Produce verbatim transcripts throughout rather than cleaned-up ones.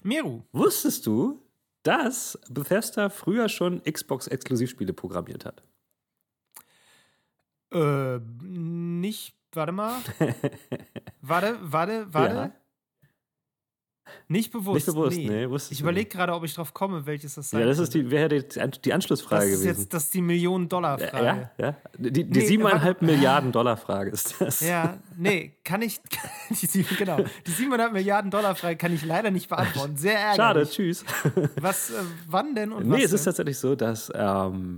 Meru. Wusstest du, dass Bethesda früher schon Xbox-Exklusivspiele programmiert hat? Äh, nicht, warte mal. warte, warte, warte. Ja. Nicht bewusst. Nicht bewusst, nee. nee, wusstest Ich du überlege nicht. gerade, ob ich drauf komme, welches das sein Ja, das ist könnte. die, wäre die, die Anschlussfrage Das ist gewesen. jetzt das ist die Millionen-Dollar-Frage. Ja, ja. Die, die Nee, siebeneinhalb warte. Milliarden Dollar Frage ist das. Ja, nee, kann ich, die, sieben- genau, die siebenhundert Milliarden Dollar Frage kann ich leider nicht beantworten. Sehr ärgerlich. Schade, tschüss. Was, äh, wann denn und Nee, was es ist denn? tatsächlich so, dass ähm,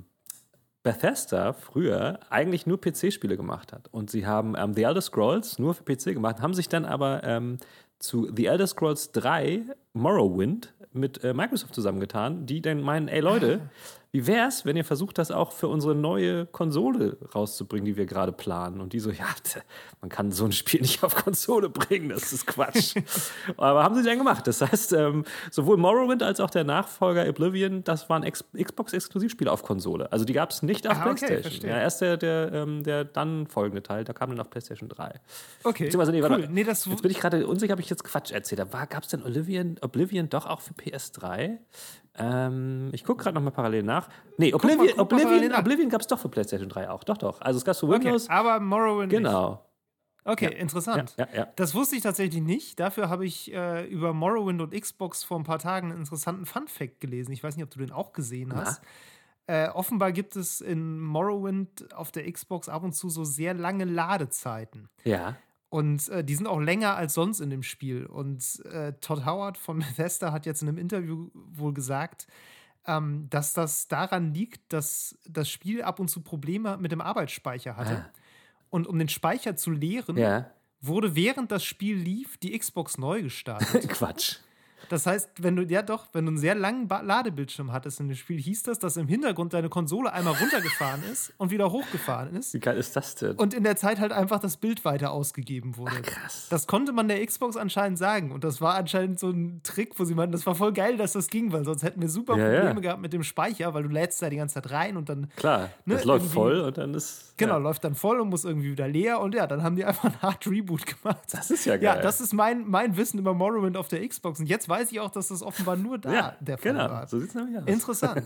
Bethesda früher eigentlich nur P C-Spiele gemacht hat. Und sie haben ähm, The Elder Scrolls nur für P C gemacht, haben sich dann aber ähm, zu The Elder Scrolls drei Morrowind mit äh, Microsoft zusammengetan, die dann meinen, ey Leute, wie wär's, wenn ihr versucht, das auch für unsere neue Konsole rauszubringen, die wir gerade planen? Und die so, ja, tja, man kann so ein Spiel nicht auf Konsole bringen, das ist Quatsch. Aber haben sie dann gemacht. Das heißt, ähm, sowohl Morrowind als auch der Nachfolger Oblivion, das waren Ex- Xbox-Exklusivspiele auf Konsole. Also die gab es nicht auf Ah, okay, PlayStation. verstehe. Ja, erst der, der, ähm, der dann folgende Teil, da kam dann auf PlayStation drei. Okay, Beziehungsweise, nee, warte, cool. Nee, das, jetzt bin ich gerade unsicher, ob ich jetzt Quatsch erzählt habe. Gab es denn Oblivion, Oblivion doch auch für P S drei? Ähm, ich gucke gerade nochmal parallel nach. Nee, mal, Oblivion, guck mal parallel Oblivion, nach. Oblivion gab es doch für PlayStation drei auch. Doch, doch. Also es gab es für okay, Windows. aber Morrowind nicht. Genau. Okay, Ja. interessant. Ja, ja, ja. Das wusste ich tatsächlich nicht. Dafür habe ich äh, über Morrowind und Xbox vor ein paar Tagen einen interessanten Fun-Fact gelesen. Ich weiß nicht, ob du den auch gesehen hast. Äh, offenbar gibt es in Morrowind auf der Xbox ab und zu so sehr lange Ladezeiten. Ja. Und äh, die sind auch länger als sonst in dem Spiel. Und äh, Todd Howard von Bethesda hat jetzt in einem Interview wohl gesagt, ähm, dass das daran liegt, dass das Spiel ab und zu Probleme mit dem Arbeitsspeicher hatte. Ah. Und um den Speicher zu leeren, Ja. wurde während das Spiel lief die Xbox neu gestartet. Quatsch. Das heißt, wenn du, ja doch, wenn du einen sehr langen ba- Ladebildschirm hattest in dem Spiel, hieß das, dass im Hintergrund deine Konsole einmal runtergefahren ist und wieder hochgefahren ist. Wie geil ist das denn? Und in der Zeit halt einfach das Bild weiter ausgegeben wurde. Ach, krass. Das konnte man der Xbox anscheinend sagen. Und das war anscheinend so ein Trick, wo sie meinten, das war voll geil, dass das ging, weil sonst hätten wir super Ja, Probleme ja. gehabt mit dem Speicher, weil du lädst da die ganze Zeit rein und dann Klar, Ne, das läuft irgendwie- voll und dann ist. Genau, Ja. läuft dann voll und muss irgendwie wieder leer. Und ja, dann haben die einfach einen Hard Reboot gemacht. Das ist ja geil. Ja, das ist mein, mein Wissen über Morrowind auf der Xbox. Und jetzt weiß ich auch, dass das offenbar nur da Ja, der Fall genau. war. So sieht es nämlich aus. Interessant.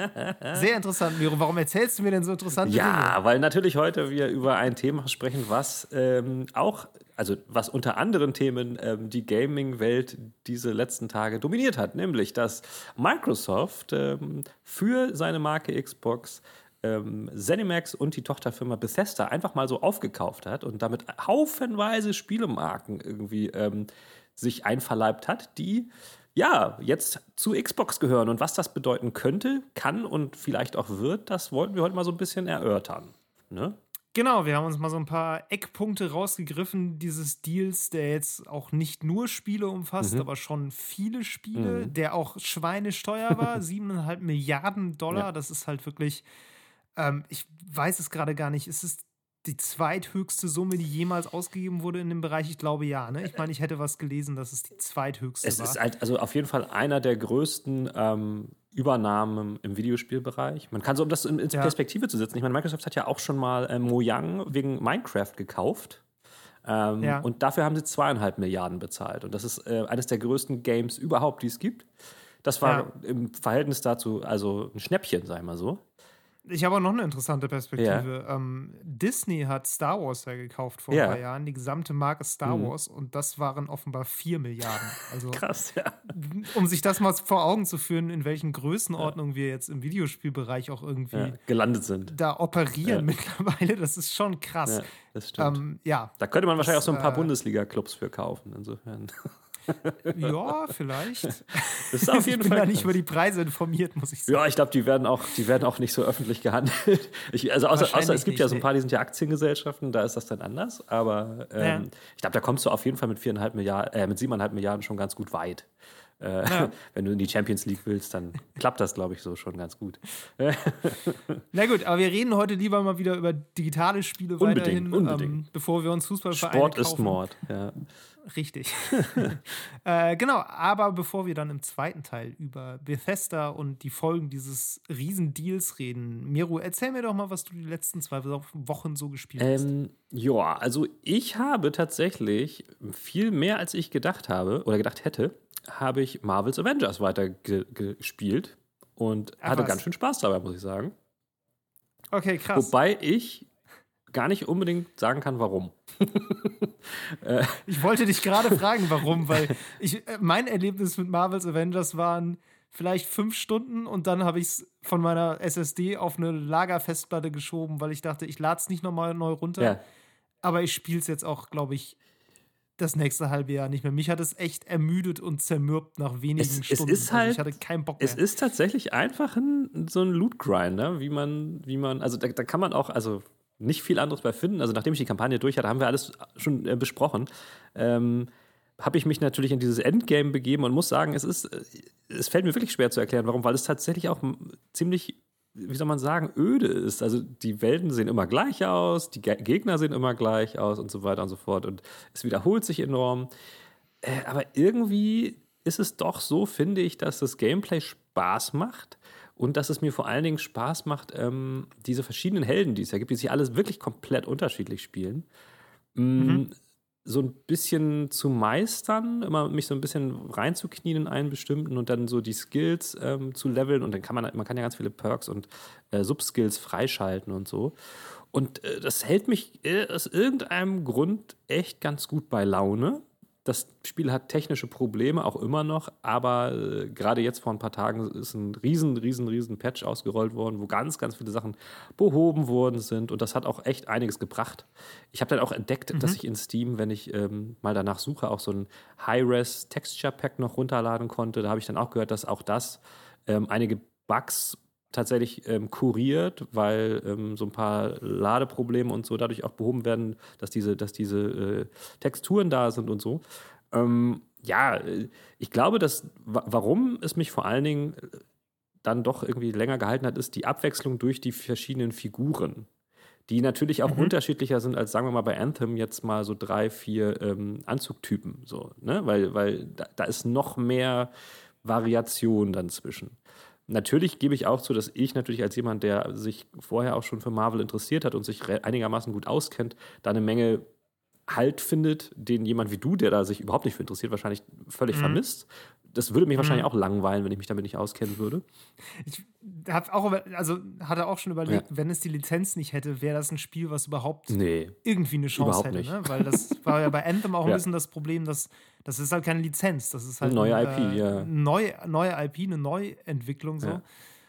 Sehr interessant, Miro. Warum erzählst du mir denn so interessante Dinge? Ja, weil natürlich heute wir über ein Thema sprechen, was ähm, auch, also was unter anderen Themen ähm, die Gaming-Welt diese letzten Tage dominiert hat, nämlich dass Microsoft ähm, für seine Marke Xbox ähm, ZeniMax und die Tochterfirma Bethesda einfach mal so aufgekauft hat und damit haufenweise Spielemarken irgendwie ähm, sich einverleibt hat, die ja jetzt zu Xbox gehören. Und was das bedeuten könnte, kann und vielleicht auch wird, das wollten wir heute mal so ein bisschen erörtern. Ne? Genau, wir haben uns mal so ein paar Eckpunkte rausgegriffen dieses Deals, der jetzt auch nicht nur Spiele umfasst, Mhm. aber schon viele Spiele, Mhm. der auch schweinesteuer war, siebeneinhalb Milliarden Dollar, Ja. das ist halt wirklich, ähm, ich weiß es gerade gar nicht, ist es die zweithöchste Summe, die jemals ausgegeben wurde in dem Bereich? Ich glaube ja, ne? Ich meine, ich hätte was gelesen, dass es die zweithöchste Es war. ist halt also auf jeden Fall einer der größten ähm, Übernahmen im Videospielbereich. Man kann so, um das in, in Ja. Perspektive zu setzen, ich meine, Microsoft hat ja auch schon mal ähm, Mojang wegen Minecraft gekauft. Ähm, Ja. Und dafür haben sie zweieinhalb Milliarden bezahlt. Und das ist äh, eines der größten Games überhaupt, die es gibt. Das war Ja. im Verhältnis dazu also ein Schnäppchen, sag ich mal so. Ich habe auch noch eine interessante Perspektive. Ähm, Disney hat Star Wars ja gekauft vor Ja. ein paar Jahren, die gesamte Marke Star Mhm. Wars, und das waren offenbar vier Milliarden. Also, Krass, ja. um sich das mal vor Augen zu führen, in welchen Größenordnungen wir jetzt im Videospielbereich auch irgendwie ja. Gelandet sind. da operieren Ja. mittlerweile, das ist schon krass. Ja, das stimmt. Ähm, ja, Da könnte man wahrscheinlich auch so ein paar äh, Bundesliga-Clubs für kaufen. Insofern. ja, vielleicht. Das ist auf jeden ich bin Fall da nicht krass. über die Preise informiert, muss ich sagen. Ja, ich glaube, die werden auch, die werden auch nicht so öffentlich gehandelt. Ich, also außer, Wahrscheinlich außer es gibt ja nicht, so ein nee. paar, die sind ja Aktiengesellschaften, da ist das dann anders. Aber ähm, Ja. ich glaube, da kommst du auf jeden Fall mit viereinhalb Milliarden, äh, mit siebeneinhalb Milliarden schon ganz gut weit. Äh, Ja. Wenn du in die Champions League willst, dann klappt das, glaube ich, so schon ganz gut. Na gut, aber wir reden heute lieber mal wieder über digitale Spiele Unbedingt, weiterhin, unbedingt. Ähm, bevor wir uns Fußballvereine Sport kaufen. ist Mord. Ja. Richtig. äh, genau, aber bevor wir dann im zweiten Teil über Bethesda und die Folgen dieses Riesendeals reden, Miro, erzähl mir doch mal, was du die letzten zwei Wochen so gespielt hast. Ähm, ja, also ich habe tatsächlich viel mehr, als ich gedacht habe oder gedacht hätte, habe ich Marvel's Avengers weitergespielt und Ach, hatte was? ganz schön Spaß dabei, muss ich sagen. Okay, krass. Wobei ich gar nicht unbedingt sagen kann, warum. Ich wollte dich gerade fragen, warum, weil ich, äh, mein Erlebnis mit Marvel's Avengers waren vielleicht fünf Stunden und dann habe ich es von meiner S S D auf eine Lagerfestplatte geschoben, weil ich dachte, ich lade es nicht nochmal neu runter. Ja. Aber ich spiele es jetzt auch, glaube ich, das nächste halbe Jahr nicht mehr. Mich hat es echt ermüdet und zermürbt nach wenigen Es, es Stunden. ist halt, also ich hatte keinen Bock mehr. es ist tatsächlich einfach ein, so ein Loot-Grinder, wie man, wie man, also da, da kann man auch, also nicht viel anderes bei finden. Also nachdem ich die Kampagne durch hatte, haben wir alles schon äh, besprochen. Ähm, habe ich mich natürlich in dieses Endgame begeben und muss sagen, es ist, äh, es fällt mir wirklich schwer zu erklären, warum, weil es tatsächlich auch m- ziemlich, wie soll man sagen, öde ist. Also die Welten sehen immer gleich aus, die Ge Gegner sehen immer gleich aus und so weiter und so fort. Und es wiederholt sich enorm. Äh, aber irgendwie ist es doch so, finde ich, dass das Gameplay Spaß macht und dass es mir vor allen Dingen Spaß macht, ähm, diese verschiedenen Helden, die es ja gibt, die sich alles wirklich komplett unterschiedlich spielen, Mhm. so ein bisschen zu meistern, immer mich so ein bisschen reinzuknien in einen bestimmten und dann so die Skills ähm, zu leveln und dann kann man, man kann ja ganz viele Perks und äh, Subskills freischalten und so. Und äh, das hält mich äh, aus irgendeinem Grund echt ganz gut bei Laune. Das Spiel hat technische Probleme, auch immer noch, aber äh, gerade jetzt vor ein paar Tagen ist ein riesen, riesen, riesen Patch ausgerollt worden, wo ganz, ganz viele Sachen behoben worden sind und das hat auch echt einiges gebracht. Ich habe dann auch entdeckt, Mhm. dass ich in Steam, wenn ich ähm, mal danach suche, auch so ein High-Res Texture Pack noch runterladen konnte. Da habe ich dann auch gehört, dass auch das ähm, einige Bugs tatsächlich ähm, kuriert, weil ähm, so ein paar Ladeprobleme und so dadurch auch behoben werden, dass diese, dass diese äh, Texturen da sind und so. Ähm, ja, äh, ich glaube, dass wa warum es mich vor allen Dingen äh, dann doch irgendwie länger gehalten hat, ist die Abwechslung durch die verschiedenen Figuren, die natürlich auch Mhm. unterschiedlicher sind als, sagen wir mal, bei Anthem jetzt mal so drei, vier ähm, Anzugtypen, so, ne? Weil, weil da, da ist noch mehr Variation dann zwischen. Natürlich gebe ich auch zu, dass ich natürlich als jemand, der sich vorher auch schon für Marvel interessiert hat und sich re- einigermaßen gut auskennt, da eine Menge Halt findet, den jemand wie du, der da sich überhaupt nicht für interessiert, wahrscheinlich völlig Mhm. vermisst. Das würde mich wahrscheinlich Mhm. auch langweilen, wenn ich mich damit nicht auskennen würde. Ich hab auch, über- also hatte auch schon überlegt, Ja. wenn es die Lizenz nicht hätte, wäre das ein Spiel, was überhaupt Nee, irgendwie eine Chance überhaupt hätte, nicht. ne? Weil das war ja bei Anthem auch ein Ja. bisschen das Problem, dass das ist halt keine Lizenz, das ist Eine halt neue ein, I P, äh, ja. neu, neue I P, eine Neuentwicklung so. Ja.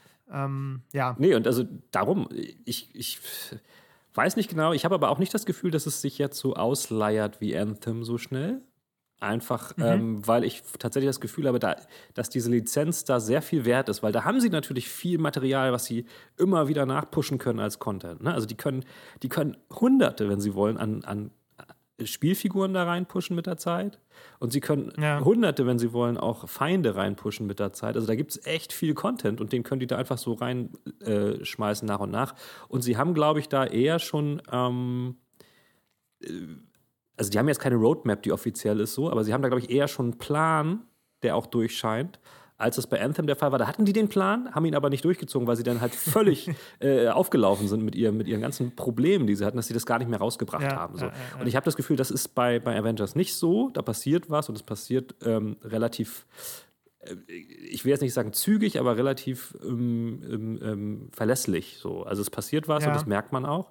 Ähm, ja. Nee, und also darum, ich, ich weiß nicht genau, ich habe aber auch nicht das Gefühl, dass es sich jetzt so ausleiert wie Anthem so schnell. Einfach, Mhm. ähm, weil ich tatsächlich das Gefühl habe, da, dass diese Lizenz da sehr viel wert ist, weil da haben sie natürlich viel Material, was sie immer wieder nachpushen können als Content. Ne? Also die können, die können Hunderte, wenn sie wollen, an, an Spielfiguren da reinpushen mit der Zeit. Und sie können Ja. Hunderte, wenn sie wollen, auch Feinde reinpushen mit der Zeit. Also da gibt es echt viel Content und den können die da einfach so reinschmeißen äh, schmeißen nach und nach. Und sie haben, glaube ich, da eher schon ähm, äh, also die haben jetzt keine Roadmap, die offiziell ist so, aber sie haben da, glaube ich, eher schon einen Plan, der auch durchscheint, als das bei Anthem der Fall war. Da hatten die den Plan, haben ihn aber nicht durchgezogen, weil sie dann halt völlig äh, aufgelaufen sind mit, ihr, mit ihren ganzen Problemen, die sie hatten, dass sie das gar nicht mehr rausgebracht Ja, haben. So. ja, ja, ja. Und ich habe das Gefühl, das ist bei, bei Avengers nicht so. Da passiert was und es passiert ähm, relativ, äh, ich will jetzt nicht sagen zügig, aber relativ ähm, ähm, ähm, verlässlich. So. Also es passiert was Ja. und das merkt man auch.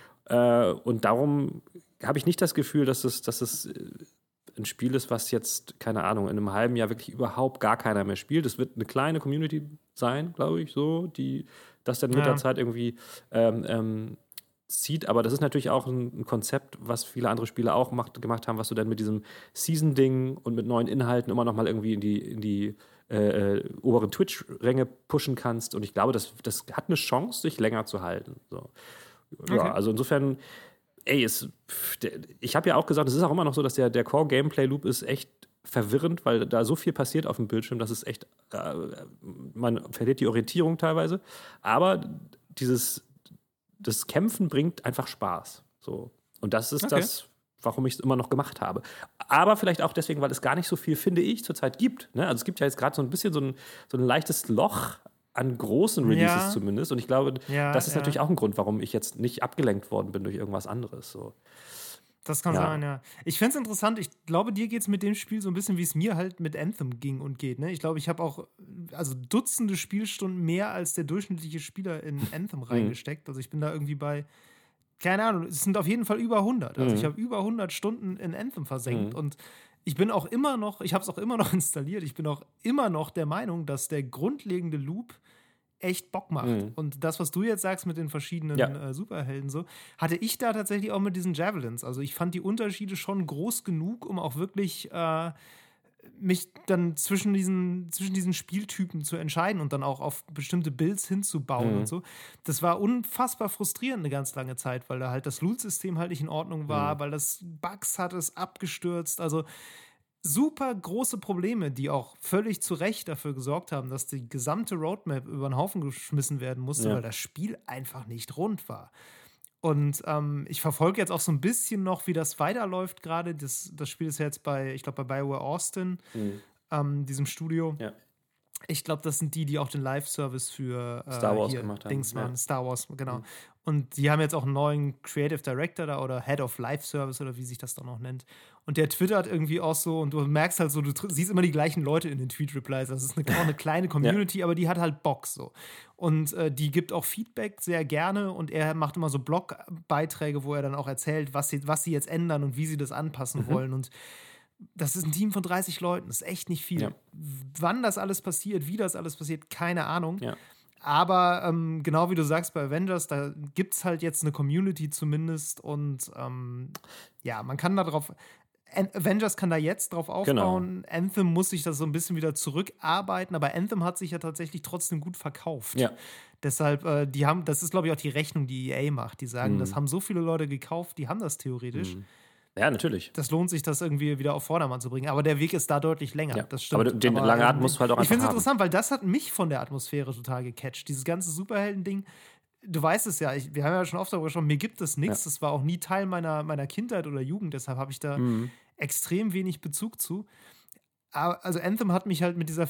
Äh, und darum habe ich nicht das Gefühl, dass es, dass es äh, ein Spiel ist, was jetzt, keine Ahnung, in einem halben Jahr wirklich überhaupt gar keiner mehr spielt. Es wird eine kleine Community sein, glaube ich, so, die das dann mit Ja. der Zeit irgendwie ähm, ähm, zieht. Aber das ist natürlich auch ein, ein Konzept, was viele andere Spiele auch macht, gemacht haben, was du dann mit diesem Season-Ding und mit neuen Inhalten immer noch mal irgendwie in die, in die äh, äh, oberen Twitch-Ränge pushen kannst. Und ich glaube, das, das hat eine Chance, sich länger zu halten. So. Ja, Okay. also insofern, ey, es, pff, der, ich habe ja auch gesagt, es ist auch immer noch so, dass der, der Core-Gameplay-Loop ist echt verwirrend, weil da so viel passiert auf dem Bildschirm, dass es echt, äh, man verliert die Orientierung teilweise. Aber dieses, das Kämpfen bringt einfach Spaß. So. Und das ist Okay. das, warum ich es immer noch gemacht habe. Aber vielleicht auch deswegen, weil es gar nicht so viel, finde ich, zurzeit gibt. Ne? Also es gibt ja jetzt gerade so ein bisschen so ein, so ein leichtes Loch an großen Releases Ja. zumindest. Und ich glaube, Ja, das ist ja. natürlich auch ein Grund, warum ich jetzt nicht abgelenkt worden bin durch irgendwas anderes. So. Das kann Ja. sein, ja. Ich finde es interessant. Ich glaube, dir geht es mit dem Spiel so ein bisschen, wie es mir halt mit Anthem ging und geht. Ne? Ich glaube, ich habe auch also Dutzende Spielstunden mehr als der durchschnittliche Spieler in Anthem reingesteckt. Also ich bin da irgendwie bei, keine Ahnung, es sind auf jeden Fall über hundert. Also Mhm. ich habe über hundert Stunden in Anthem versenkt. Mhm. Und ich bin auch immer noch, ich habe es auch immer noch installiert, ich bin auch immer noch der Meinung, dass der grundlegende Loop echt Bock macht. Mhm. Und das, was du jetzt sagst mit den verschiedenen Ja. äh, Superhelden, so, hatte ich da tatsächlich auch mit diesen Javelins. Also ich fand die Unterschiede schon groß genug, um auch wirklich äh, mich dann zwischen diesen, zwischen diesen Spieltypen zu entscheiden und dann auch auf bestimmte Builds hinzubauen Mhm. und so. Das war unfassbar frustrierend eine ganz lange Zeit, weil da halt das Loot-System halt nicht in Ordnung war, Mhm. weil das Bugs hat, es abgestürzt. Also super große Probleme, die auch völlig zu Recht dafür gesorgt haben, dass die gesamte Roadmap über den Haufen geschmissen werden musste, Ja. weil das Spiel einfach nicht rund war. Und ähm, ich verfolge jetzt auch so ein bisschen noch, wie das weiterläuft gerade. Das, das Spiel ist ja jetzt bei, ich glaube, bei BioWare Austin, Mhm. ähm, diesem Studio. Ja. Ich glaube, das sind die, die auch den Live-Service für äh, Star Wars hier, gemacht haben. Dings machen. Ja. Star Wars, genau. Mhm. Und die haben jetzt auch einen neuen Creative Director da oder Head of Live-Service oder wie sich das dann auch nennt. Und der twittert irgendwie auch so und du merkst halt so, du tr- siehst immer die gleichen Leute in den Tweet-Replies. Das ist eine, auch eine kleine Community, aber die hat halt Bock so. Und äh, die gibt auch Feedback sehr gerne und er macht immer so Blogbeiträge, wo er dann auch erzählt, was sie, was sie jetzt ändern und wie sie das anpassen Mhm. wollen. Und das ist ein Team von dreißig Leuten, das ist echt nicht viel. Ja. Wann das alles passiert, wie das alles passiert, keine Ahnung. Ja. Aber ähm, genau wie du sagst bei Avengers, da gibt es halt jetzt eine Community zumindest und ähm, ja, man kann da drauf, An- Avengers kann da jetzt drauf aufbauen. Anthem muss sich das so ein bisschen wieder zurückarbeiten, aber Anthem hat sich ja tatsächlich trotzdem gut verkauft. Ja. Deshalb, äh, die haben, das ist glaube ich auch die Rechnung, die E A macht. Die sagen, Mhm. das haben so viele Leute gekauft, die haben das theoretisch. Mhm. Ja, natürlich. Das lohnt sich, das irgendwie wieder auf Vordermann zu bringen. Aber der Weg ist da deutlich länger. Ja. Das stimmt. Aber den langen Atem musst du halt auch Ich finde es einfach haben. interessant, weil das hat mich von der Atmosphäre total gecatcht. Dieses ganze Superhelden-Ding. Du weißt es ja, ich, wir haben ja schon oft darüber gesprochen, mir gibt es nichts. Ja. Das war auch nie Teil meiner, meiner Kindheit oder Jugend. Deshalb habe ich da Mhm. extrem wenig Bezug zu. Aber, also Anthem hat mich halt mit dieser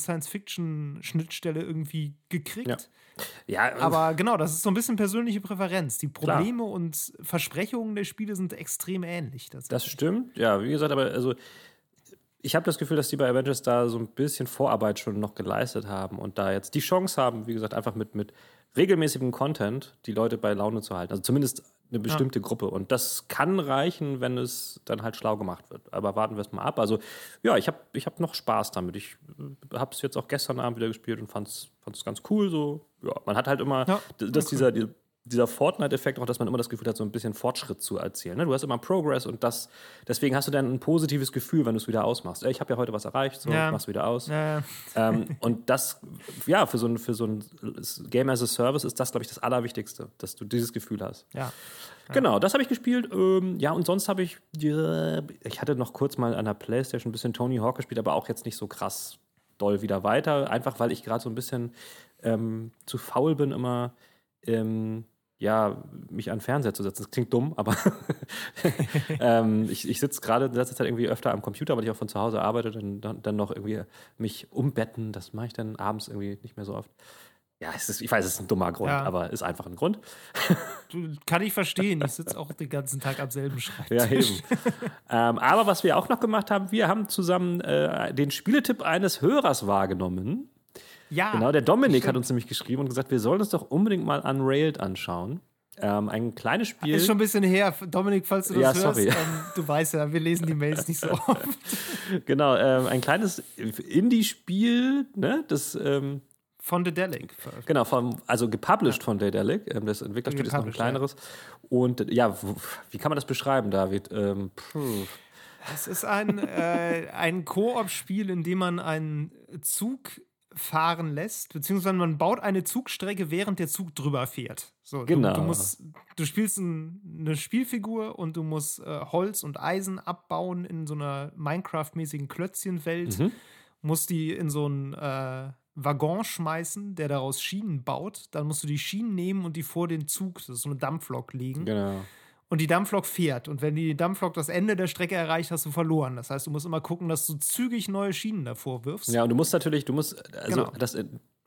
Fantasy-Science-Fiction-Schnittstelle irgendwie gekriegt. Ja, Aber genau, das ist so ein bisschen persönliche Präferenz. Die Probleme und Versprechungen der Spiele sind extrem ähnlich. das stimmt. Ja, wie gesagt, aber also ich habe das Gefühl, dass die bei Avengers da so ein bisschen Vorarbeit schon noch geleistet haben und da jetzt die Chance haben, wie gesagt, einfach mit, mit regelmäßigem Content die Leute bei Laune zu halten. Also zumindest eine bestimmte ja. Gruppe. Und das kann reichen, wenn es dann halt schlau gemacht wird. Aber warten wir es mal ab. Also ja, ich habe ich hab noch Spaß damit. Ich habe es jetzt auch gestern Abend wieder gespielt und fand es ganz cool. So. Ja, man hat halt immer, ja, dass cool. dieser, die, dieser Fortnite-Effekt auch, dass man immer das Gefühl hat, so ein bisschen Fortschritt zu erzielen. Ne? Du hast immer Progress und das, deswegen hast du dann ein positives Gefühl, wenn du es wieder ausmachst. Ey, ich habe ja heute was erreicht, so, ja. mach's wieder aus. Ja. Ähm, und das, ja, für so ein, für so ein Game as a Service ist das, glaube ich, das Allerwichtigste, dass du dieses Gefühl hast. Ja. Ja. Genau, das habe ich gespielt. Ähm, ja, und sonst habe ich, ja, ich hatte noch kurz mal an der Playstation ein bisschen Tony Hawk gespielt, aber auch jetzt nicht so krass doll wieder weiter. Einfach, weil ich gerade so ein bisschen ähm, zu faul bin, immer ähm, ja, mich an den Fernseher zu setzen. Das klingt dumm, aber ähm, ich, ich sitze gerade in letzter Zeit irgendwie öfter am Computer, weil ich auch von zu Hause arbeite, dann, dann, dann noch irgendwie mich umbetten. Das mache ich dann abends irgendwie nicht mehr so oft. Ja, es ist, ich weiß, es ist ein dummer Grund, ja. aber ist einfach ein Grund. Du, kann ich verstehen. Ich sitze auch den ganzen Tag am selben Schreibtisch. Ja, eben. ähm, aber was wir auch noch gemacht haben, wir haben zusammen äh, den Spieletipp eines Hörers wahrgenommen. Ja. Genau, der Dominik hat uns nämlich geschrieben und gesagt, wir sollen uns doch unbedingt mal Unrailed anschauen. Ähm, ein kleines Spiel. Ist schon ein bisschen her. Dominik, falls du das ja, hörst, sorry. ähm, du weißt ja, wir lesen die Mails nicht so oft. Genau, ähm, ein kleines Indie-Spiel, ne, das ähm, von Daedalic. Genau, vom, also gepublished ja. von Daedalic. Ähm, das Entwicklerstudio ist noch ein kleineres. Ja. Und ja, wie kann man das beschreiben, David? Ähm, es ist ein, äh, ein Koop-Spiel, in dem man einen Zug fahren lässt, beziehungsweise man baut eine Zugstrecke, während der Zug drüber fährt. So, genau. Du, du, musst, du spielst ein, eine Spielfigur und du musst äh, Holz und Eisen abbauen in so einer Minecraft-mäßigen Klötzchenwelt. Mhm. Musst die in so einen äh, Waggon schmeißen, der daraus Schienen baut. Dann musst du die Schienen nehmen und die vor den Zug, das ist so eine Dampflok, legen. Genau. Und die Dampflok fährt. Und wenn die Dampflok das Ende der Strecke erreicht, hast du verloren. Das heißt, du musst immer gucken, dass du zügig neue Schienen davor wirfst. Ja, und du musst natürlich, du musst, also genau. das,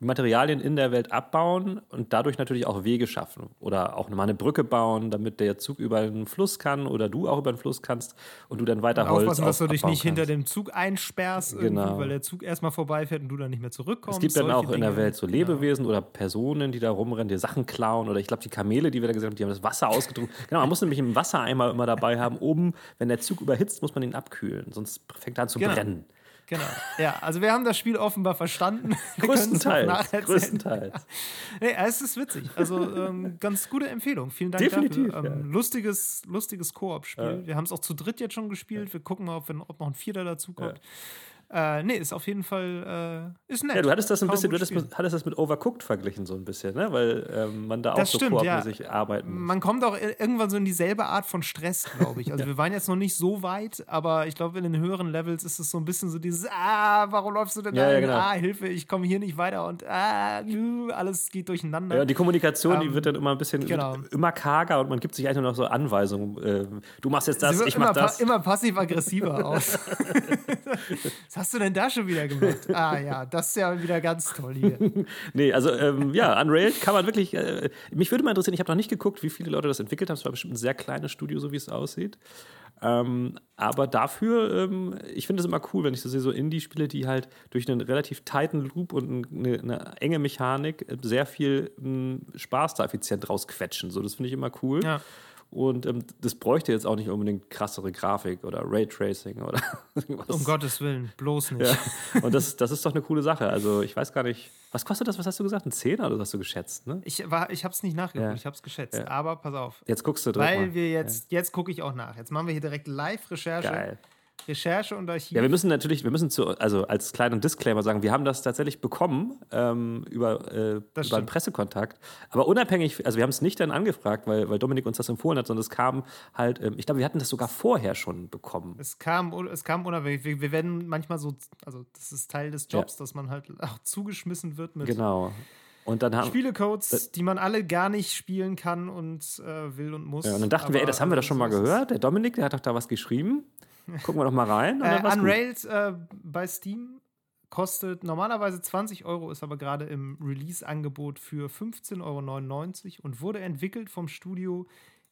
Materialien in der Welt abbauen und dadurch natürlich auch Wege schaffen. Oder auch mal eine Brücke bauen, damit der Zug über einen Fluss kann oder du auch über den Fluss kannst und du dann weiter Holz aufpassen, dass du dich nicht kannst. hinter dem Zug einsperrst, genau. weil der Zug erstmal vorbeifährt und du dann nicht mehr zurückkommst. Es gibt dann auch Dinge. in der Welt so Lebewesen genau. oder Personen, die da rumrennen, die Sachen klauen. Oder ich glaube, die Kamele, die wir da gesehen haben, die haben das Wasser ausgetrunken. Genau, man muss nämlich einen Wassereimer immer dabei haben, oben, wenn der Zug überhitzt, muss man ihn abkühlen. Sonst fängt er an zu genau. brennen. Genau, ja, also wir haben das Spiel offenbar verstanden. Größtenteils, größtenteils. Nee, es ist witzig, also ähm, ganz gute Empfehlung, vielen Dank Definitiv, dafür. Ähm, ja. Lustiges, lustiges Koop-Spiel, ja. wir haben es auch zu dritt jetzt schon gespielt, wir gucken mal, ob, wir, ob noch ein Vierter dazu kommt. Ja. Äh, nee, ist auf jeden Fall, äh, ist nett. Ja, du hattest das ein Kaum bisschen, du hattest, mit, hattest das mit Overcooked verglichen so ein bisschen, ne? Weil ähm, man da auch das so stimmt, koopmäßig ja. arbeiten muss. Man kommt auch irgendwann so in dieselbe Art von Stress, glaube ich. Also ja. wir waren jetzt noch nicht so weit, aber ich glaube, in den höheren Levels ist es so ein bisschen so dieses, ah, warum läufst du denn ja, da? Ja, genau. Ah, Hilfe, ich komme hier nicht weiter und ah, alles geht durcheinander. Ja, und die Kommunikation, ähm, die wird dann immer ein bisschen, genau. immer karger und man gibt sich einfach nur noch so Anweisungen. Äh, du machst jetzt das, ich mach das. Pa- immer passiv-aggressiver aus. Was hast du denn da schon wieder gemacht? Ah ja, das ist ja wieder ganz toll hier. Nee, also ähm, ja, Unrailed kann man wirklich, äh, mich würde mal interessieren, ich habe noch nicht geguckt, wie viele Leute das entwickelt haben, es war bestimmt ein sehr kleines Studio, so wie es aussieht. Ähm, aber dafür, ähm, ich finde es immer cool, wenn ich so sehe, so Indie-Spiele, die halt durch einen relativ tighten Loop und eine, eine enge Mechanik sehr viel m, Spaß da effizient rausquetschen. So, das finde ich immer cool. Ja. Und ähm, das bräuchte jetzt auch nicht unbedingt krassere Grafik oder Raytracing oder irgendwas. Um Gottes Willen, bloß nicht. Ja. Und das, das ist doch eine coole Sache. Also ich weiß gar nicht, was kostet das? Was hast du gesagt? Ein Zehner oder was hast du geschätzt? Ne? Ich, war, ich habe es nicht nachgeguckt, Ja. ich habe es geschätzt. Ja. Aber pass auf. Jetzt guckst du Weil mal. wir jetzt, ja. jetzt gucke ich auch nach. Jetzt machen wir hier direkt Live-Recherche. Geil. Recherche und Archiv. Ja, wir müssen natürlich, wir müssen zu, also als kleinen Disclaimer sagen, wir haben das tatsächlich bekommen ähm, über, äh, über einen Pressekontakt. Aber unabhängig, also wir haben es nicht dann angefragt, weil, weil Dominik uns das empfohlen hat, sondern es kam halt, ähm, ich glaube, wir hatten das sogar vorher schon bekommen. Es kam, es kam unabhängig. Wir, wir werden manchmal so, also das ist Teil des Jobs, ja. dass man halt auch zugeschmissen wird mit genau. Und dann haben, Spielecodes, äh, die man alle gar nicht spielen kann und äh, will und muss. Ja, und dann dachten Aber, wir, ey, das haben wir doch schon mal so gehört. Der Dominik, der hat doch da was geschrieben. Gucken wir doch mal rein. Und äh, Unrailed äh, bei Steam kostet normalerweise zwanzig Euro, ist aber gerade im Release-Angebot für fünfzehn Euro neunundneunzig und wurde entwickelt vom Studio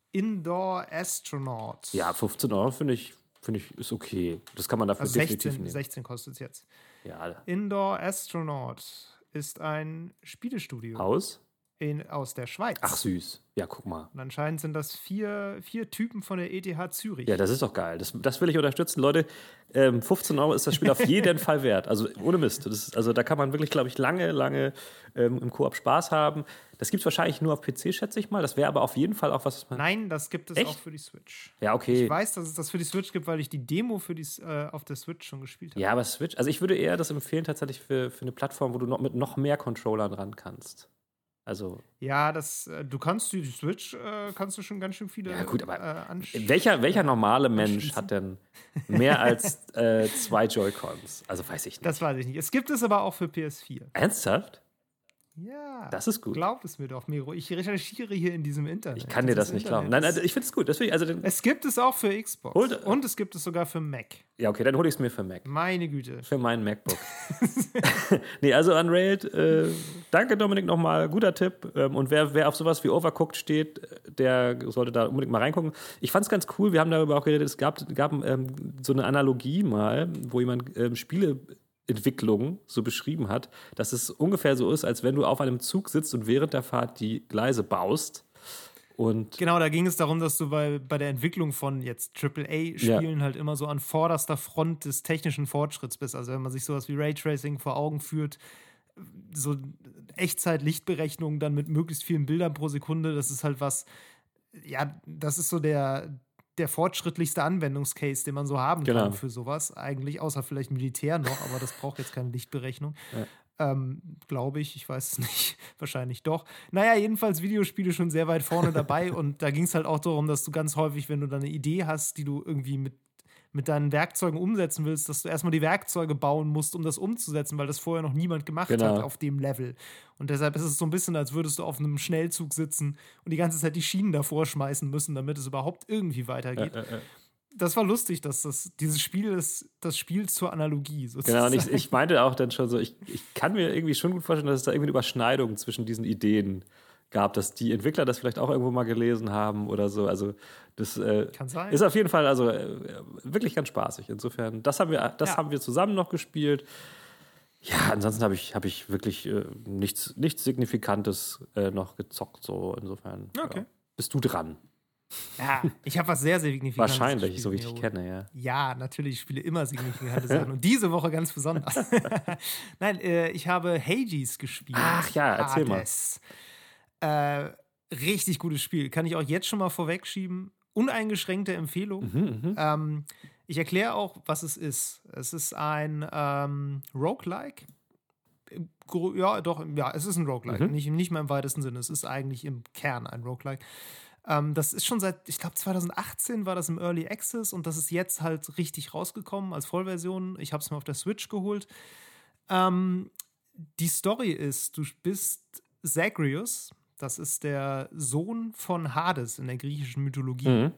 Indoor Astronaut. Ja, fünfzehn Euro finde ich, find ich ist okay. Das kann man dafür also definitiv sechzehn, nehmen. sechzehn kostet es jetzt. Ja. Indoor Astronaut ist ein Spielestudio. Aus? In, aus der Schweiz. Ach süß. Ja, guck mal. Und anscheinend sind das vier, vier Typen von der E T H Zürich. Ja, das ist doch geil. Das, das will ich unterstützen. Leute, ähm, fünfzehn Euro ist das Spiel auf jeden Fall wert. Also ohne Mist. Das ist, also da kann man wirklich, glaube ich, lange, lange ähm, im Koop Spaß haben. Das gibt es wahrscheinlich nur auf P C, schätze ich mal. Das wäre aber auf jeden Fall auch was, was man... Nein, das gibt es Echt? auch für die Switch. Ja, okay. Ich weiß, dass es das für die Switch gibt, weil ich die Demo für die, äh, auf der Switch schon gespielt habe. Ja, aber Switch... Also ich würde eher das empfehlen tatsächlich für, für eine Plattform, wo du noch mit noch mehr Controllern ran kannst. Also ja, das, äh, du kannst die Switch, äh, kannst du schon ganz schön viele ja, gut, aber äh, ansch- welcher, welcher normale Mensch hat denn mehr als äh, zwei Joy-Cons? Also weiß ich nicht. Das weiß ich nicht. Es gibt es aber auch für P S vier. Ernsthaft? Ja. Das ist gut. Glaub es mir doch, Miro. Ich recherchiere hier in diesem Internet. Ich kann dir das nicht glauben. Nein, also ich finde es gut. Deswegen, also es gibt es auch für Xbox. Holt, und es gibt es sogar für Mac. Ja, okay, dann hole ich es mir für Mac. Meine Güte. Für meinen MacBook. Nee, also Unrailed, äh, danke Dominik nochmal, guter Tipp. Ähm, und wer, wer auf sowas wie Overcooked steht, der sollte da unbedingt mal reingucken. Ich fand es ganz cool, wir haben darüber auch geredet, es gab, gab ähm, so eine Analogie mal, wo jemand ähm, Spiele Entwicklung so beschrieben hat, dass es ungefähr so ist, als wenn du auf einem Zug sitzt und während der Fahrt die Gleise baust. Und genau, da ging es darum, dass du bei, bei der Entwicklung von jetzt Triple A-Spielen ja. halt immer so an vorderster Front des technischen Fortschritts bist. Also wenn man sich sowas wie Raytracing vor Augen führt, so Echtzeit-Lichtberechnung dann mit möglichst vielen Bildern pro Sekunde, das ist halt was, ja, das ist so der der fortschrittlichste Anwendungscase, den man so haben genau. kann für sowas. Eigentlich, außer vielleicht Militär noch, aber das braucht jetzt keine Lichtberechnung. Ja. Ähm, glaube ich, ich weiß es nicht. Wahrscheinlich doch. Naja, jedenfalls Videospiele schon sehr weit vorne dabei und da ging es halt auch darum, dass du ganz häufig, wenn du da eine Idee hast, die du irgendwie mit mit deinen Werkzeugen umsetzen willst, dass du erstmal die Werkzeuge bauen musst, um das umzusetzen, weil das vorher noch niemand gemacht genau. hat auf dem Level. Und deshalb ist es so ein bisschen, als würdest du auf einem Schnellzug sitzen und die ganze Zeit die Schienen davor schmeißen müssen, damit es überhaupt irgendwie weitergeht. Äh, äh, äh. das war lustig, dass das, dieses Spiel ist das Spiel zur Analogie sozusagen. Genau, und ich, ich meinte auch dann schon so, ich, ich kann mir irgendwie schon gut vorstellen, dass es da irgendwie eine Überschneidung zwischen diesen Ideen gab, dass die Entwickler das vielleicht auch irgendwo mal gelesen haben oder so. Also das äh, Kann sein. ist auf jeden Fall also äh, wirklich ganz spaßig. Insofern, das haben wir, das Ja. haben wir zusammen noch gespielt. Ja, ansonsten habe ich, hab ich wirklich äh, nichts, nichts Signifikantes äh, noch gezockt. So insofern Okay. ja. Bist du dran. Ja, ich habe was sehr, sehr signifikantes Wahrscheinlich, gespielt, so wie ich Nero. dich kenne, ja. Ja, natürlich, ich spiele immer signifikante Sachen und diese Woche ganz besonders. Nein, äh, ich habe Hades gespielt. Ach ja, erzähl mal. Hades. Äh, richtig gutes Spiel. Kann ich auch jetzt schon mal vorwegschieben. Uneingeschränkte Empfehlung. Mhm, Ähm, ich erkläre auch, was es ist. Es ist ein ähm, Roguelike. Im Gro- Ja, doch, ja, es ist ein Roguelike. Mhm. Nicht, nicht mal im weitesten Sinne. Es ist eigentlich im Kern ein Roguelike. Ähm, das ist schon seit, ich glaube, zwanzig achtzehn war das im Early Access und das ist jetzt halt richtig rausgekommen als Vollversion. Ich habe es mir auf der Switch geholt. Ähm, die Story ist, du bist Zagreus, das ist der Sohn von Hades in der griechischen Mythologie. Mhm.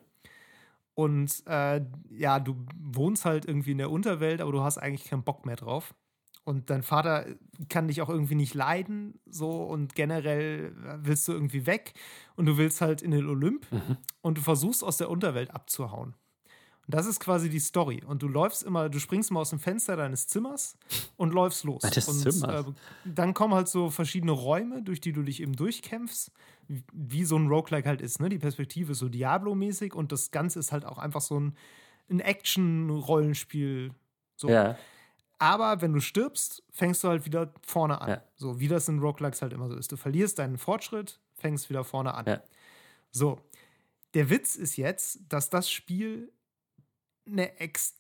Und äh, ja, du wohnst halt irgendwie in der Unterwelt, aber du hast eigentlich keinen Bock mehr drauf. Und dein Vater kann dich auch irgendwie nicht leiden, so und generell willst du irgendwie weg und du willst halt in den Olymp Mhm. und du versuchst aus der Unterwelt abzuhauen. Und das ist quasi die Story. Und du läufst immer, du springst mal aus dem Fenster deines Zimmers und läufst los. Des und Zimmers? Äh, dann kommen halt so verschiedene Räume, durch die du dich eben durchkämpfst, wie, wie so ein Roguelike halt ist. Ne? Die Perspektive ist so Diablo-mäßig und das Ganze ist halt auch einfach so ein, ein Action-Rollenspiel. So. Ja. Aber wenn du stirbst, fängst du halt wieder vorne an. Ja. So wie das in Roguelikes halt immer so ist. Du verlierst deinen Fortschritt, fängst wieder vorne an. Ja. So. Der Witz ist jetzt, dass das Spiel eine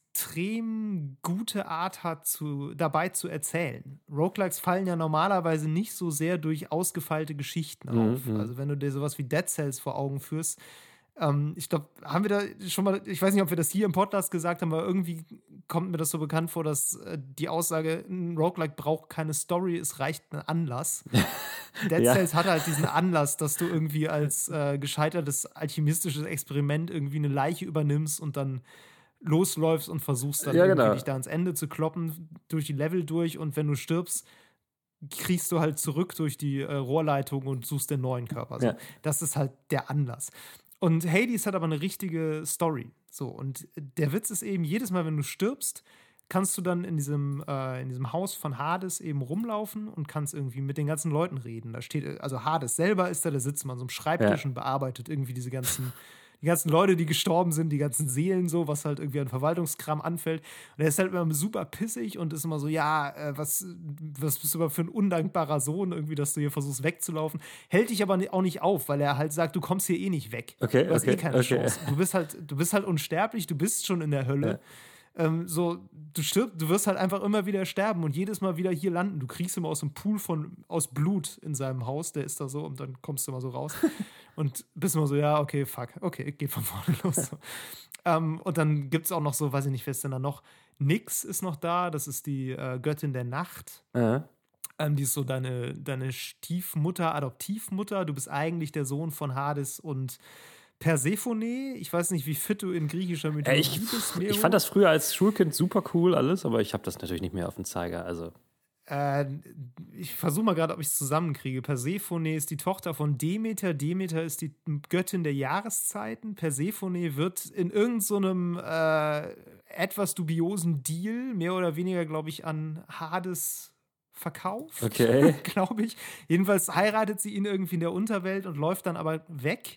extrem gute Art hat, zu, dabei zu erzählen. Roguelikes fallen ja normalerweise nicht so sehr durch ausgefeilte Geschichten auf. Mhm. Also wenn du dir sowas wie Dead Cells vor Augen führst, ähm, ich glaube, haben wir da schon mal, ich weiß nicht, ob wir das hier im Podcast gesagt haben, aber irgendwie kommt mir das so bekannt vor, dass äh, die Aussage, ein Roguelike braucht keine Story, es reicht ein Anlass. Dead Ja. Cells hat halt diesen Anlass, dass du irgendwie als äh, gescheitertes alchemistisches Experiment irgendwie eine Leiche übernimmst und dann losläufst und versuchst dann Ja, irgendwie genau. dich da ans Ende zu kloppen, durch die Level durch und wenn du stirbst, kriegst du halt zurück durch die äh, Rohrleitung und suchst den neuen Körper. So. Ja. Das ist halt der Anlass. Und Hades hat aber eine richtige Story. So, und der Witz ist eben, jedes Mal, wenn du stirbst, kannst du dann in diesem, äh, in diesem Haus von Hades eben rumlaufen und kannst irgendwie mit den ganzen Leuten reden. Da steht, also Hades selber ist da, der sitzt mal an so einem Schreibtisch Ja. und bearbeitet irgendwie diese ganzen, die ganzen Leute, die gestorben sind, die ganzen Seelen, so, was halt irgendwie an Verwaltungskram anfällt. Und er ist halt immer super pissig und ist immer so, ja, äh, was, was bist du aber für ein undankbarer Sohn, irgendwie, dass du hier versuchst wegzulaufen. Hält dich aber ni- auch nicht auf, weil er halt sagt, du kommst hier eh nicht weg. Okay, du hast okay, eh keine okay. Chance. Du bist halt, du bist halt unsterblich, du bist schon in der Hölle. Ähm, so, du stirbst, du wirst halt einfach immer wieder sterben und jedes Mal wieder hier landen. Du kriegst immer aus dem Pool von, aus Blut in seinem Haus, der ist da so und dann kommst du immer so raus und bist immer so, ja, okay, fuck, okay, geht von vorne los. So. ähm, und dann gibt es auch noch so, weiß ich nicht, wer ist denn da noch? Nyx ist noch da, das ist die äh, Göttin der Nacht. Ja. Ähm, die ist so deine, deine Stiefmutter, Adoptivmutter. Du bist eigentlich der Sohn von Hades und Persephone. Ich weiß nicht, wie fit du in griechischer Äh, Mythologie ich, bist, Nero. ich fand das früher als Schulkind super cool alles, aber ich habe das natürlich nicht mehr auf dem Zeiger. Also Äh, ich versuche mal gerade, ob ich es zusammenkriege. Persephone ist die Tochter von Demeter. Demeter ist die Göttin der Jahreszeiten. Persephone wird in irgendeinem so äh, etwas dubiosen Deal, mehr oder weniger, glaube ich, an Hades verkauft. Okay. glaube ich. Jedenfalls heiratet sie ihn irgendwie in der Unterwelt und läuft dann aber weg.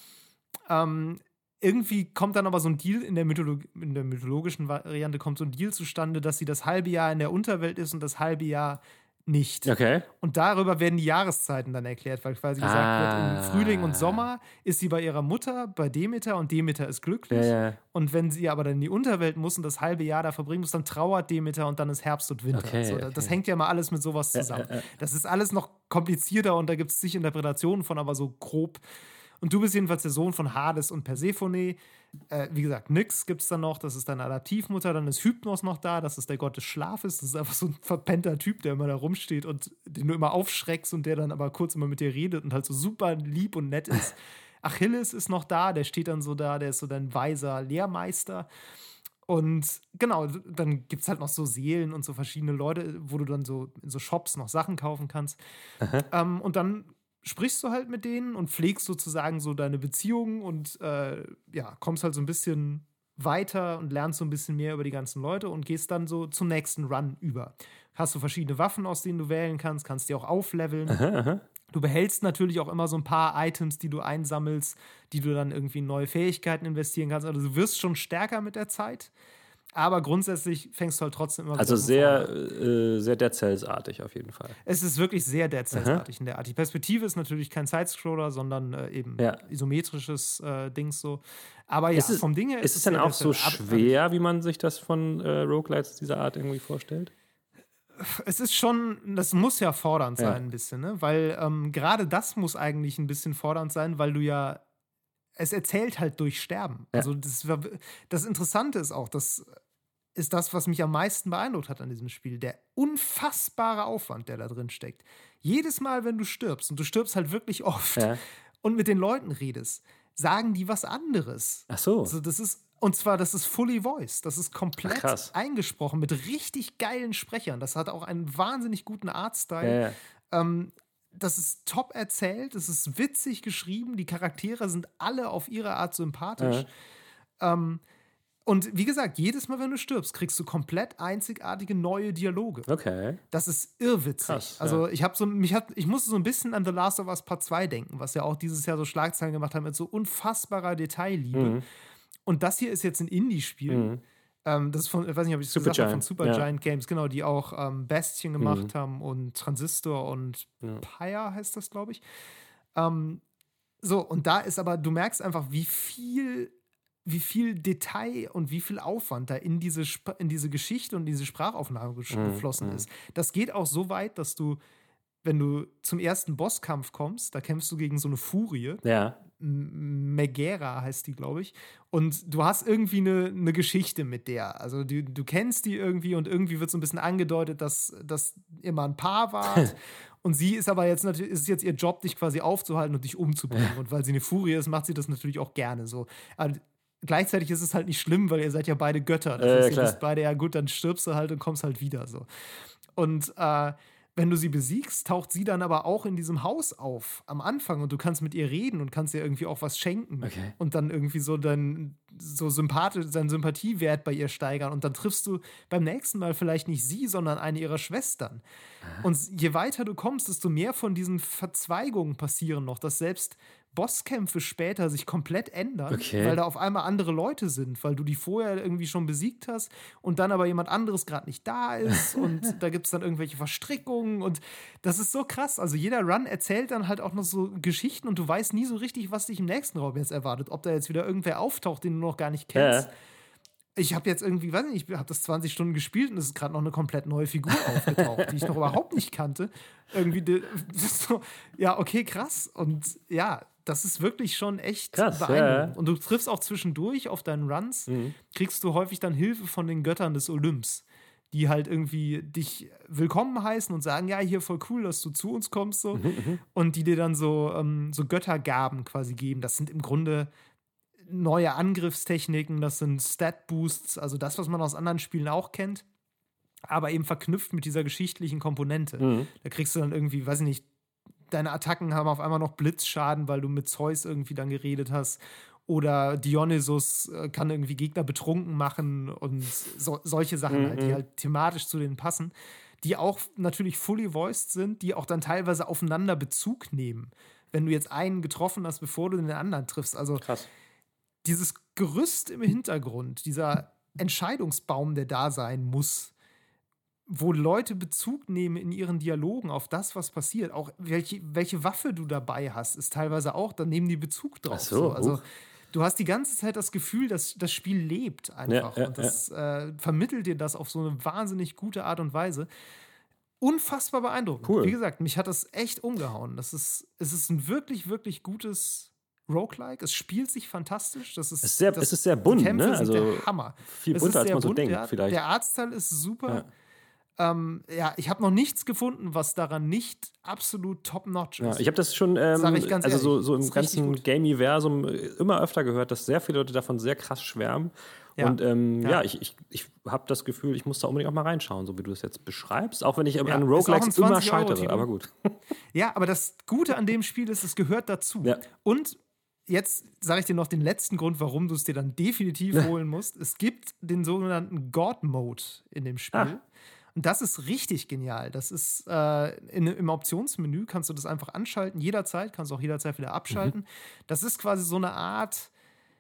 Ähm, irgendwie kommt dann aber so ein Deal in der, Mytholo- in der mythologischen Variante kommt so ein Deal zustande, dass sie das halbe Jahr in der Unterwelt ist und das halbe Jahr nicht. Okay. Und darüber werden die Jahreszeiten dann erklärt, weil quasi gesagt Ah. wird, im Frühling und Sommer ist sie bei ihrer Mutter, bei Demeter und Demeter ist glücklich. Ja, ja. Und wenn sie aber dann in die Unterwelt muss und das halbe Jahr da verbringen muss, dann trauert Demeter und dann ist Herbst und Winter. Okay, so, okay. Das hängt ja mal alles mit sowas zusammen. ja, ja. Das ist alles noch komplizierter und da gibt es zig Interpretationen von, aber so grob. Und du bist jedenfalls der Sohn von Hades und Persephone. Äh, wie gesagt, Nyx gibt es dann noch, das ist deine Adoptivmutter. Dann ist Hypnos noch da, das ist der Gott des Schlafes. Das ist einfach so ein verpennter Typ, der immer da rumsteht und den du immer aufschreckst und der dann aber kurz immer mit dir redet und halt so super lieb und nett ist. Achilles ist noch da, der steht dann so da, der ist so dein weiser Lehrmeister. Und genau, dann gibt es halt noch so Seelen und so verschiedene Leute, wo du dann so in so Shops noch Sachen kaufen kannst. Ähm, und dann sprichst du halt mit denen und pflegst sozusagen so deine Beziehungen und äh, ja, kommst halt so ein bisschen weiter und lernst so ein bisschen mehr über die ganzen Leute und gehst dann so zum nächsten Run über. Hast du verschiedene Waffen, aus denen du wählen kannst, kannst die auch aufleveln. Aha, aha. Du behältst natürlich auch immer so ein paar Items, die du einsammelst, die du dann irgendwie in neue Fähigkeiten investieren kannst. Also du wirst schon stärker mit der Zeit, aber grundsätzlich fängst du halt trotzdem immer Also wieder von sehr, vorne an. äh, sehr Dead Cells-artig auf jeden Fall. Es ist wirklich sehr Dead Cells-artig in der Art. Die Perspektive ist natürlich kein Sidescroller, sondern äh, eben Ja. isometrisches äh, Dings so. Aber ja, Ist es, vom Ding her ist es dann sehr auch Dead so Cells-artig. schwer, wie man sich das von äh, Roguelites dieser Art irgendwie vorstellt? Es ist schon, das muss ja fordernd Ja. sein ein bisschen, ne? Weil ähm, gerade das muss eigentlich ein bisschen fordernd sein, weil du ja, es erzählt halt durch Sterben. Ja. Also das, war- das Interessante ist auch, das ist das, was mich am meisten beeindruckt hat an diesem Spiel, der unfassbare Aufwand, der da drin steckt. Jedes Mal, wenn du stirbst, und du stirbst halt wirklich oft Ja. und mit den Leuten redest, sagen die was anderes. Ach so. Also das ist, und zwar, das ist fully voiced. Das ist komplett Ach, krass. eingesprochen mit richtig geilen Sprechern. Das hat auch einen wahnsinnig guten Artstyle. Ja, ja. Ähm, das ist top erzählt, es ist witzig geschrieben, die Charaktere sind alle auf ihre Art sympathisch. Ähm, und wie gesagt, jedes Mal, wenn du stirbst, kriegst du komplett einzigartige neue Dialoge. Okay. Das ist irrwitzig. Krass, ja. also ich habe so, mich hat, ich musste so ein bisschen an The Last of Us Part zwei denken, was ja auch dieses Jahr so Schlagzeilen gemacht hat mit so unfassbarer Detailliebe. Mhm. Und das hier ist jetzt ein Indie-Spiel. Mhm. Ähm, das ist von, ich weiß nicht, ob ich es Super gesagt habe, von Giant, Super ja. Giant Games, genau, die auch ähm, Bastion gemacht Mhm. haben und Transistor und Ja. Pyre heißt das, glaube ich. Ähm, so, und da ist aber, du merkst einfach, wie viel, wie viel Detail und wie viel Aufwand da in diese, Sp- in diese Geschichte und diese Sprachaufnahme gesch- Mhm, geflossen mhm. ist. Das geht auch so weit, dass du, wenn du zum ersten Bosskampf kommst, da kämpfst du gegen so eine Furie. Ja. M- Megera heißt die, glaube ich. Und du hast irgendwie eine, eine Geschichte mit der. Also du, du kennst die irgendwie und irgendwie wird so ein bisschen angedeutet, dass, dass ihr mal ein Paar wart. Und sie ist aber jetzt natürlich, ist jetzt ihr Job, dich quasi aufzuhalten und dich umzubringen. Und weil sie eine Furie ist, macht sie das natürlich auch gerne so. Aber gleichzeitig ist es halt nicht schlimm, weil ihr seid ja beide Götter. Das Äh, heißt, ihr klar. wisst beide, ja gut, dann stirbst du halt und kommst halt wieder so. Und äh, wenn du sie besiegst, taucht sie dann aber auch in diesem Haus auf am Anfang und du kannst mit ihr reden und kannst ihr irgendwie auch was schenken Okay. und dann irgendwie so dein so sympathisch, seinen Sympathiewert bei ihr steigern und dann triffst du beim nächsten Mal vielleicht nicht sie, sondern eine ihrer Schwestern. Und je weiter du kommst, desto mehr von diesen Verzweigungen passieren noch, dass selbst Bosskämpfe später sich komplett ändern, Okay. weil da auf einmal andere Leute sind, weil du die vorher irgendwie schon besiegt hast und dann aber jemand anderes gerade nicht da ist und da gibt es dann irgendwelche Verstrickungen und das ist so krass. Also jeder Run erzählt dann halt auch noch so Geschichten und du weißt nie so richtig, was dich im nächsten Raum jetzt erwartet. Ob da jetzt wieder irgendwer auftaucht, den du noch gar nicht kennst. Ja. Ich habe jetzt irgendwie, weiß nicht, ich habe das zwanzig Stunden gespielt und es ist gerade noch eine komplett neue Figur aufgetaucht, die ich noch überhaupt nicht kannte. Irgendwie, de- so, ja, okay, krass. Und ja, das ist wirklich schon echt Krass, beeindruckend. ja. Und du triffst auch zwischendurch auf deinen Runs, Mhm. kriegst du häufig dann Hilfe von den Göttern des Olymps, die halt irgendwie dich willkommen heißen und sagen, ja, hier voll cool, dass du zu uns kommst so. Und die dir dann so, ähm, so Göttergaben quasi geben. Das sind im Grunde neue Angriffstechniken, das sind Stat-Boosts, also das, was man aus anderen Spielen auch kennt, aber eben verknüpft mit dieser geschichtlichen Komponente. Mhm. Da kriegst du dann irgendwie, weiß ich nicht, deine Attacken haben auf einmal noch Blitzschaden, weil du mit Zeus irgendwie dann geredet hast. Oder Dionysus äh, kann irgendwie Gegner betrunken machen und so, solche Sachen Mhm. halt, die halt thematisch zu denen passen, die auch natürlich fully voiced sind, die auch dann teilweise aufeinander Bezug nehmen. Wenn du jetzt einen getroffen hast, bevor du den anderen triffst. Also Krass. dieses Gerüst im Hintergrund, dieser Entscheidungsbaum, der da sein muss, wo Leute Bezug nehmen in ihren Dialogen auf das, was passiert, auch welche, welche Waffe du dabei hast, ist teilweise auch, da nehmen die Bezug drauf. Ach so, Also huch. du hast die ganze Zeit das Gefühl, dass das Spiel lebt einfach. Ja, ja, und das äh, vermittelt dir das auf so eine wahnsinnig gute Art und Weise. Unfassbar beeindruckend. Cool. Wie gesagt, mich hat das echt umgehauen. Das ist, es ist ein wirklich, wirklich gutes Roguelike. Es spielt sich fantastisch. Das ist, Es ist sehr- das, es ist sehr die bunt, Kämpfe ne? sind Also der Hammer. Viel Es bunter, ist als sehr man so bunt, denkt, der, vielleicht. Der Artstyle ist super. Ähm, ja, ich habe noch nichts gefunden, was daran nicht absolut top-notch ist. Ja, ich habe das schon, ähm, Sag ich ganz also so, ehrlich, so im ist richtig ganzen gut. Gamiversum immer öfter gehört, dass sehr viele Leute davon sehr krass schwärmen. Ja. Und ähm, ja. Ja. ich, ich, ich habe das Gefühl, ich muss da unbedingt auch mal reinschauen, so wie du es jetzt beschreibst. Auch wenn ich Ja, an ist auch ein Roguelikes immer zwanzig Euro scheitere, Titel. aber gut. Ja, aber das Gute an dem Spiel ist, es gehört dazu. Ja. Und jetzt sage ich dir noch den letzten Grund, warum du es dir dann definitiv holen musst. Es gibt den sogenannten God-Mode in dem Spiel. Ah. Und das ist richtig genial. Das ist äh, in, im Optionsmenü kannst du das einfach anschalten, jederzeit, kannst du auch jederzeit wieder abschalten. Mhm. Das ist quasi so eine Art,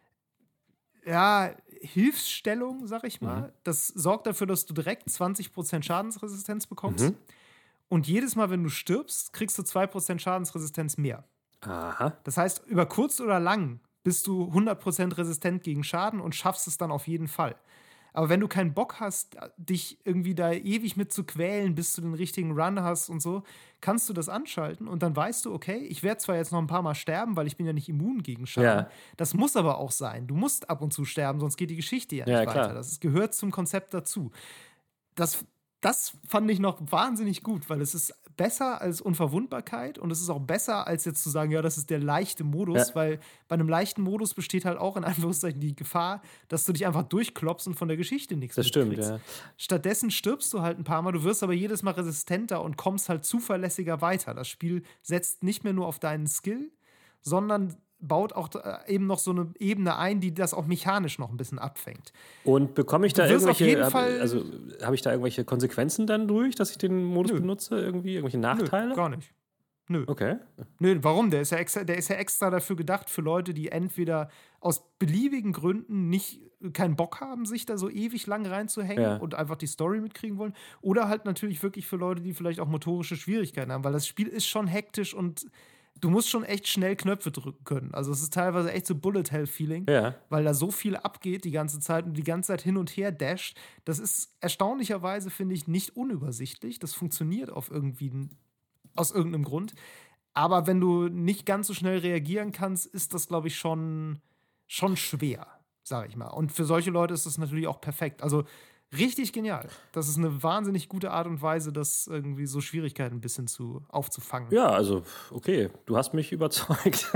ja, Hilfsstellung, sag ich mal. Mhm. Das sorgt dafür, dass du direkt zwanzig Prozent Schadensresistenz bekommst. Mhm. Und jedes Mal, wenn du stirbst, kriegst du zwei Prozent Schadensresistenz mehr. Aha. Das heißt, über kurz oder lang bist du hundert Prozent resistent gegen Schaden und schaffst es dann auf jeden Fall. Aber wenn du keinen Bock hast, dich irgendwie da ewig mit zu quälen, bis du den richtigen Run hast und so, kannst du das anschalten und dann weißt du, okay, ich werde zwar jetzt noch ein paar Mal sterben, weil ich bin ja nicht immun gegen Schaden. Ja. Das muss aber auch sein. Du musst ab und zu sterben, sonst geht die Geschichte ja nicht ja, weiter. Klar. Das gehört zum Konzept dazu. Das Das fand ich noch wahnsinnig gut, weil es ist besser als Unverwundbarkeit und es ist auch besser, als jetzt zu sagen, ja, das ist der leichte Modus, ja. Weil bei einem leichten Modus besteht halt auch in Anführungszeichen die Gefahr, dass du dich einfach durchklopfst und von der Geschichte nichts das mitkriegst. Stimmt, ja. Stattdessen stirbst du halt ein paar Mal, du wirst aber jedes Mal resistenter und kommst halt zuverlässiger weiter. Das Spiel setzt nicht mehr nur auf deinen Skill, sondern baut auch eben noch so eine Ebene ein, die das auch mechanisch noch ein bisschen abfängt. Und bekomme ich da Du wirst auf irgendwelche, jeden hab, Fall- also habe ich da irgendwelche Konsequenzen dann durch, dass ich den Modus Nö. benutze? Irgendwie irgendwelche Nachteile? Nö, gar nicht. Nö. Okay. Nö, warum? Der ist, ja extra, der ist ja extra dafür gedacht für Leute, die entweder aus beliebigen Gründen nicht keinen Bock haben, sich da so ewig lang reinzuhängen Ja. und einfach die Story mitkriegen wollen. Oder halt natürlich wirklich für Leute, die vielleicht auch motorische Schwierigkeiten haben, weil das Spiel ist schon hektisch und du musst schon echt schnell Knöpfe drücken können. Also es ist teilweise echt so Bullet-Hell-Feeling, Ja. weil da so viel abgeht die ganze Zeit und die ganze Zeit hin und her dasht. Das ist erstaunlicherweise, finde ich, nicht unübersichtlich. Das funktioniert auf irgendwie aus irgendeinem Grund. Aber wenn du nicht ganz so schnell reagieren kannst, ist das, glaube ich, schon, schon schwer, sage ich mal. Und für solche Leute ist das natürlich auch perfekt. Also richtig genial. Das ist eine wahnsinnig gute Art und Weise, das irgendwie so Schwierigkeiten ein bisschen zu, aufzufangen. Ja, also, okay, du hast mich überzeugt.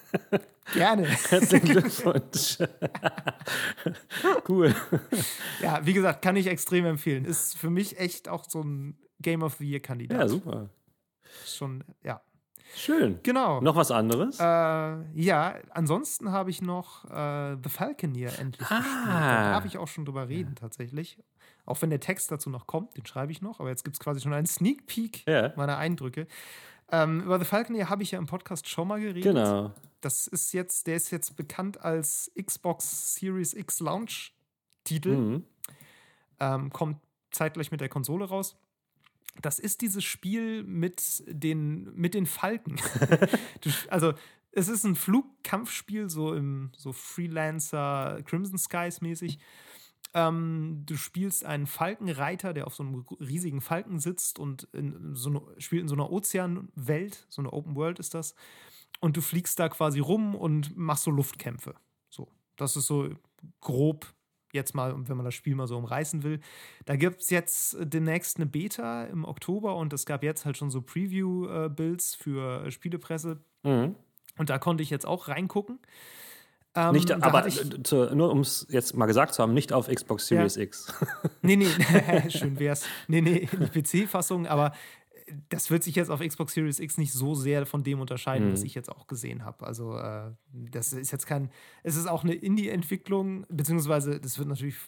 Gerne. Herzlichen Glückwunsch. Cool. Ja, wie gesagt, kann ich extrem empfehlen. Ist für mich echt auch so ein Game of the Year-Kandidat. Ja, super. Schon, ja. Schön. Genau. Noch was anderes? Äh, ja, ansonsten habe ich noch äh, The Falconeer endlich Ah. gespielt. Da darf ich auch schon drüber reden, tatsächlich. Auch wenn der Text dazu noch kommt, den schreibe ich noch. Aber jetzt gibt es quasi schon einen Sneak Peek Ja. meiner Eindrücke. Ähm, über The Falconeer habe ich ja im Podcast schon mal geredet. Genau. Das ist jetzt, der ist jetzt bekannt als Xbox Series X Launch-Titel. Mhm. Ähm, kommt zeitgleich mit der Konsole raus. Das ist dieses Spiel mit den, mit den Falken. du, also, es ist ein Flugkampfspiel, so im so Freelancer Crimson Skies mäßig. Ähm, du spielst einen Falkenreiter, der auf so einem riesigen Falken sitzt und in so eine, spielt in so einer Ozeanwelt, so eine Open World ist das. Und du fliegst da quasi rum und machst so Luftkämpfe. So, das ist so grob jetzt mal, wenn man das Spiel mal so umreißen will. Da gibt es jetzt demnächst eine Beta im Oktober und es gab jetzt halt schon so Preview-Builds für Spielepresse. Mhm. Und da konnte ich jetzt auch reingucken. Ähm, Nicht, da aber hatte ich, zu, nur um es jetzt mal gesagt zu haben, nicht auf Xbox Series Ja. X. nee, nee, schön wär's. Nee, nee, die P C-Fassung, aber das wird sich jetzt auf Xbox Series X nicht so sehr von dem unterscheiden, Mhm. was ich jetzt auch gesehen habe. Also, äh, das ist jetzt kein. Es ist auch eine Indie-Entwicklung, beziehungsweise das wird natürlich.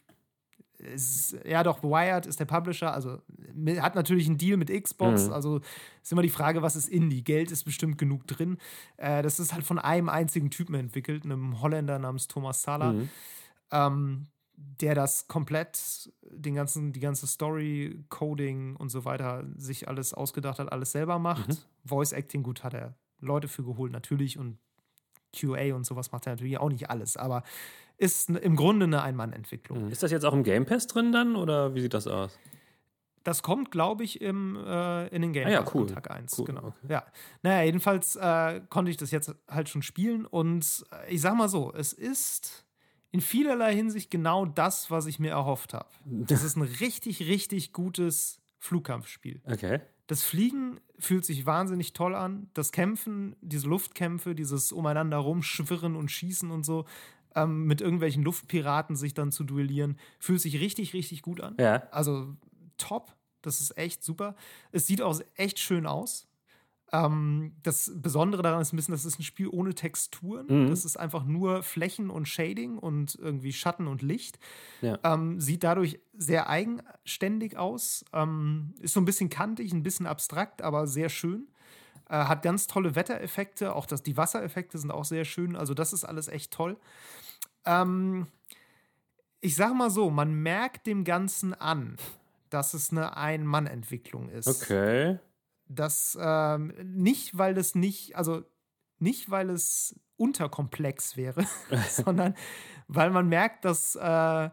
Es ist, ja, doch, Wired ist der Publisher, also hat natürlich einen Deal mit Xbox. Mhm. Also ist immer die Frage, was ist Indie? Geld ist bestimmt genug drin. Äh, das ist halt von einem einzigen Typen entwickelt, einem Holländer namens Thomas Sala. Mhm. Ähm, der das komplett, den ganzen, die ganze Story, Coding und so weiter, sich alles ausgedacht hat, alles selber macht. Mhm. Voice Acting, gut, hat er Leute für geholt, natürlich, und Q A und sowas macht er natürlich auch nicht alles, aber ist im Grunde eine Ein-Mann-Entwicklung. Ist das jetzt auch im Game Pass drin dann oder wie sieht das aus? Das kommt, glaube ich, im, äh, in den Game Ah ja, Pass cool. an Tag eins. Cool, Genau. okay. Ja. Naja, jedenfalls äh, konnte ich das jetzt halt schon spielen und äh, ich sag mal so, es ist in vielerlei Hinsicht genau das, was ich mir erhofft habe. Das ist ein richtig, richtig gutes Flugkampfspiel. Okay. Das Fliegen fühlt sich wahnsinnig toll an. Das Kämpfen, diese Luftkämpfe, dieses umeinander rumschwirren und schießen und so, ähm, mit irgendwelchen Luftpiraten sich dann zu duellieren, fühlt sich richtig, richtig gut an. Ja. Also top. Das ist echt super. Es sieht auch echt schön aus. Ähm, das Besondere daran ist ein bisschen, das ist ein Spiel ohne Texturen. Mhm. Das ist einfach nur Flächen und Shading und irgendwie Schatten und Licht. Ja. Ähm, sieht dadurch sehr eigenständig aus. Ähm, ist so ein bisschen kantig, ein bisschen abstrakt, aber sehr schön. Äh, hat ganz tolle Wettereffekte. Auch das, die Wassereffekte sind auch sehr schön. Also das ist alles echt toll. Ähm, ich sag mal so, man merkt dem Ganzen an, dass es eine Ein-Mann-Entwicklung ist. Okay. Das ähm, nicht, weil es nicht, also nicht, weil es unterkomplex wäre, sondern weil man merkt, dass äh,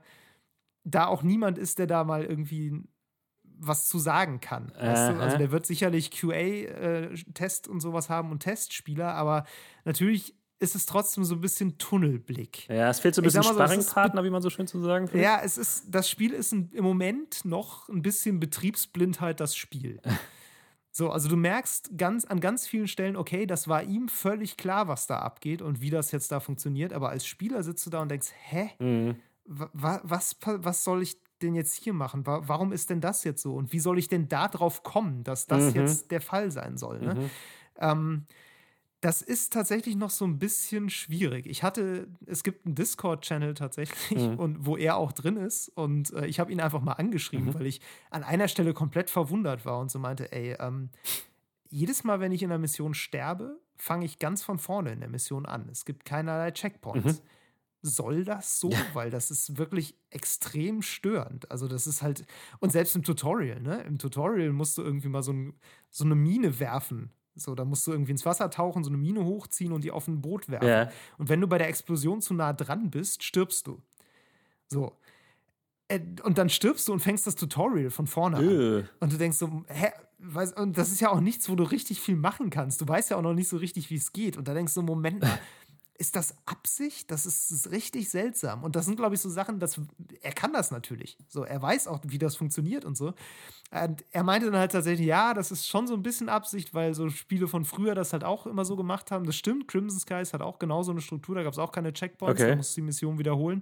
da auch niemand ist, der da mal irgendwie was zu sagen kann. Weißt du? Also der wird sicherlich Q A-Test äh, und sowas haben und Testspieler, aber natürlich ist es trotzdem so ein bisschen Tunnelblick. Ja, es fehlt so ein bisschen so, Sparringpartner, wie man so schön zu sagen pflegt. Ja, es ist, das Spiel ist ein, im Moment noch ein bisschen Betriebsblindheit, das Spiel. So, also du merkst ganz, an ganz vielen Stellen, okay, das war ihm völlig klar, was da abgeht und wie das jetzt da funktioniert, aber als Spieler sitzt du da und denkst, hä? Mhm. Wa- was, was soll ich denn jetzt hier machen? Wa- Warum ist denn das jetzt so? Und wie soll ich denn da drauf kommen, dass das Mhm. jetzt der Fall sein soll? Ne? Mhm. Ähm, das ist tatsächlich noch so ein bisschen schwierig. Ich hatte, es gibt einen Discord-Channel tatsächlich, Mhm. und wo er auch drin ist. Und äh, ich habe ihn einfach mal angeschrieben, Mhm. weil ich an einer Stelle komplett verwundert war und so meinte, ey, ähm, jedes Mal, wenn ich in der Mission sterbe, fange ich ganz von vorne in der Mission an. Es gibt keinerlei Checkpoints. Mhm. Soll das so? Weil das ist wirklich extrem störend. Also das ist halt, und selbst im Tutorial, ne? Im Tutorial musst du irgendwie mal so, ein, so eine Mine werfen. So, da musst du irgendwie ins Wasser tauchen, so eine Mine hochziehen und die auf ein Boot werfen. Ja. Und wenn du bei der Explosion zu nah dran bist, stirbst du. So. Äh, Und dann stirbst du und fängst das Tutorial von vorne an. Äh. Und du denkst so, hä? Weiß- Und das ist ja auch nichts, wo du richtig viel machen kannst. Du weißt ja auch noch nicht so richtig, wie es geht. Und da denkst du, Moment mal, ist das Absicht? Das ist, ist richtig seltsam. Und das sind, glaube ich, so Sachen, dass er kann das natürlich. So, er weiß auch, wie das funktioniert und so. Und er meinte dann halt tatsächlich, ja, das ist schon so ein bisschen Absicht, weil so Spiele von früher das halt auch immer so gemacht haben. Das stimmt, Crimson Skies hat auch genau so eine Struktur, da gab es auch keine Checkpoints, Okay. da musst du die Mission wiederholen.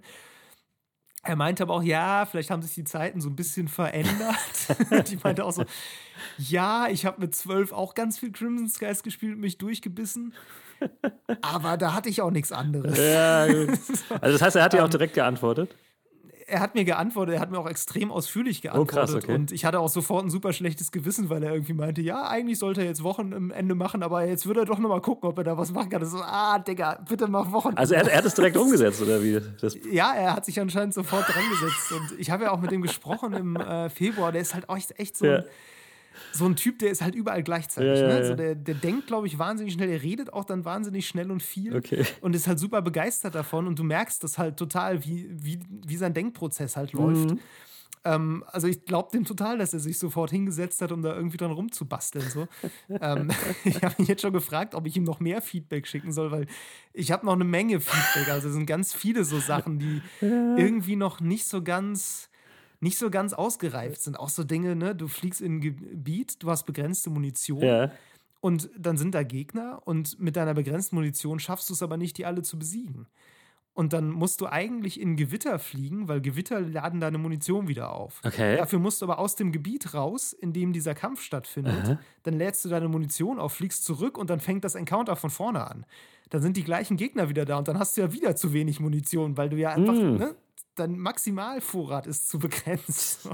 Er meinte aber auch, ja, vielleicht haben sich die Zeiten so ein bisschen verändert. Die meinte auch so, ja, ich habe mit zwölf auch ganz viel Crimson Skies gespielt und mich durchgebissen. Aber da hatte ich auch nichts anderes. Ja, gut. Also das heißt, er hat dir auch direkt geantwortet? Er hat mir geantwortet, er hat mir auch extrem ausführlich geantwortet. Oh, krass, okay. Und ich hatte auch sofort ein super schlechtes Gewissen, weil er irgendwie meinte, ja, eigentlich sollte er jetzt Wochenende machen, aber jetzt würde er doch noch mal gucken, ob er da was machen kann. Das so, ah, Digga, bitte mach Wochenende. Also er, er hat es direkt umgesetzt, oder wie? Das, Ja, er hat sich anscheinend sofort dran gesetzt. Und ich habe ja auch mit ihm gesprochen im äh, Februar. Der ist halt auch echt so ein, Ja. so ein Typ, der ist halt überall gleichzeitig. Ja, ja, ne? ja. Also der, der denkt, glaube ich, wahnsinnig schnell. Der redet auch dann wahnsinnig schnell und viel. Okay. Und ist halt super begeistert davon. Und du merkst das halt total, wie, wie, wie sein Denkprozess halt läuft. Mhm. Ähm, also ich glaube dem total, dass er sich sofort hingesetzt hat, um da irgendwie dran rumzubasteln. So. ähm, ich habe mich jetzt schon gefragt, ob ich ihm noch mehr Feedback schicken soll, weil ich habe noch eine Menge Feedback. Also es sind ganz viele so Sachen, die irgendwie noch nicht so ganz nicht so ganz ausgereift sind. Auch so Dinge, ne, du fliegst in ein Gebiet, du hast begrenzte Munition Ja. und dann sind da Gegner und mit deiner begrenzten Munition schaffst du es aber nicht, die alle zu besiegen. Und dann musst du eigentlich in Gewitter fliegen, weil Gewitter laden deine Munition wieder auf. Okay. Dafür musst du aber aus dem Gebiet raus, in dem dieser Kampf stattfindet. Aha. Dann lädst du deine Munition auf, fliegst zurück und dann fängt das Encounter von vorne an. Dann sind die gleichen Gegner wieder da und dann hast du ja wieder zu wenig Munition, weil du ja einfach, Mm. ne, dein Maximalvorrat ist zu begrenzt.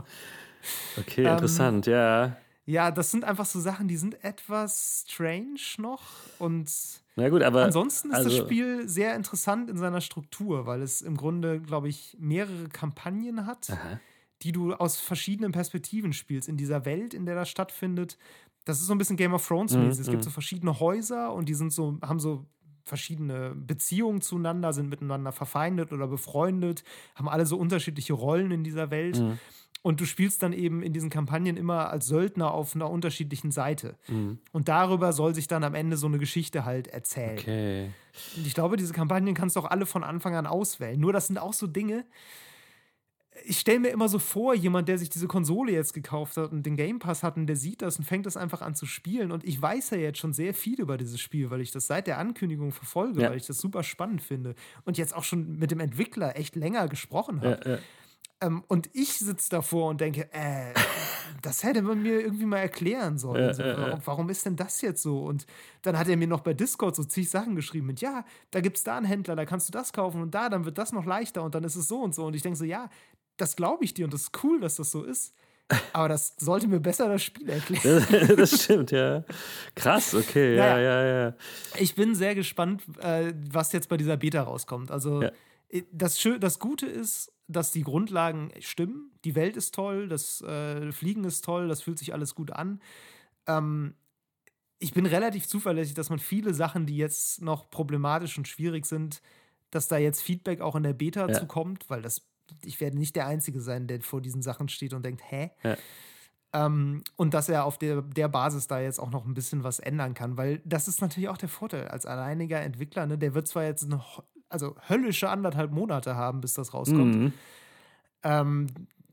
Okay, Ähm, interessant, ja. Ja, das sind einfach so Sachen, die sind etwas strange noch und Na gut, aber ansonsten ist also, das Spiel sehr interessant in seiner Struktur, weil es im Grunde, glaube ich, mehrere Kampagnen hat, Aha. die du aus verschiedenen Perspektiven spielst. In dieser Welt, in der das stattfindet. Das ist so ein bisschen Game of Thrones-mäßig. Mhm, Es gibt mhm. so verschiedene Häuser und die sind so, haben so verschiedene Beziehungen zueinander, sind miteinander verfeindet oder befreundet, haben alle so unterschiedliche Rollen in dieser Welt. Mhm. Und du spielst dann eben in diesen Kampagnen immer als Söldner auf einer unterschiedlichen Seite. Mhm. Und darüber soll sich dann am Ende so eine Geschichte halt erzählen. Okay. Und ich glaube, diese Kampagnen kannst du auch alle von Anfang an auswählen. Nur das sind auch so Dinge, ich stelle mir immer so vor, jemand, der sich diese Konsole jetzt gekauft hat und den Game Pass hat und der sieht das und fängt das einfach an zu spielen. Und ich weiß ja jetzt schon sehr viel über dieses Spiel, weil ich das seit der Ankündigung verfolge, ja. weil ich das super spannend finde. Und jetzt auch schon mit dem Entwickler echt länger gesprochen habe. Ja, ja. ähm, und ich sitze davor und denke, äh, das hätte man mir irgendwie mal erklären sollen. Ja, so, ja, warum, warum ist denn das jetzt so? Und dann hat er mir noch bei Discord so zig Sachen geschrieben mit, ja, da gibt es da einen Händler, da kannst du das kaufen und da, dann wird das noch leichter und dann ist es so und so. Und ich denke so, ja, das glaube ich dir und das ist cool, dass das so ist. Aber das sollte mir besser das Spiel erklären. Das stimmt, ja. Krass, okay, ja, naja, ja, ja. Ich bin sehr gespannt, äh, was jetzt bei dieser Beta rauskommt. Also ja. das, das Gute ist, dass die Grundlagen stimmen. Die Welt ist toll, das äh, Fliegen ist toll, das fühlt sich alles gut an. Ähm, ich bin relativ zuverlässig, dass man viele Sachen, die jetzt noch problematisch und schwierig sind, dass da jetzt Feedback auch in der Beta ja. zukommt, weil das ich werde nicht der Einzige sein, der vor diesen Sachen steht und denkt, hä? Ja. Ähm, und dass er auf der, der Basis da jetzt auch noch ein bisschen was ändern kann, weil das ist natürlich auch der Vorteil als alleiniger Entwickler, ne? Der wird zwar jetzt noch, also höllische anderthalb Monate haben, bis das rauskommt, mhm. ähm,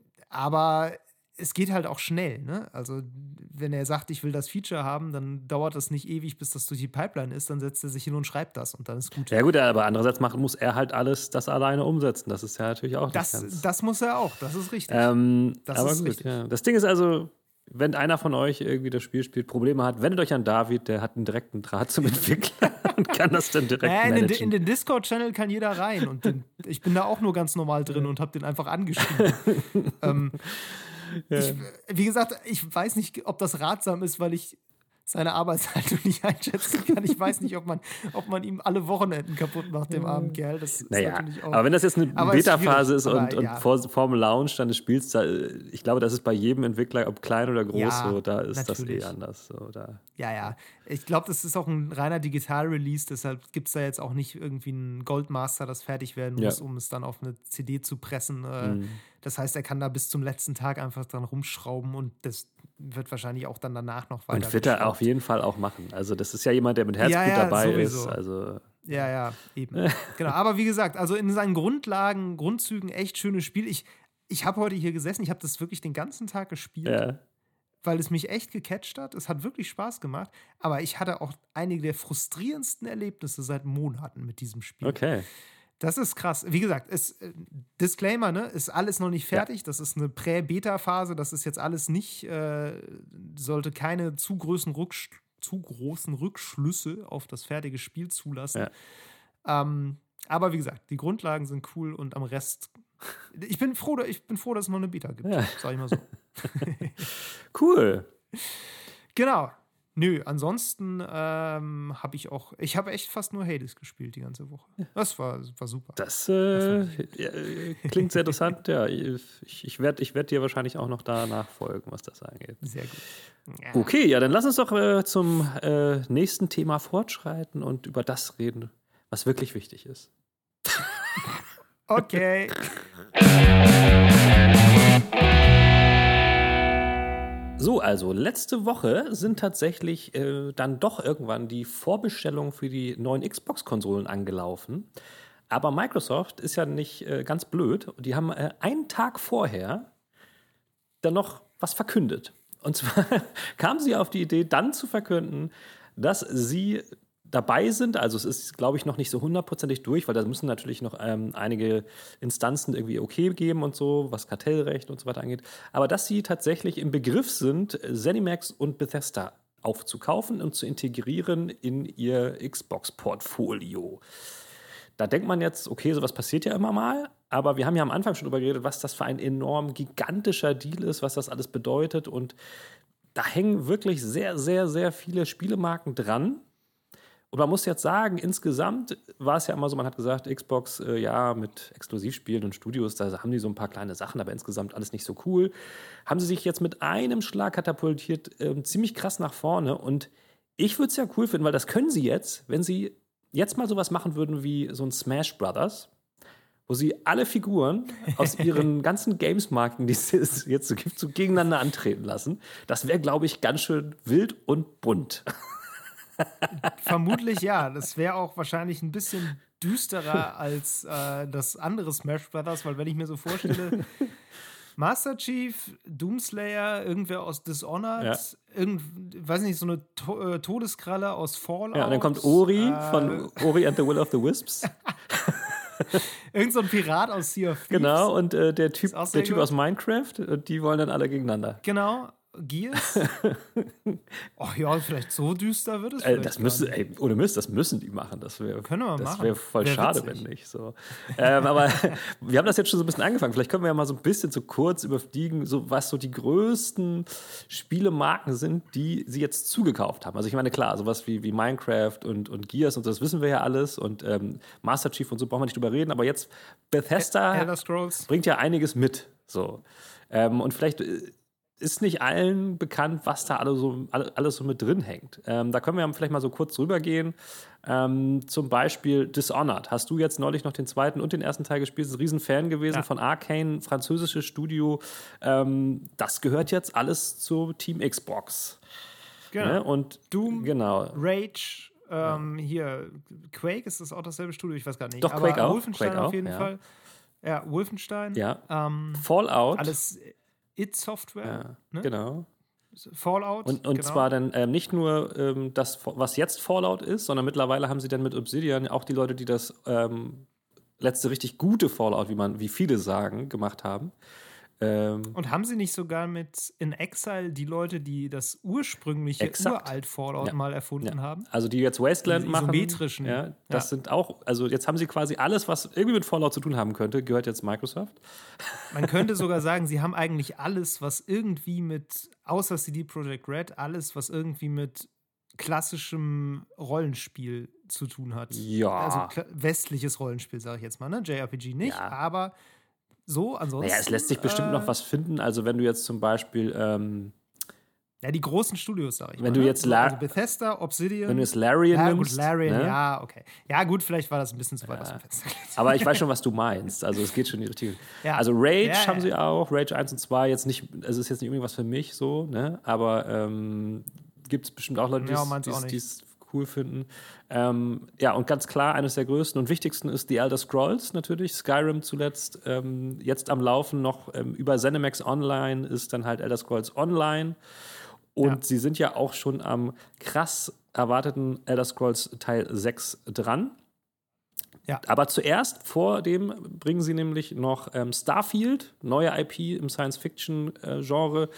aber es geht halt auch schnell, ne? Also wenn er sagt, ich will das Feature haben, dann dauert das nicht ewig, bis das durch die Pipeline ist, dann setzt er sich hin und schreibt das und dann ist gut. Ja gut, aber andererseits macht, muss er halt alles das alleine umsetzen, das ist ja natürlich auch das, nicht ganz... Das muss er auch, das ist richtig. Ähm, das aber ist gut, richtig. Ja. Das Ding ist also, wenn einer von euch irgendwie das Spiel spielt, Probleme hat, wendet euch an David, der hat einen direkten Draht zum Entwickler und kann das dann direkt naja, in managen. Den, in den Discord-Channel kann jeder rein und den, ich bin da auch nur ganz normal drin und habe den einfach angeschrieben. ähm, Ja. Ich, wie gesagt, ich weiß nicht, ob das ratsam ist, weil ich seine Arbeitshaltung nicht einschätzen kann. Ich weiß nicht, ob man, ob man ihm alle Wochenenden kaputt macht, dem armen Kerl. Das ist naja, natürlich auch, aber wenn das jetzt eine Beta-Phase ist, ist und, aber, ja. und vor, vor dem Launch dann des Spiels, da, ich glaube, das ist bei jedem Entwickler, ob klein oder groß, ja, so, da ist natürlich. das eh anders. So, da. Ja, ja. Ich glaube, das ist auch ein reiner Digital-Release, deshalb gibt es da jetzt auch nicht irgendwie einen Goldmaster, das fertig werden muss, ja. um es dann auf eine C D zu pressen. Mhm. Das heißt, er kann da bis zum letzten Tag einfach dran rumschrauben und das wird wahrscheinlich auch dann danach noch weiter. Und wird er auf jeden Fall auch machen. Also das ist ja jemand, der mit Herzblut ja, ja, dabei sowieso. ist. Also ja, ja, eben. Genau. Aber wie gesagt, also in seinen Grundlagen, Grundzügen echt schönes Spiel. Ich, ich habe heute hier gesessen, ich habe das wirklich den ganzen Tag gespielt, ja. weil es mich echt gecatcht hat. Es hat wirklich Spaß gemacht. Aber ich hatte auch einige der frustrierendsten Erlebnisse seit Monaten mit diesem Spiel. Okay. Das ist krass. Wie gesagt, ist, äh, Disclaimer, ne, ist alles noch nicht fertig. Ja. Das ist eine Prä-Beta-Phase. Das ist jetzt alles nicht, äh, sollte keine zu großen, Rücksch- zu großen Rückschlüsse auf das fertige Spiel zulassen. Ja. Ähm, aber wie gesagt, die Grundlagen sind cool und am Rest, ich bin froh, ich bin froh, dass es noch eine Beta gibt. Ja. Sag ich mal so. Cool. Genau. Nö, ansonsten ähm, habe ich auch, ich habe echt fast nur Hades gespielt die ganze Woche. Das war, war super. Das, äh, das ja, klingt sehr interessant, ja. Ich, ich werde ich werd dir wahrscheinlich auch noch da nachfolgen, was das angeht. Sehr gut. Ja. Okay, ja, dann lass uns doch äh, zum äh, nächsten Thema fortschreiten und über das reden, was wirklich wichtig ist. Okay. So, also letzte Woche sind tatsächlich äh, dann doch irgendwann die Vorbestellungen für die neuen Xbox-Konsolen angelaufen. Aber Microsoft ist ja nicht äh, ganz blöd. Die haben äh, einen Tag vorher dann noch was verkündet. Und zwar kamen sie auf die Idee, dann zu verkünden, dass sie dabei sind. Also es ist, glaube ich, noch nicht so hundertprozentig durch, weil da müssen natürlich noch ähm, einige Instanzen irgendwie okay geben und so, was Kartellrecht und so weiter angeht. Aber dass sie tatsächlich im Begriff sind, ZeniMax und Bethesda aufzukaufen und zu integrieren in ihr Xbox-Portfolio. Da denkt man jetzt, okay, sowas passiert ja immer mal, aber wir haben ja am Anfang schon darüber geredet, was das für ein enorm gigantischer Deal ist, was das alles bedeutet, und da hängen wirklich sehr, sehr, sehr viele Spielemarken dran. Und man muss jetzt sagen, insgesamt war es ja immer so, man hat gesagt, Xbox, äh, ja, mit Exklusivspielen und Studios, da haben die so ein paar kleine Sachen, aber insgesamt alles nicht so cool. Haben sie sich jetzt mit einem Schlag katapultiert, äh, ziemlich krass nach vorne. Und ich würde es ja cool finden, weil das können sie jetzt, wenn sie jetzt mal sowas machen würden wie so ein Smash Brothers, wo sie alle Figuren aus ihren ganzen Games-Marken, die es jetzt so gibt, so gegeneinander antreten lassen. Das wäre, glaube ich, ganz schön wild und bunt. Vermutlich ja. Das wäre auch wahrscheinlich ein bisschen düsterer als äh, das andere Smash Brothers, weil wenn ich mir so vorstelle, Master Chief, Doomslayer, irgendwer aus Dishonored, Ja. irgend, weiß nicht, so eine to äh, Todeskralle aus Fallout. Ja, und dann kommt Ori äh, von Ori and the Will of the Wisps. Irgend so ein Pirat aus Sea of Thieves. Genau, und äh, der Typ, auch sehr der Typ gut. aus Minecraft, und die wollen dann alle gegeneinander. Genau, Gears. Ach ja, vielleicht so düster wird es Äh, vielleicht das gar müsste, nicht. ey, ohne Mist, das müssen die machen. Das wäre Können wir das machen. wär voll Wär schade, witzig. wenn nicht. So. ähm, aber wir haben das jetzt schon so ein bisschen angefangen. Vielleicht können wir ja mal so ein bisschen so kurz überfliegen, so, was so die größten Spielemarken sind, die sie jetzt zugekauft haben. Also ich meine, klar, sowas wie, wie Minecraft und, und Gears und so, das wissen wir ja alles. Und ähm, Master Chief und so brauchen wir nicht drüber reden. Aber jetzt Bethesda Elder Scrolls. bringt ja einiges mit. So. Ähm, und vielleicht äh, ist nicht allen bekannt, was da alle so, alle, alles so mit drin hängt. Ähm, da können wir vielleicht mal so kurz drüber gehen. Ähm, zum Beispiel Dishonored. Hast du jetzt neulich noch den zweiten und den ersten Teil gespielt? Du bist ein Riesenfan gewesen Ja. von Arcane, französisches Studio. Ähm, das gehört jetzt alles zu Team Xbox. Genau. Ne? Und Doom, genau. Rage, ähm, hier, Quake, ist das auch dasselbe Studio? Ich weiß gar nicht. Doch, Aber Quake auch. Wolfenstein Quake auf auch, jeden ja. Fall. Ja, Wolfenstein. Ja. Ähm, Fallout. alles It-Software. Ja, Ne? genau. Fallout. Und, und genau. zwar dann ähm, nicht nur ähm, das, was jetzt Fallout ist, sondern mittlerweile haben sie dann mit Obsidian auch die Leute, die das ähm, letzte richtig gute Fallout, wie man, wie viele sagen, gemacht haben. Ähm, Und haben sie nicht sogar mit In Exile die Leute, die das ursprüngliche Exakt. uralt Fallout Ja. mal erfunden ja. haben? Also die jetzt Wasteland Diese machen. isometrischen. Ja, das Ja. sind auch, also jetzt haben sie quasi alles, was irgendwie mit Fallout zu tun haben könnte, gehört jetzt Microsoft. Man könnte sogar sagen, sie haben eigentlich alles, was irgendwie mit, außer C D Projekt Red, alles, was irgendwie mit klassischem Rollenspiel zu tun hat. Ja. Also kla- westliches Rollenspiel, sage ich jetzt mal, ne? J R P G nicht, Ja. aber so, ansonsten. Naja, es lässt sich bestimmt äh, noch was finden. Also wenn du jetzt zum Beispiel ähm, Ja, die großen Studios, sag ich Wenn mal. du ne? jetzt So, La- also Bethesda, Obsidian. wenn du jetzt Larian ja, nimmst. gut, Larian, ne? ja, okay. Ja, gut, vielleicht war das ein bisschen zu weit aus dem Fenster. Aber ich weiß schon, was du meinst. Also es geht schon in die richtige. Ja. Also Rage Ja, haben ja. sie auch, Rage eins und zwei jetzt nicht, also ist jetzt nicht irgendwas für mich so, ne? Aber ähm, gibt es bestimmt auch Leute, die Ja, es- meins die auch es- nicht. die es cool finden. Ähm, ja, und ganz klar, eines der größten und wichtigsten ist The Elder Scrolls natürlich, Skyrim zuletzt, ähm, jetzt am Laufen noch ähm, über ZeniMax Online ist dann halt Elder Scrolls Online. Und Ja. sie sind ja auch schon am krass erwarteten Elder Scrolls Teil sechs dran. Ja. Aber zuerst, vor dem, bringen sie nämlich noch ähm, Starfield, neue I P im Science-Fiction-Genre,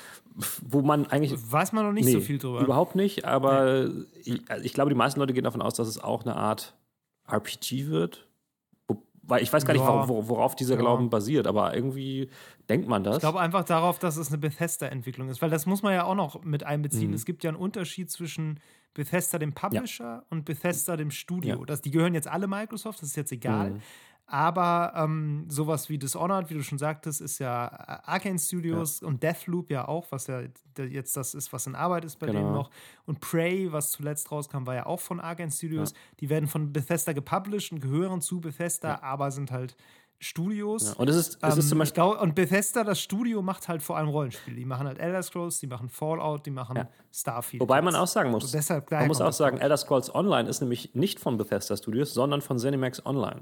wo man eigentlich. Weiß man noch nicht so viel drüber. Überhaupt nicht, aber ich, ich glaube, die meisten Leute gehen davon aus, dass es auch eine Art R P G wird. Weil ich weiß gar nicht, Ja. wor- worauf dieser Ja. Glauben basiert, aber irgendwie denkt man das. Ich glaube einfach darauf, dass es eine Bethesda-Entwicklung ist, weil das muss man ja auch noch mit einbeziehen. Mhm. Es gibt ja einen Unterschied zwischen Bethesda, dem Publisher, und Bethesda, dem Studio. Ja. Das, die gehören jetzt alle Microsoft, das ist jetzt egal. Mhm. Aber ähm, sowas wie Dishonored, wie du schon sagtest, ist ja Arcane Studios und Deathloop ja auch, was ja d- jetzt das ist, was in Arbeit ist bei Genau. denen noch. Und Prey, was zuletzt rauskam, war ja auch von Arcane Studios. Die werden von Bethesda gepublished und gehören zu Bethesda, aber sind halt Studios. Ja. Und es ist, es Ähm, ist zum ich Beispiel. glaub, und Bethesda, das Studio, macht halt vor allem Rollenspiele. Die machen halt Elder Scrolls, die machen Fallout, die machen Ja. Starfield. Wobei man jetzt. auch sagen muss, Also deshalb, man daher muss kommt auch das, sagen, glaub Elder Scrolls Online ist nämlich nicht von Bethesda Studios, sondern von ZeniMax Online.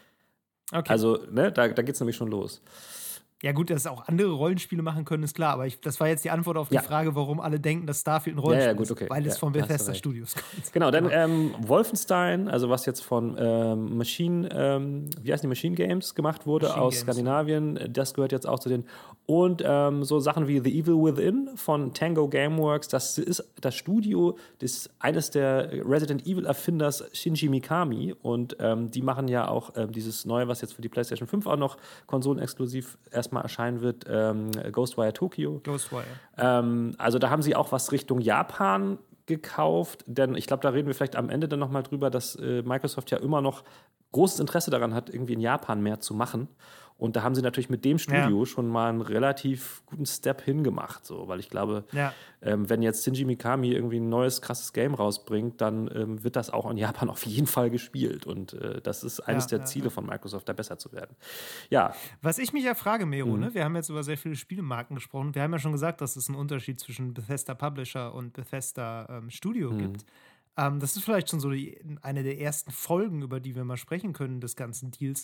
ich. Okay. Also, ne, da, da geht es nämlich schon los. Ja, gut, dass auch andere Rollenspiele machen können, ist klar. Aber ich, das war jetzt die Antwort auf die Ja. Frage, warum alle denken, dass Starfield ein Ja, Rollenspiel ja, gut, okay. ist. Weil es Ja, von da hast du Bethesda recht. Studios kommt. Genau, dann ähm, Wolfenstein, also was jetzt von ähm, Machine, ähm, wie heißen die, Machine Games gemacht wurde Machine aus Games, Skandinavien, das gehört jetzt auch zu den. Und ähm, so Sachen wie The Evil Within von Tango Gameworks, das ist das Studio des eines der Resident Evil Erfinders Shinji Mikami, und ähm, die machen ja auch ähm, dieses neue, was jetzt für die PlayStation fünf auch noch konsolenexklusiv erstmal erscheinen wird, ähm, Ghostwire Tokyo. Ghostwire. Ähm, also da haben sie auch was Richtung Japan gekauft, denn ich glaube, da reden wir vielleicht am Ende dann nochmal drüber, dass äh, Microsoft ja immer noch großes Interesse daran hat, irgendwie in Japan mehr zu machen. Und da haben sie natürlich mit dem Studio Ja. schon mal einen relativ guten Step hingemacht, so, weil ich glaube, Ja. ähm, wenn jetzt Shinji Mikami irgendwie ein neues, krasses Game rausbringt, dann ähm, wird das auch in Japan auf jeden Fall gespielt. Und äh, das ist eines Ja, der ja, Ziele ja. von Microsoft, da besser zu werden. Ja, Was ich mich ja frage, Mero, Mhm. ne? Wir haben jetzt über sehr viele Spielemarken gesprochen. Wir haben ja schon gesagt, dass es einen Unterschied zwischen Bethesda Publisher und Bethesda ähm, Studio Mhm. gibt. Ähm, das ist vielleicht schon so die, eine der ersten Folgen, über die wir mal sprechen können, des ganzen Deals.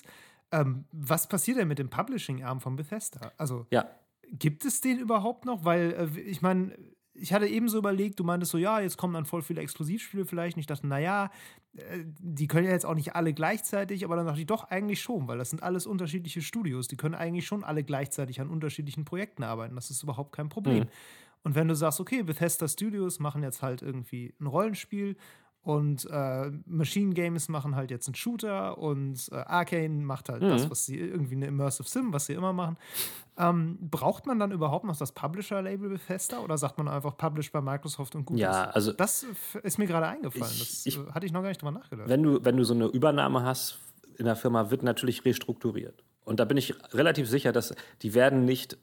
Ähm, was passiert denn mit dem Publishing-Arm von Bethesda? Also, ja. gibt es den überhaupt noch? Weil, äh, ich meine, ich hatte eben so überlegt, du meintest so, ja, jetzt kommen dann voll viele Exklusivspiele vielleicht. Und ich dachte, naja, äh, die können ja jetzt auch nicht alle gleichzeitig, aber dann dachte ich doch eigentlich schon, weil das sind alles unterschiedliche Studios. Die können eigentlich schon alle gleichzeitig an unterschiedlichen Projekten arbeiten. Das ist überhaupt kein Problem. Mhm. Und wenn du sagst, okay, Bethesda Studios machen jetzt halt irgendwie ein Rollenspiel und äh, Machine Games machen halt jetzt einen Shooter und äh, Arcane macht halt mhm. das, was sie irgendwie eine Immersive Sim, was sie immer machen. Ähm, braucht man dann überhaupt noch das Publisher-Label Bethesda oder sagt man einfach Publish bei Microsoft und gut ja, ist? Also das ist mir gerade eingefallen. Das ich, ich, hatte ich noch gar nicht drüber nachgedacht. Wenn du, wenn du so eine Übernahme hast in der Firma, wird natürlich restrukturiert. Und da bin ich relativ sicher, dass die werden nicht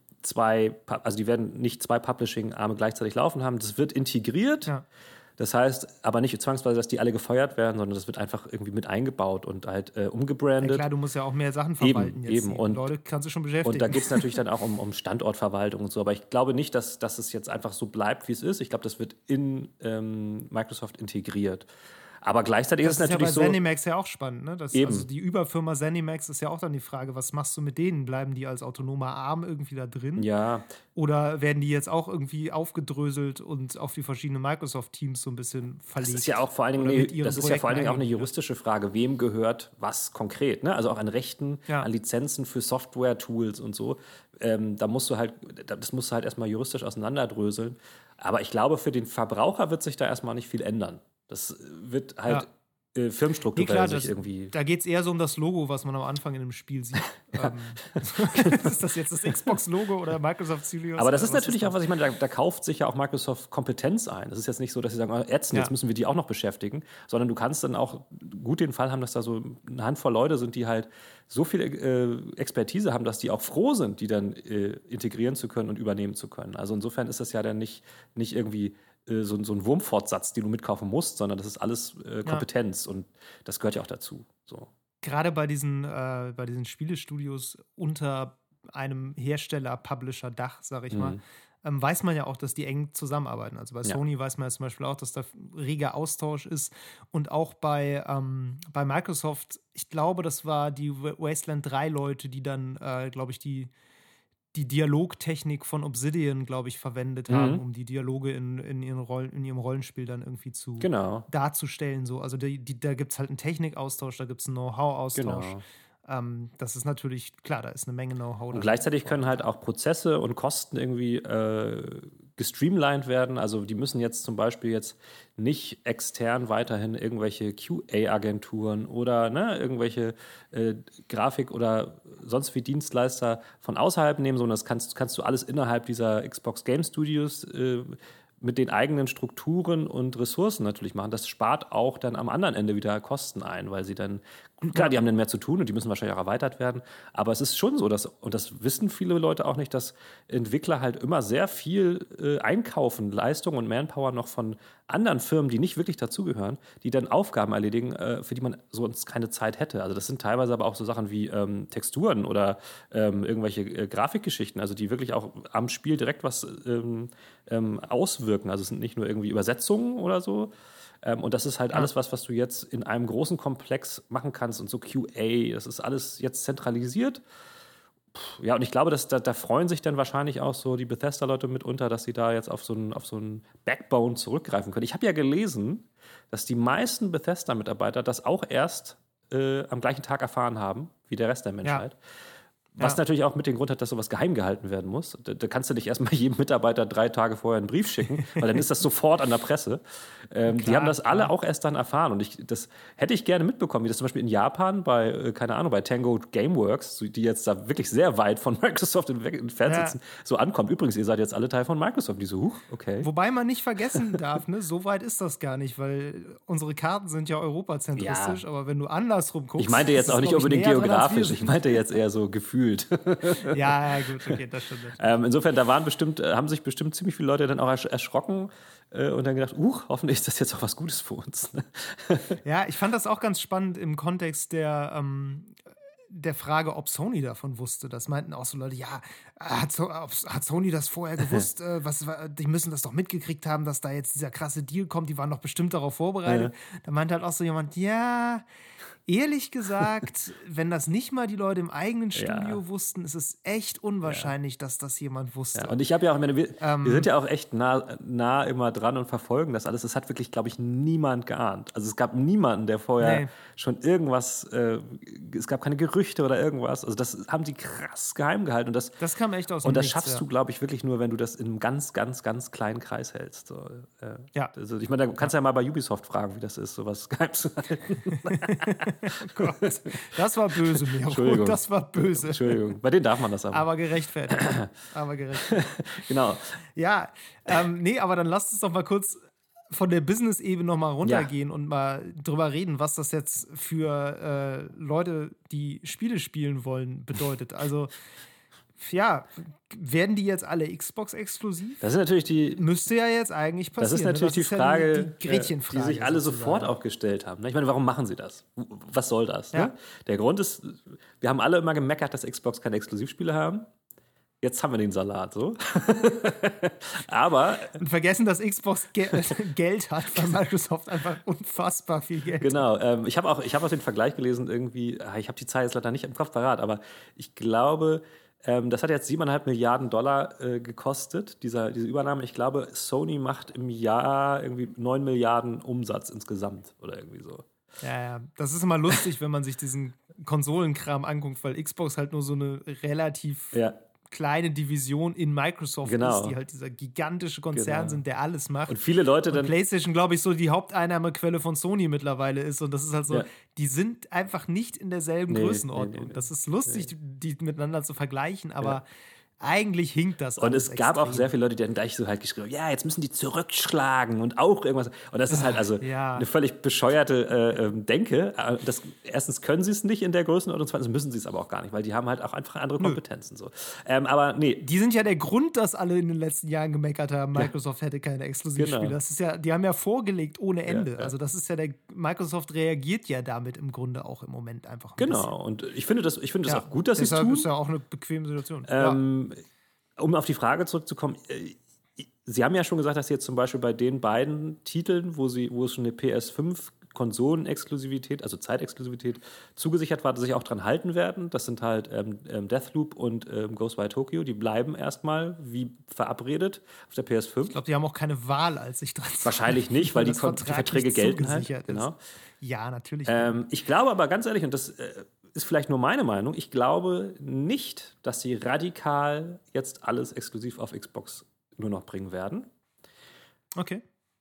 zwei, also die werden nicht zwei Publishing-Arme gleichzeitig laufen haben. Das wird integriert. Ja. Das heißt aber nicht zwangsweise, dass die alle gefeuert werden, sondern das wird einfach irgendwie mit eingebaut und halt äh, umgebrandet. Ja klar, du musst ja auch mehr Sachen verwalten eben, jetzt. Eben. Und, Leute kannst du schon beschäftigen. Und da geht es natürlich dann auch um, um Standortverwaltung und so. Aber ich glaube nicht, dass, dass es jetzt einfach so bleibt, wie es ist. Ich glaube, das wird in ähm, Microsoft integriert. Aber gleichzeitig das ist es natürlich so. Das ist ja bei so. ZeniMax ja auch spannend, ne? Das, eben. Also die Überfirma ZeniMax ist ja auch dann die Frage, was machst du mit denen? Bleiben die als autonomer Arm irgendwie da drin? Ja. Oder werden die jetzt auch irgendwie aufgedröselt und auf die verschiedenen Microsoft-Teams so ein bisschen verlegt? Das ist ja auch vor allen Dingen, eine, das ist ja vor allen Dingen auch eine juristische Frage. Wem gehört was konkret? Ne? Also auch an Rechten, ja. an Lizenzen für Software-Tools und so. Ähm, da musst du halt, das musst du halt erstmal juristisch auseinanderdröseln. Aber ich glaube, für den Verbraucher wird sich da erstmal nicht viel ändern. Das wird halt ja. äh, firmenstrukturell nee, klar, sich das, irgendwie. Da geht es eher so um das Logo, was man am Anfang in dem Spiel sieht. ja. ähm, ist das jetzt das Xbox-Logo oder Microsoft Studios? Aber das ist natürlich ist auch, was ich meine, da, da kauft sich ja auch Microsoft Kompetenz ein. Das ist jetzt nicht so, dass sie sagen, oh, ätzen, ja. jetzt müssen wir die auch noch beschäftigen, sondern du kannst dann auch gut den Fall haben, dass da so eine Handvoll Leute sind, die halt so viel äh, Expertise haben, dass die auch froh sind, die dann äh, integrieren zu können und übernehmen zu können. Also insofern ist das ja dann nicht, nicht irgendwie So, so ein Wurmfortsatz, den du mitkaufen musst, sondern das ist alles äh, Kompetenz ja. und das gehört ja auch dazu. So. Gerade bei diesen, äh, bei diesen Spielestudios unter einem Hersteller-Publisher-Dach, sag ich mhm. mal, ähm, weiß man ja auch, dass die eng zusammenarbeiten. Also bei ja. Sony weiß man ja zum Beispiel auch, dass da reger Austausch ist und auch bei, ähm, bei Microsoft, ich glaube, das war die Wasteland drei Leute, die dann, äh, glaube ich, die die Dialogtechnik von Obsidian, glaube ich, verwendet mhm. haben, um die Dialoge in, in, ihren Rollen, in ihrem Rollenspiel dann irgendwie zu genau. darzustellen. So. Also die, die, da gibt es halt einen Technikaustausch, da gibt es einen Know-how-Austausch. Genau. Ähm, das ist natürlich, klar, da ist eine Menge Know-how. Und gleichzeitig können halt auch Prozesse und Kosten irgendwie äh, gestreamlined werden. Also die müssen jetzt zum Beispiel jetzt nicht extern weiterhin irgendwelche Q A-Agenturen oder ne, irgendwelche äh, Grafik- oder sonst wie Dienstleister von außerhalb nehmen, sondern das kannst, kannst du alles innerhalb dieser Xbox Game Studios äh, mit den eigenen Strukturen und Ressourcen natürlich machen. Das spart auch dann am anderen Ende wieder Kosten ein, weil sie dann, klar, die haben dann mehr zu tun und die müssen wahrscheinlich auch erweitert werden, aber es ist schon so, dass, und das wissen viele Leute auch nicht, dass Entwickler halt immer sehr viel äh, einkaufen, Leistung und Manpower noch von anderen Firmen, die nicht wirklich dazugehören, die dann Aufgaben erledigen, äh, für die man sonst keine Zeit hätte. Also das sind teilweise aber auch so Sachen wie ähm, Texturen oder ähm, irgendwelche äh, Grafikgeschichten, also die wirklich auch am Spiel direkt was ähm, ähm, auswirken. Also es sind nicht nur irgendwie Übersetzungen oder so. Ähm, und das ist halt ja. alles was, was du jetzt in einem großen Komplex machen kannst und so Q A, das ist alles jetzt zentralisiert. Ja, und ich glaube, dass, da, da freuen sich dann wahrscheinlich auch so die Bethesda-Leute mitunter, dass sie da jetzt auf so einen auf so einen Backbone zurückgreifen können. Ich habe ja gelesen, dass die meisten Bethesda-Mitarbeiter das auch erst äh, am gleichen Tag erfahren haben, wie der Rest der Menschheit. Ja. Was ja. natürlich auch mit dem Grund hat, dass sowas geheim gehalten werden muss. Da, da kannst du nicht erstmal jedem Mitarbeiter drei Tage vorher einen Brief schicken, weil dann ist das sofort an der Presse. Ähm, klar, die haben das klar. alle auch erst dann erfahren. Und ich, das hätte ich gerne mitbekommen, wie das zum Beispiel in Japan bei, äh, keine Ahnung, bei Tango Gameworks, die jetzt da wirklich sehr weit von Microsoft entfernt ja. sitzen, so ankommt. Übrigens, ihr seid jetzt alle Teil von Microsoft. Die so, huch, okay. Wobei man nicht vergessen darf, ne, so weit ist das gar nicht, weil unsere Karten sind ja europazentristisch, ja. aber wenn du andersrum guckst. Ich meinte jetzt auch nicht unbedingt geografisch, ich meinte jetzt eher so gefühlt. Ja, gut, okay, das stimmt. Das stimmt. Ähm, insofern, da waren bestimmt, haben sich bestimmt ziemlich viele Leute dann auch ersch- erschrocken äh, und dann gedacht, uh, hoffentlich ist das jetzt auch was Gutes für uns. Ja, ich fand das auch ganz spannend im Kontext der, ähm, der Frage, ob Sony davon wusste. Das meinten auch so Leute, ja, hat, so, hat Sony das vorher gewusst? äh, was, die müssen das doch mitgekriegt haben, dass da jetzt dieser krasse Deal kommt. Die waren doch bestimmt darauf vorbereitet. Ja. Da meinte halt auch so jemand, ja, ehrlich gesagt, wenn das nicht mal die Leute im eigenen Studio Ja. wussten, ist es echt unwahrscheinlich, ja. dass das jemand wusste. Ja, und ich habe ja auch, meine, wir, ähm, wir sind ja auch echt nah, nah immer dran und verfolgen das alles. Das hat wirklich, glaube ich, niemand geahnt. Also es gab niemanden, der vorher nee. schon irgendwas, äh, es gab keine Gerüchte oder irgendwas. Also das haben die krass geheim gehalten. Und das, das kam echt aus dem Und das Nichts, schaffst ja. du, glaube ich, wirklich nur, wenn du das in einem ganz, ganz, ganz kleinen Kreis hältst. So, äh, ja. Also ich meine, da kannst du ja. ja mal bei Ubisoft fragen, wie das ist, sowas geheim zu halten. Gott, das war böse, Mero. Entschuldigung. Das war böse. Entschuldigung. Bei denen darf man das aber. Aber gerechtfertigt. aber gerechtfertigt. Genau. Ja, ähm, nee, aber dann lasst uns doch mal kurz von der Business-Ebene noch mal runtergehen ja. und mal drüber reden, was das jetzt für äh, Leute, die Spiele spielen wollen, bedeutet. Also, ja, werden die jetzt alle Xbox-exklusiv? Das ist natürlich die. Müsste ja jetzt eigentlich passieren. Das ist natürlich das ist die Frage, ja die, die Gretchenfrage, die sich alle sozusagen. sofort auch gestellt haben. Ich meine, warum machen sie das? Was soll das? Ja. Ne? Der Grund ist, wir haben alle immer gemeckert, dass Xbox keine Exklusivspiele haben. Jetzt haben wir den Salat, so. Aber. Und vergessen, dass Xbox Ge Geld hat, weil Microsoft einfach unfassbar viel Geld genau, hat. Genau. Ähm, ich habe auch, ich hab auch den Vergleich gelesen, irgendwie. Ich habe die Zahl jetzt leider nicht im Kopf parat, aber ich glaube, ähm, das hat jetzt siebeneinhalb Milliarden Dollar äh, gekostet, dieser, diese Übernahme. Ich glaube, Sony macht im Jahr irgendwie neun Milliarden Umsatz insgesamt oder irgendwie so. Ja, ja. Das ist immer lustig, wenn man sich diesen Konsolenkram anguckt, weil Xbox halt nur so eine relativ. Ja. kleine Division in Microsoft genau. ist, die halt dieser gigantische Konzern genau. sind, der alles macht. Und viele Leute und dann. PlayStation, glaube ich, so die Haupteinnahmequelle von Sony mittlerweile ist. Und das ist halt so, ja. die sind einfach nicht in derselben nee, Größenordnung. Nee, nee, nee. Das ist lustig, nee. die miteinander zu vergleichen, aber ja. eigentlich hinkt das Und es gab extrem. auch sehr viele Leute, die dann gleich so halt geschrieben haben, ja, jetzt müssen die zurückschlagen und auch irgendwas. Und das ist halt also ja. eine völlig bescheuerte äh, Denke. Das, erstens können sie es nicht in der Größenordnung, zweitens müssen sie es aber auch gar nicht, weil die haben halt auch einfach andere Kompetenzen. So. Ähm, aber nee. Die sind ja der Grund, dass alle in den letzten Jahren gemeckert haben, Microsoft ja. hätte keine Exklusivspiele. Genau. Das ist ja, die haben ja vorgelegt ohne Ende. Ja, ja. Also das ist ja der, Microsoft reagiert ja damit im Grunde auch im Moment einfach ein Genau, bisschen. und ich finde das, ich finde ja. das auch gut, dass sie es tun. Das ist ja auch eine bequeme Situation. Ähm, ja. Um auf die Frage zurückzukommen, Sie haben ja schon gesagt, dass Sie jetzt zum Beispiel bei den beiden Titeln, wo, sie, wo es schon eine P S fünf Konsolenexklusivität, also Zeitexklusivität, zugesichert war, dass sich auch dran halten werden. Das sind halt ähm, Deathloop und ähm, Ghostwire Tokyo. Die bleiben erstmal wie verabredet auf der P S fünf. Ich glaube, die haben auch keine Wahl, als sich dran zu Wahrscheinlich nicht, weil die, Kon- die Verträge gelten halt. Genau. Ja, natürlich. Ähm, ich glaube aber ganz ehrlich, und das äh, ist vielleicht nur meine Meinung, ich glaube nicht, dass sie radikal jetzt alles exklusiv auf Xbox nur noch bringen werden. Okay.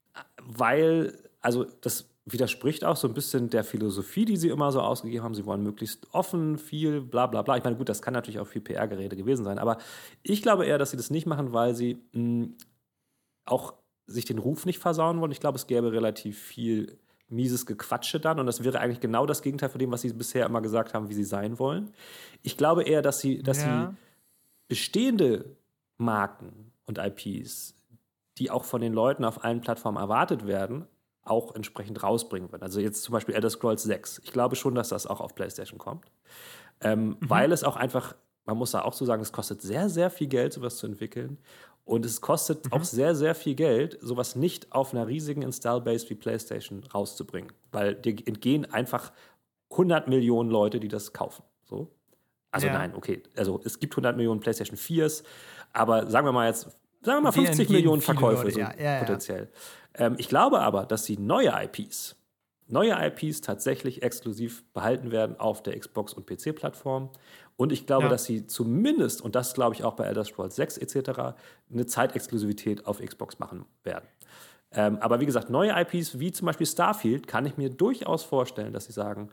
Weil, also das widerspricht auch so ein bisschen der Philosophie, die sie immer so ausgegeben haben. Sie wollen möglichst offen, viel, bla bla bla. Ich meine, gut, das kann natürlich auch viel P R-Gerede gewesen sein, aber ich glaube eher, dass sie das nicht machen, weil sie mh, auch sich den Ruf nicht versauen wollen. Ich glaube, es gäbe relativ viel mieses Gequatsche dann und das wäre eigentlich genau das Gegenteil von dem, was sie bisher immer gesagt haben, wie sie sein wollen. Ich glaube eher, dass sie, dass ja. sie bestehende Marken und I Ps, die auch von den Leuten auf allen Plattformen erwartet werden, auch entsprechend rausbringen werden. Also jetzt zum Beispiel Elder Scrolls sechs. Ich glaube schon, dass das auch auf PlayStation kommt. Ähm, mhm. Weil es auch einfach, man muss da auch so sagen, es kostet sehr, sehr viel Geld, sowas zu entwickeln. Und es kostet mhm. auch sehr, sehr viel Geld, sowas nicht auf einer riesigen Install-Base wie PlayStation rauszubringen. Weil dir entgehen einfach hundert Millionen Leute, die das kaufen. So. Also ja. nein, okay. Also es gibt hundert Millionen PlayStation viers, aber sagen wir mal jetzt, sagen wir mal fünfzig Millionen Verkäufe so ja. Ja, potenziell. Ja. Ähm, ich glaube aber, dass sie neue I Ps, neue I Ps tatsächlich exklusiv behalten werden auf der Xbox- und P C-Plattform. Und ich glaube, ja. dass sie zumindest, und das glaube ich auch bei Elder Scrolls sechs et cetera, eine Zeitexklusivität auf Xbox machen werden. Ähm, aber wie gesagt, neue I Ps wie zum Beispiel Starfield kann ich mir durchaus vorstellen, dass sie sagen,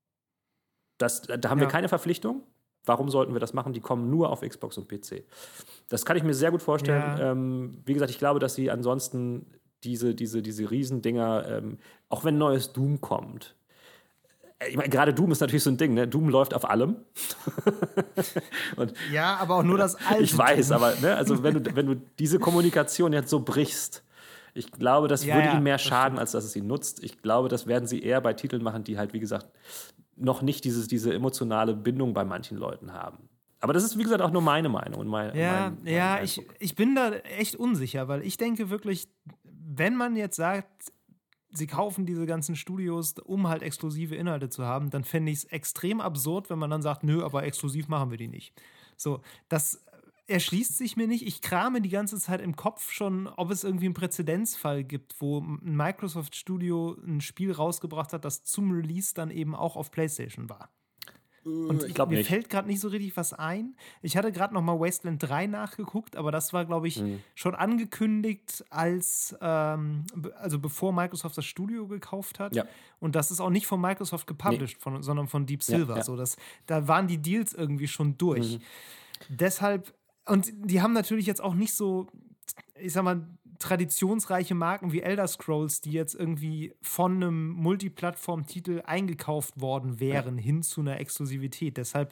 das, da haben ja. wir keine Verpflichtung. Warum sollten wir das machen? Die kommen nur auf Xbox und P C. Das kann ich mir sehr gut vorstellen. Ja. Ähm, wie gesagt, ich glaube, dass sie ansonsten diese, diese, diese Riesendinger, ähm, auch wenn neues Doom kommt, ich meine, gerade Doom ist natürlich so ein Ding, ne? Doom läuft auf allem. Und ja, aber auch nur das alte. Ich weiß, aber ne? also wenn du, wenn du diese Kommunikation jetzt so brichst, ich glaube, das ja, würde ja, ihnen mehr das schaden, stimmt. als dass es ihnen nutzt. Ich glaube, das werden sie eher bei Titeln machen, die halt, wie gesagt, noch nicht dieses, diese emotionale Bindung bei manchen Leuten haben. Aber das ist, wie gesagt, auch nur meine Meinung. Und mein, ja, mein, mein ja ich, ich bin da echt unsicher, weil ich denke wirklich, wenn man jetzt sagt, sie kaufen diese ganzen Studios, um halt exklusive Inhalte zu haben, dann fände ich es extrem absurd, wenn man dann sagt, nö, aber exklusiv machen wir die nicht. So, das erschließt sich mir nicht. Ich krame die ganze Zeit im Kopf schon, ob es irgendwie einen Präzedenzfall gibt, wo ein Microsoft-Studio ein Spiel rausgebracht hat, das zum Release dann eben auch auf PlayStation war. Und ich glaube mir nicht. fällt gerade nicht so richtig was ein. Ich hatte gerade noch mal Wasteland drei nachgeguckt, aber das war, glaube ich, mhm. schon angekündigt, als ähm, also bevor Microsoft das Studio gekauft hat. Ja. Und das ist auch nicht von Microsoft gepublished, nee. von, sondern von Deep Silver. Ja, ja. So, das, da waren die Deals irgendwie schon durch. Mhm. Deshalb, und die haben natürlich jetzt auch nicht so, ich sag mal, traditionsreiche Marken wie Elder Scrolls, die jetzt irgendwie von einem Multiplattform-Titel eingekauft worden wären, ja. hin zu einer Exklusivität. Deshalb,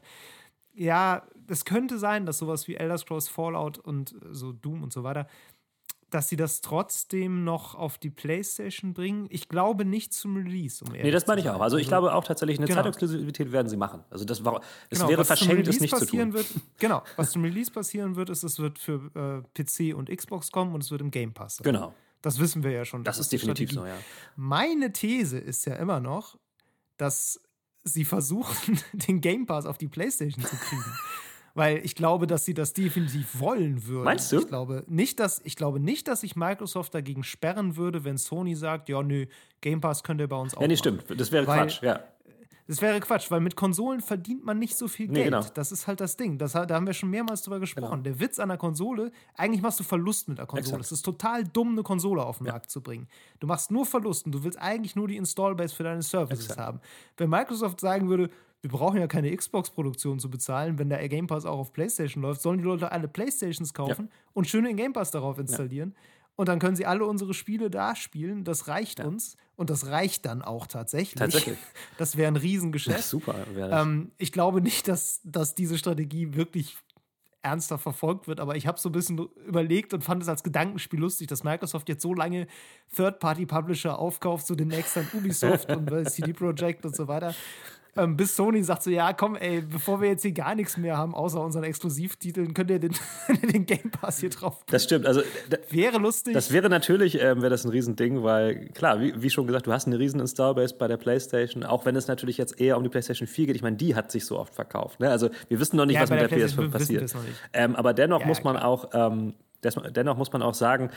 ja, es könnte sein, dass sowas wie Elder Scrolls, Fallout und so Doom und so weiter, dass sie das trotzdem noch auf die PlayStation bringen. Ich glaube nicht zum Release, um ehrlich Nee, das meine ich zu sein. auch. Also ich also, glaube auch tatsächlich, eine genau. Zeitexklusivität werden sie machen. Also das war, es genau, wäre verschenkt, es nicht zu tun. Wird, genau, was zum Release passieren wird, ist, es wird für äh, P C und Xbox kommen und es wird im Game Pass sein. Genau. Das wissen wir ja schon. Das, das ist definitiv so, ja. Meine These ist ja immer noch, dass sie versuchen, den Game Pass auf die PlayStation zu kriegen. Weil ich glaube, dass sie das definitiv wollen würden. Meinst du? Ich glaube nicht, dass, ich glaube nicht, dass sich Microsoft dagegen sperren würde, wenn Sony sagt, ja, nö, Game Pass könnt ihr bei uns auch Ja, nee, machen. stimmt. Das wäre weil, Quatsch, ja. Das wäre Quatsch, weil mit Konsolen verdient man nicht so viel Nee, Geld. genau. Das ist halt das Ding. Das, da haben wir schon mehrmals drüber gesprochen. Genau. Der Witz an der Konsole, eigentlich machst du Verlust mit der Konsole. Es ist total dumm, eine Konsole auf den ja. Markt zu bringen. Du machst nur Verlust und du willst eigentlich nur die Installbase für deine Services Exakt. haben. Wenn Microsoft sagen würde, wir brauchen ja keine Xbox-Produktion zu bezahlen, wenn der Game Pass auch auf PlayStation läuft, sollen die Leute alle PlayStations kaufen ja. und schön den Game Pass darauf installieren. Ja. Und dann können sie alle unsere Spiele da spielen. Das reicht ja. uns. Und das reicht dann auch tatsächlich. Tatsächlich. Das wäre ein Riesengeschäft. Super. Ähm, ich glaube nicht, dass, dass diese Strategie wirklich ernster verfolgt wird, aber ich habe so ein bisschen überlegt und fand es als Gedankenspiel lustig, dass Microsoft jetzt so lange Third-Party-Publisher aufkauft, so demnächst dann Ubisoft und C D Projekt und so weiter. Ähm, bis Sony sagt so, ja komm ey, bevor wir jetzt hier gar nichts mehr haben, außer unseren Exklusivtiteln, könnt ihr den, den Game Pass hier drauf bringen. Das stimmt, also da, wäre lustig. Das wäre natürlich, ähm, wäre das ein Riesending, weil klar, wie, wie schon gesagt, du hast eine riesen Installbase bei der PlayStation, auch wenn es natürlich jetzt eher um die PlayStation vier geht. Ich meine, die hat sich so oft verkauft. Ne? Also wir wissen noch nicht, ja, was mit der, der P S fünf passiert. passiert. Ähm, aber dennoch ja, muss man klar. auch, ähm, das, dennoch muss man auch sagen,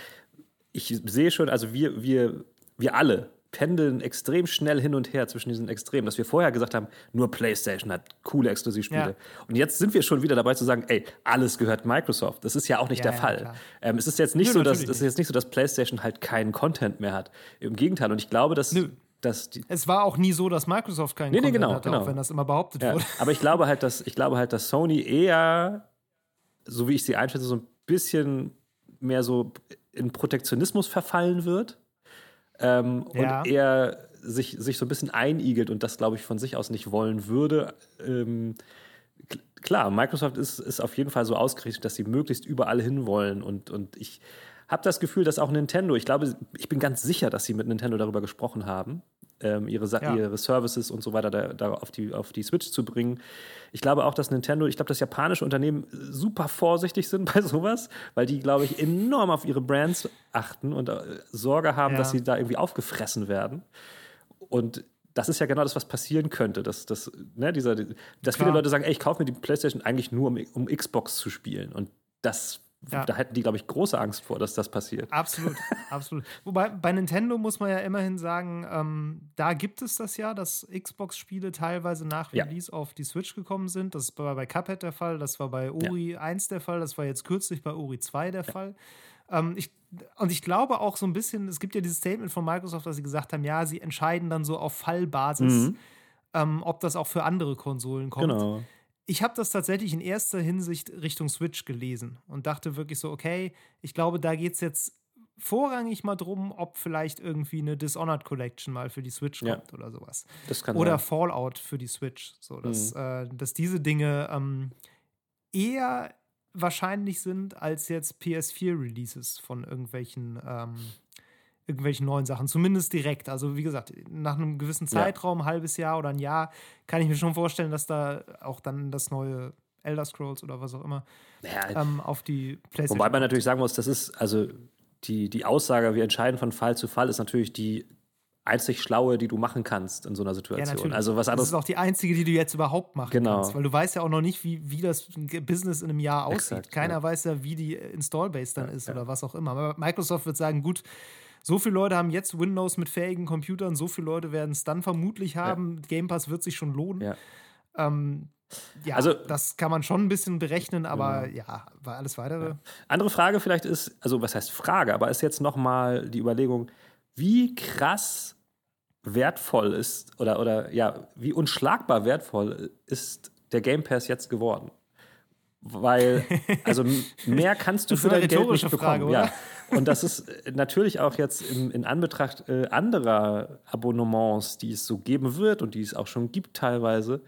ich sehe schon, also wir, wir, wir alle pendeln extrem schnell hin und her zwischen diesen Extremen, dass wir vorher gesagt haben, nur PlayStation hat coole Exklusivspiele. Ja. Und jetzt sind wir schon wieder dabei zu sagen, ey, alles gehört Microsoft. Das ist ja auch nicht ja, der ja, Fall. Ähm, es ist jetzt nicht Nö, so, dass es ist jetzt nicht so, dass PlayStation halt keinen Content mehr hat. Im Gegenteil. Und ich glaube, dass Nö. Dass die es war auch nie so, dass Microsoft keinen nee, nee, Content genau, hatte, genau. auch wenn das immer behauptet ja. wurde. Aber ich glaube halt, dass ich glaube halt, dass Sony eher, so wie ich sie einschätze, so ein bisschen mehr so in Protektionismus verfallen wird. Ähm, ja. Und eher sich, sich so ein bisschen einigelt und das, glaube ich, von sich aus nicht wollen würde. Ähm, k- klar, Microsoft ist, ist auf jeden Fall so ausgerichtet, dass sie möglichst überall hinwollen. Und, und ich habe das Gefühl, dass auch Nintendo, ich glaube, ich bin ganz sicher, dass sie mit Nintendo darüber gesprochen haben, ähm, ihre, ja. ihre Services und so weiter da, da auf, die, auf die Switch zu bringen. Ich glaube auch, dass Nintendo, ich glaube, dass japanische Unternehmen super vorsichtig sind bei sowas, weil die, glaube ich, enorm auf ihre Brands achten und äh, Sorge haben, ja. dass sie da irgendwie aufgefressen werden. Und das ist ja genau das, was passieren könnte, dass, dass, ne, dieser, dass viele Leute sagen, ey, ich kaufe mir die PlayStation eigentlich nur, um, um Xbox zu spielen. Und das Ja. Da hätten die, glaube ich, große Angst vor, dass das passiert. Absolut, absolut. Wobei bei Nintendo muss man ja immerhin sagen, ähm, da gibt es das ja, dass Xbox-Spiele teilweise nach Release ja. auf die Switch gekommen sind. Das war bei Cuphead der Fall, das war bei Ori ja. eins der Fall, das war jetzt kürzlich bei Ori zwei der ja. Fall. Ähm, ich, und ich glaube auch so ein bisschen, es gibt ja dieses Statement von Microsoft, dass sie gesagt haben, ja, sie entscheiden dann so auf Fallbasis, mhm. ähm, ob das auch für andere Konsolen kommt. Genau. Ich habe das tatsächlich in erster Hinsicht Richtung Switch gelesen und dachte wirklich so, okay, ich glaube, da geht es jetzt vorrangig mal drum, ob vielleicht irgendwie eine Dishonored Collection mal für die Switch kommt ja. oder sowas. Das kann oder sein. Fallout für die Switch. So, dass, mhm. äh, dass diese Dinge ähm, eher wahrscheinlich sind als jetzt P S vier Releases von irgendwelchen ähm, irgendwelchen neuen Sachen, zumindest direkt. Also wie gesagt, nach einem gewissen Zeitraum, ja. ein halbes Jahr oder ein Jahr, kann ich mir schon vorstellen, dass da auch dann das neue Elder Scrolls oder was auch immer ja. ähm, auf die PlayStation Wobei man natürlich sagen muss, das ist, also die, die Aussage, wir entscheiden von Fall zu Fall, ist natürlich die einzig Schlaue, die du machen kannst in so einer Situation. Ja, natürlich. Also was anderes. Das ist auch die einzige, die du jetzt überhaupt machen genau. kannst. Weil du weißt ja auch noch nicht, wie, wie das Business in einem Jahr aussieht. Exakt, Keiner ja. weiß ja, wie die Installbase dann ja, ist ja. oder was auch immer. Aber Microsoft wird sagen, gut, so viele Leute haben jetzt Windows mit fähigen Computern, so viele Leute werden es dann vermutlich haben. Ja. Game Pass wird sich schon lohnen. Ja. Ähm, ja, also, das kann man schon ein bisschen berechnen, aber ja, ja war alles weitere. Ja. Andere Frage vielleicht ist, also was heißt Frage, aber ist jetzt nochmal die Überlegung, wie krass wertvoll ist oder, oder ja, wie unschlagbar wertvoll ist der Game Pass jetzt geworden? Weil, also mehr kannst du für dein Geld nicht bekommen. Frage, oder? Ja. Und das ist natürlich auch jetzt in, in Anbetracht äh, anderer Abonnements, die es so geben wird und die es auch schon gibt teilweise,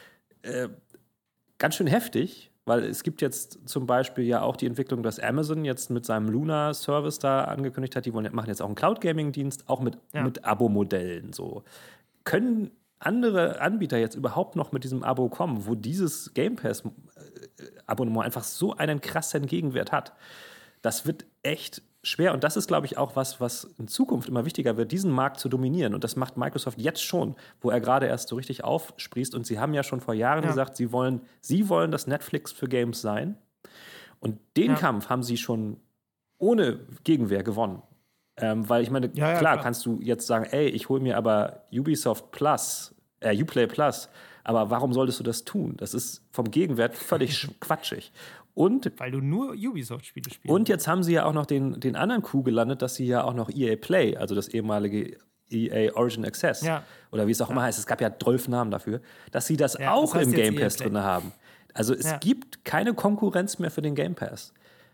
äh, ganz schön heftig, weil es gibt jetzt zum Beispiel ja auch die Entwicklung, dass Amazon jetzt mit seinem Luna-Service da angekündigt hat, die wollen, machen jetzt auch einen Cloud-Gaming-Dienst, auch mit, ja. mit Abo-Modellen. So. Können andere Anbieter jetzt überhaupt noch mit diesem Abo kommen, wo dieses Game Pass-Abonnement einfach so einen krassen Gegenwert hat? Das wird echt schwer. Und das ist, glaube ich, auch was, was in Zukunft immer wichtiger wird, diesen Markt zu dominieren. Und das macht Microsoft jetzt schon, wo er gerade erst so richtig aufsprießt. Und sie haben ja schon vor Jahren ja. gesagt, sie wollen, sie wollen das Netflix für Games sein. Und den ja. Kampf haben sie schon ohne Gegenwehr gewonnen. Ähm, weil ich meine, ja, ja, klar, klar kannst du jetzt sagen, ey, ich hole mir aber Ubisoft Plus, äh, Uplay Plus, aber warum solltest du das tun? Das ist vom Gegenwert völlig quatschig. Und, weil du nur Ubisoft-Spiele spielst. Und jetzt haben sie ja auch noch den, den anderen Coup gelandet, dass sie ja auch noch E A Play, also das ehemalige E A Origin Access, ja. oder wie es auch ja. immer heißt, es gab ja zwölf Namen dafür, dass sie das ja, auch das heißt im Game Pass drin haben. Also es ja. gibt keine Konkurrenz mehr für den Game Pass.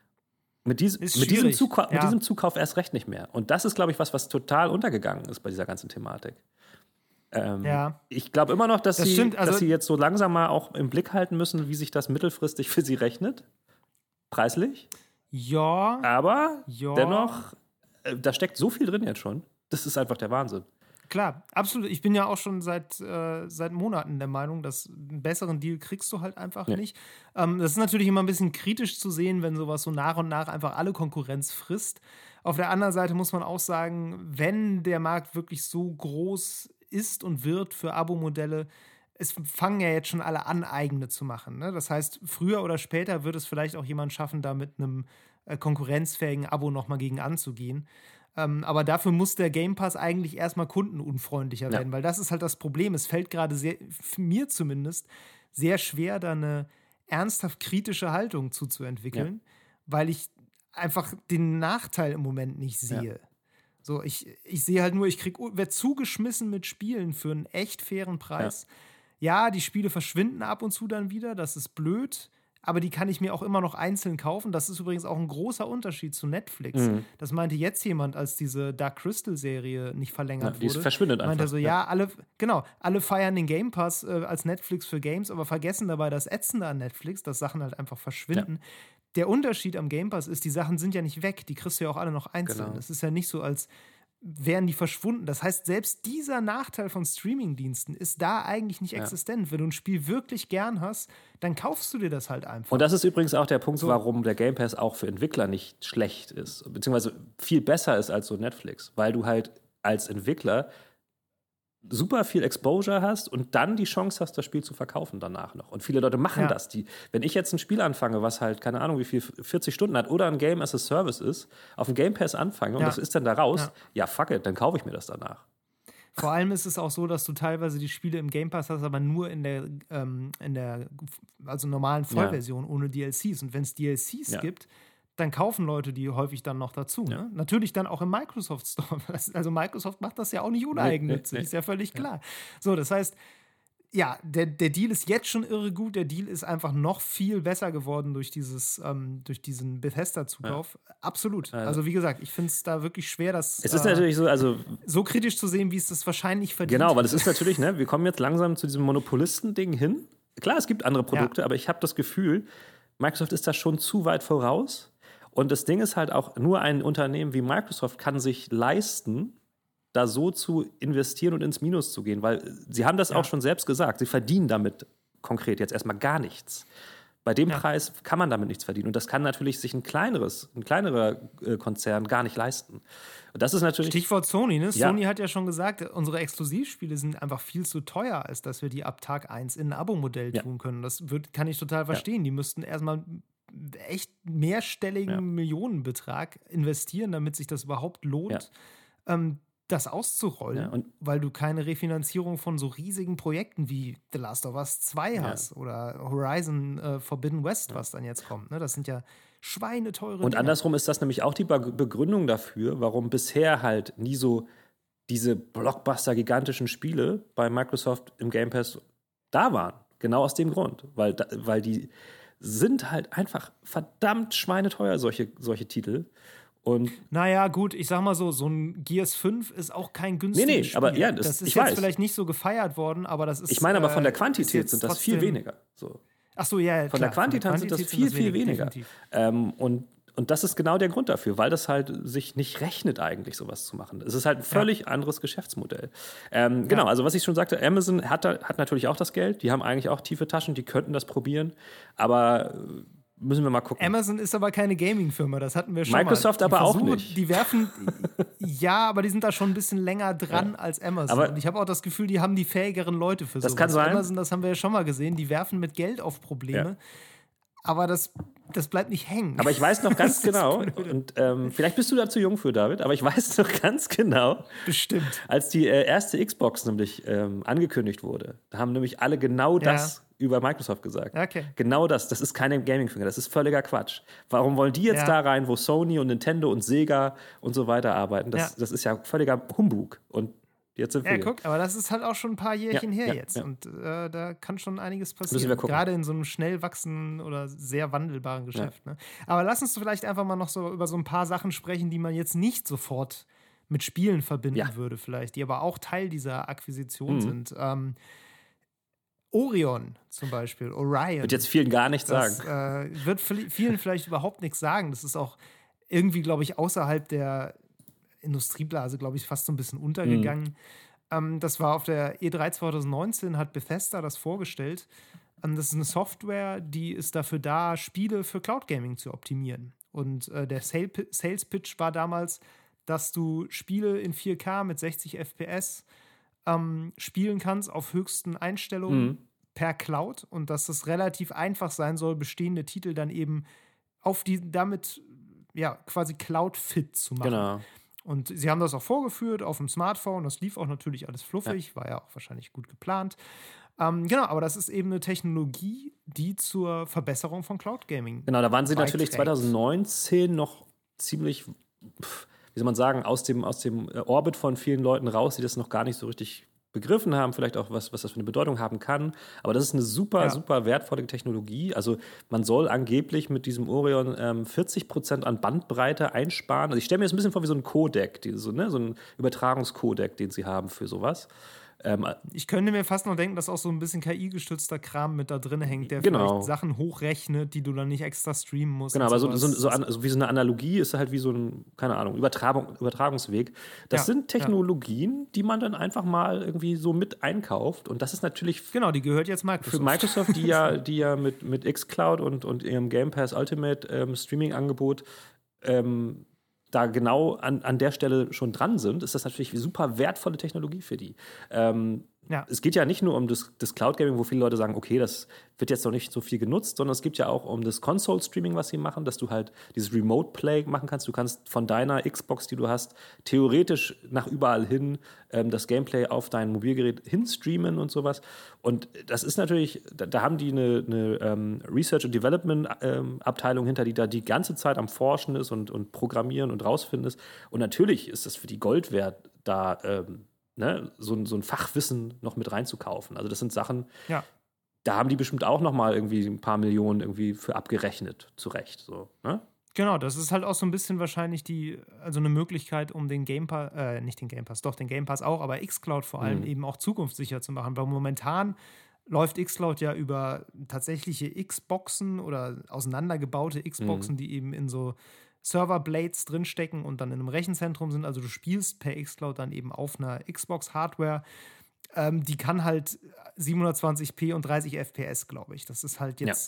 Mit, dies, mit, diesem Zukauf, ja. mit diesem Zukauf erst recht nicht mehr. Und das ist, glaube ich, was, was total untergegangen ist bei dieser ganzen Thematik. Ähm, ja. Ich glaube immer noch, dass, das sie, stimmt, also dass sie jetzt so langsam mal auch im Blick halten müssen, wie sich das mittelfristig für sie rechnet. Preislich. Ja. Aber ja. dennoch, äh, da steckt so viel drin jetzt schon. Das ist einfach der Wahnsinn. Klar, absolut. Ich bin ja auch schon seit, äh, seit Monaten der Meinung, dass einen besseren Deal kriegst du halt einfach ja. nicht. Ähm, das ist natürlich immer ein bisschen kritisch zu sehen, wenn sowas so nach und nach einfach alle Konkurrenz frisst. Auf der anderen Seite muss man auch sagen, wenn der Markt wirklich so groß ist und wird für Abo-Modelle, es fangen ja jetzt schon alle an, eigene zu machen. Ne? Das heißt, früher oder später wird es vielleicht auch jemand schaffen, da mit einem äh, konkurrenzfähigen Abo nochmal gegen anzugehen. Ähm, aber dafür muss der Game Pass eigentlich erstmal kundenunfreundlicher ja. werden, weil das ist halt das Problem. Es fällt gerade sehr, für mir zumindest, sehr schwer, da eine ernsthaft kritische Haltung zuzuentwickeln, ja. weil ich einfach den Nachteil im Moment nicht sehe. Ja. So, ich, ich sehe halt nur, ich krieg, werde zugeschmissen mit Spielen für einen echt fairen Preis. Ja. ja, die Spiele verschwinden ab und zu dann wieder, das ist blöd, aber die kann ich mir auch immer noch einzeln kaufen. Das ist übrigens auch ein großer Unterschied zu Netflix. Mhm. Das meinte jetzt jemand, als diese Dark Crystal-Serie nicht verlängert ja, die wurde. Die verschwindet einfach. Meinte er so, ja, ja, alle, genau, alle feiern den Game Pass äh, als Netflix für Games, aber vergessen dabei das Ätzende an Netflix, dass Sachen halt einfach verschwinden. Ja. Der Unterschied am Game Pass ist, die Sachen sind ja nicht weg, die kriegst du ja auch alle noch einzeln. Genau. Das ist ja nicht so, als wären die verschwunden. Das heißt, selbst dieser Nachteil von Streaming-Diensten ist da eigentlich nicht ja. existent. Wenn du ein Spiel wirklich gern hast, dann kaufst du dir das halt einfach. Und das ist übrigens auch der Punkt, so. warum der Game Pass auch für Entwickler nicht schlecht ist, beziehungsweise viel besser ist als so Netflix, weil du halt als Entwickler super viel Exposure hast und dann die Chance hast, das Spiel zu verkaufen danach noch. Und viele Leute machen ja. das. Die, wenn ich jetzt ein Spiel anfange, was halt, keine Ahnung, wie viel, vierzig Stunden hat oder ein Game as a Service ist, auf dem Game Pass anfange und ja. das ist dann da raus, ja. ja, fuck it, dann kaufe ich mir das danach. Vor allem ist es auch so, dass du teilweise die Spiele im Game Pass hast, aber nur in der, ähm, in der also normalen Vollversion, ja. ohne D L Cs. Und wenn es D L Cs ja. gibt, dann kaufen Leute die häufig dann noch dazu. Ja. Ne? Natürlich dann auch im Microsoft Store. Also Microsoft macht das ja auch nicht uneigennützig, nee, nee, nee. ist ja völlig klar. Ja. So, das heißt, ja, der, der Deal ist jetzt schon irre gut. Der Deal ist einfach noch viel besser geworden durch, dieses, ähm, durch diesen Bethesda-Zukauf. Ja. Absolut. Also, also wie gesagt, ich finde es da wirklich schwer, das es ist äh, natürlich so, also, so kritisch zu sehen, wie es das wahrscheinlich verdient. Genau, weil es ist natürlich, ne, wir kommen jetzt langsam zu diesem Monopolisten-Ding hin. Klar, es gibt andere Produkte, ja. aber ich habe das Gefühl, Microsoft ist da schon zu weit voraus. Und das Ding ist halt auch, nur ein Unternehmen wie Microsoft kann sich leisten, da so zu investieren und ins Minus zu gehen, weil sie haben das ja. auch schon selbst gesagt, sie verdienen damit konkret jetzt erstmal gar nichts. Bei dem Ja. Preis kann man damit nichts verdienen. Und das kann natürlich sich ein kleineres, ein kleinerer äh, Konzern gar nicht leisten. Und das ist natürlich. Stichwort Sony, ne? Ja. Sony hat ja schon gesagt, unsere Exklusivspiele sind einfach viel zu teuer, als dass wir die ab Tag eins in ein Abo-Modell Ja. tun können. Das wird, kann ich total verstehen. Die müssten erstmal echt mehrstelligen Ja. Millionenbetrag investieren, damit sich das überhaupt lohnt, ähm, das auszurollen, Ja, und- weil du keine Refinanzierung von so riesigen Projekten wie The Last of Us zwei Ja. hast oder Horizon äh, Forbidden West, was dann jetzt kommt. Ne? Das sind ja schweineteure Und Dinger. andersrum ist das nämlich auch die Be- Begründung dafür, warum bisher halt nie so diese Blockbuster-gigantischen Spiele bei Microsoft im Game Pass da waren. Genau aus dem Grund. Weil, da, weil die sind halt einfach verdammt schweineteuer, solche, solche Titel. Und Naja, gut, ich sag mal so, so ein Gears fünf ist auch kein günstiges Nee, nee, Spiel. aber ja, das- das ist ich jetzt weiß. vielleicht nicht so gefeiert worden, aber das ist. ich meine aber von der äh, ist Quantität jetzt sind das viel trotzdem- weniger. So. Ach so, ja, ja, Von klar, der Quantität sind das viel, das viel wenig, weniger. definitiv. Ähm, und, und das ist genau der Grund dafür, weil das halt sich nicht rechnet, eigentlich sowas zu machen. Es ist halt ein völlig anderes Geschäftsmodell. Ähm, genau, also was ich schon sagte, Amazon hat, da, hat natürlich auch das Geld, die haben eigentlich auch tiefe Taschen, die könnten das probieren, aber äh, müssen wir mal gucken. Amazon ist aber keine Gaming-Firma, das hatten wir schon Microsoft mal. Die aber auch versuchen- nicht. Die werfen, ja, aber die sind da schon ein bisschen länger dran als Amazon. Aber- Und ich habe auch das Gefühl, die haben die fähigeren Leute für Das sowas. kann sein. Amazon, das haben wir ja schon mal gesehen, die werfen mit Geld auf Probleme, Ja. aber das, das bleibt nicht hängen. Aber ich weiß noch ganz Das ist genau, blöd. und ähm, vielleicht bist du da zu jung für, David, aber ich weiß noch ganz genau, Bestimmt. als die äh, erste Xbox nämlich ähm, angekündigt wurde, da haben nämlich alle genau das über Microsoft gesagt. Okay. Genau das. Das ist keine Gaming-Finger, das ist völliger Quatsch. Warum wollen die jetzt Ja. da rein, wo Sony und Nintendo und Sega und so weiter arbeiten? Das, Ja. das ist ja völliger Humbug. Und jetzt sind wir Ja, hier. guck, aber das ist halt auch schon ein paar Jährchen Ja, her ja, jetzt. ja. Und äh, da kann schon einiges Müssen wir passieren. gucken. Gerade in so einem schnell wachsenden oder sehr wandelbaren Geschäft. Ne? Aber lass uns vielleicht einfach mal noch so über so ein paar Sachen sprechen, die man jetzt nicht sofort mit Spielen verbinden Ja. würde, vielleicht, die aber auch Teil dieser Akquisition Mhm. sind. Ähm, Orion zum Beispiel, Orion. Wird jetzt vielen gar nichts Das sagen. äh, wird vi- vielen vielleicht überhaupt nichts sagen. Das ist auch irgendwie, glaube ich, außerhalb der Industrieblase, glaube ich, fast so ein bisschen untergegangen. Mhm. Ähm, das war auf der E drei zwanzig neunzehn, hat Bethesda das vorgestellt. Ähm, das ist eine Software, die ist dafür da, Spiele für Cloud Gaming zu optimieren. Und äh, der Sale Sales Pitch war damals, dass du Spiele in vier K mit sechzig F P S ähm, spielen kannst auf höchsten Einstellungen Mhm. per Cloud und dass es relativ einfach sein soll, bestehende Titel dann eben auf die damit ja quasi Cloud-fit zu machen. Genau. Und sie haben das auch vorgeführt auf dem Smartphone. Das lief auch natürlich alles fluffig, war ja auch wahrscheinlich gut geplant. Ähm, genau, aber das ist eben eine Technologie, die zur Verbesserung von Cloud Gaming. Genau, da waren sie natürlich beiträgt. zwanzig neunzehn noch ziemlich, pf, wie soll man sagen, aus dem, aus dem äh, Orbit von vielen Leuten raus, die das noch gar nicht so richtig begriffen haben, vielleicht auch, was, was das für eine Bedeutung haben kann. Aber das ist eine super, Ja. super wertvolle Technologie. Also man soll angeblich mit diesem Orion ähm, vierzig Prozent an Bandbreite einsparen. Also ich stelle mir das ein bisschen vor wie so ein Codec, die, so, ne, so ein Übertragungscodec, den sie haben für sowas. Ähm, Ich könnte mir fast noch denken, dass auch so ein bisschen K I-gestützter Kram mit da drin hängt, der Genau. vielleicht Sachen hochrechnet, die du dann nicht extra streamen musst. Genau, und aber so, sowas. so, so, an, so wie so eine Analogie ist halt wie so ein, keine Ahnung, Übertragung, Übertragungsweg. Das Ja, sind Technologien, die man dann einfach mal irgendwie so mit einkauft. Und das ist natürlich Genau, die gehört jetzt für Microsoft. Microsoft, die ja, die ja mit, mit xCloud und, und ihrem Game Pass Ultimate ähm, Streaming-Angebot ähm, da genau an, an der Stelle schon dran sind, ist das natürlich super wertvolle Technologie für die. Ähm, Ja. Es geht ja nicht nur um das, das Cloud-Gaming, wo viele Leute sagen, okay, das wird jetzt noch nicht so viel genutzt, sondern es gibt ja auch um das Console-Streaming, was sie machen, dass du halt dieses Remote-Play machen kannst. Du kannst von deiner Xbox, die du hast, theoretisch nach überall hin ähm, das Gameplay auf dein Mobilgerät hinstreamen und sowas. Und das ist natürlich, da, da haben die eine, eine ähm, Research- und Development-Abteilung hinter, die da die ganze Zeit am Forschen ist und, und programmieren und rausfinden ist. Und natürlich ist das für die Gold wert, da ähm, Ne, so, ein- so ein Fachwissen noch mit reinzukaufen. Also das sind Sachen, Ja. da haben die bestimmt auch noch mal irgendwie ein paar Millionen irgendwie für abgerechnet, zu Recht. So, ne? Genau, das ist halt auch so ein bisschen wahrscheinlich die, also eine Möglichkeit, um den Game Pass, äh, nicht den Game Pass, doch den Game Pass auch, aber xCloud vor allem Mhm. eben auch zukunftssicher zu machen, weil momentan läuft xCloud ja über tatsächliche Xboxen oder auseinandergebaute Xboxen, Mhm. die eben in so Server-Blades drinstecken und dann in einem Rechenzentrum sind. Also du spielst per xCloud dann eben auf einer Xbox-Hardware. Ähm, die kann halt siebenhundertzwanzig p und dreißig F P S, glaube ich. Das ist halt jetzt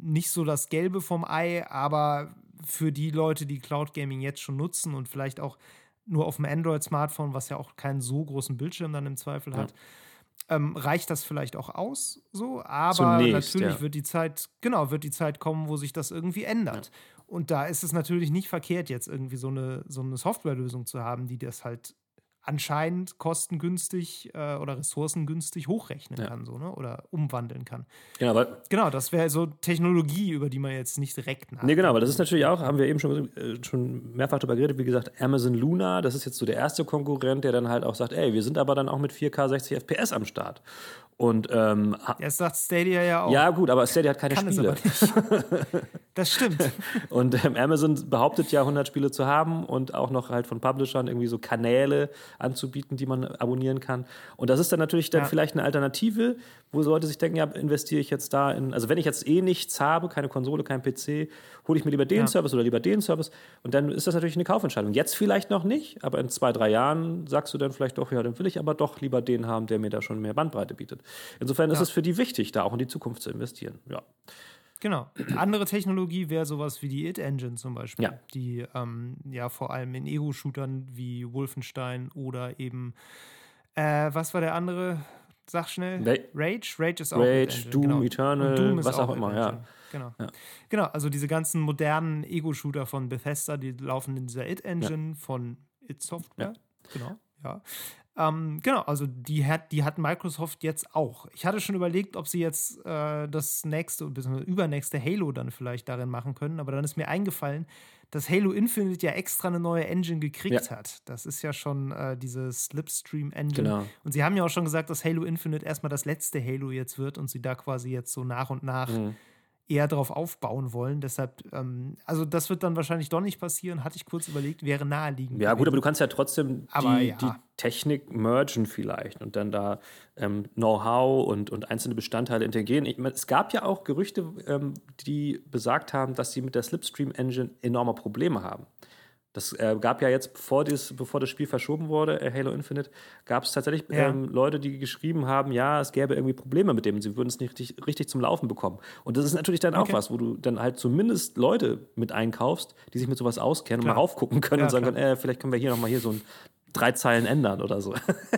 nicht so das Gelbe vom Ei, aber für die Leute, die Cloud Gaming jetzt schon nutzen und vielleicht auch nur auf dem Android-Smartphone, was ja auch keinen so großen Bildschirm dann im Zweifel hat, ja. ähm, reicht das vielleicht auch aus, so. Aber Zunächst, natürlich ja. wird die Zeit, genau, wird die Zeit kommen, wo sich das irgendwie ändert. Ja. Und da ist es natürlich nicht verkehrt, jetzt irgendwie so eine, so eine Softwarelösung zu haben, die das halt anscheinend kostengünstig äh, oder ressourcengünstig hochrechnen ja. kann, so, ne? Oder umwandeln kann. Genau, weil genau, das wäre so Technologie, über die man jetzt nicht direkt nachdenkt. Nee, genau, aber das ist natürlich auch, haben wir eben schon, äh, schon mehrfach darüber geredet, wie gesagt, Amazon Luna, das ist jetzt so der erste Konkurrent, der dann halt auch sagt, ey, wir sind aber dann auch mit vier K sechzig F P S am Start. Und ähm, das sagt Stadia ja auch. Ja, gut, aber Stadia hat keine Kann Spiele. Es aber nicht. Das stimmt. Und ähm, Amazon behauptet ja, hundert Spiele zu haben und auch noch halt von Publishern irgendwie so Kanäle anzubieten, die man abonnieren kann. Und das ist dann natürlich dann ja. vielleicht eine Alternative, wo Leute sich denken, ja, investiere ich jetzt da in, also wenn ich jetzt eh nichts habe, keine Konsole, kein P C, hole ich mir lieber den ja. Service oder lieber den Service. Und dann ist das natürlich eine Kaufentscheidung. Jetzt vielleicht noch nicht, aber in zwei, drei Jahren sagst du dann vielleicht doch, ja, dann will ich aber doch lieber den haben, der mir da schon mehr Bandbreite bietet. Insofern ist ja. es für die wichtig, da auch in die Zukunft zu investieren. Ja. Genau. Andere Technologie wäre sowas wie die It-Engine zum Beispiel, ja. die ähm, ja vor allem in Ego-Shootern wie Wolfenstein oder eben, äh, was war der andere? Sag schnell. Ra- Rage? Rage ist auch Rage, Doom, genau. Eternal, Doom ist was auch, auch immer, ja. Genau. ja. Genau, also diese ganzen modernen Ego-Shooter von Bethesda, die laufen in dieser It-Engine ja. von It Software. Ja. Genau, ja. Ähm, genau, also die hat, die hat Microsoft jetzt auch. Ich hatte schon überlegt, ob sie jetzt äh, das nächste, bzw. übernächste Halo dann vielleicht darin machen können, aber dann ist mir eingefallen, dass Halo Infinite ja extra eine neue Engine gekriegt ja. hat. Das ist ja schon äh, diese Slipstream-Engine. Genau. Und sie haben ja auch schon gesagt, dass Halo Infinite erstmal das letzte Halo jetzt wird und sie da quasi jetzt so nach und nach mhm. eher drauf aufbauen wollen. Deshalb, ähm, also das wird dann wahrscheinlich doch nicht passieren, hatte ich kurz überlegt, wäre naheliegend. Ja, gewesen. Gut, aber du kannst ja trotzdem aber die, ja. die Technik mergen vielleicht und dann da ähm, Know-how und, und einzelne Bestandteile integrieren. Ich, es gab ja auch Gerüchte, ähm, die besagt haben, dass sie mit der Slipstream-Engine enorme Probleme haben. Das äh, gab ja jetzt, bevor, dies, bevor das Spiel verschoben wurde, äh, Halo Infinite, gab es tatsächlich ja. ähm, Leute, die geschrieben haben, ja, es gäbe irgendwie Probleme mit dem, sie würden es nicht richtig, richtig zum Laufen bekommen. Und das ist natürlich dann okay. auch was, wo du dann halt zumindest Leute mit einkaufst, die sich mit sowas auskennen klar. und mal raufgucken können ja, und sagen können, äh, vielleicht können wir hier nochmal hier so ein drei Zeilen ändern oder so.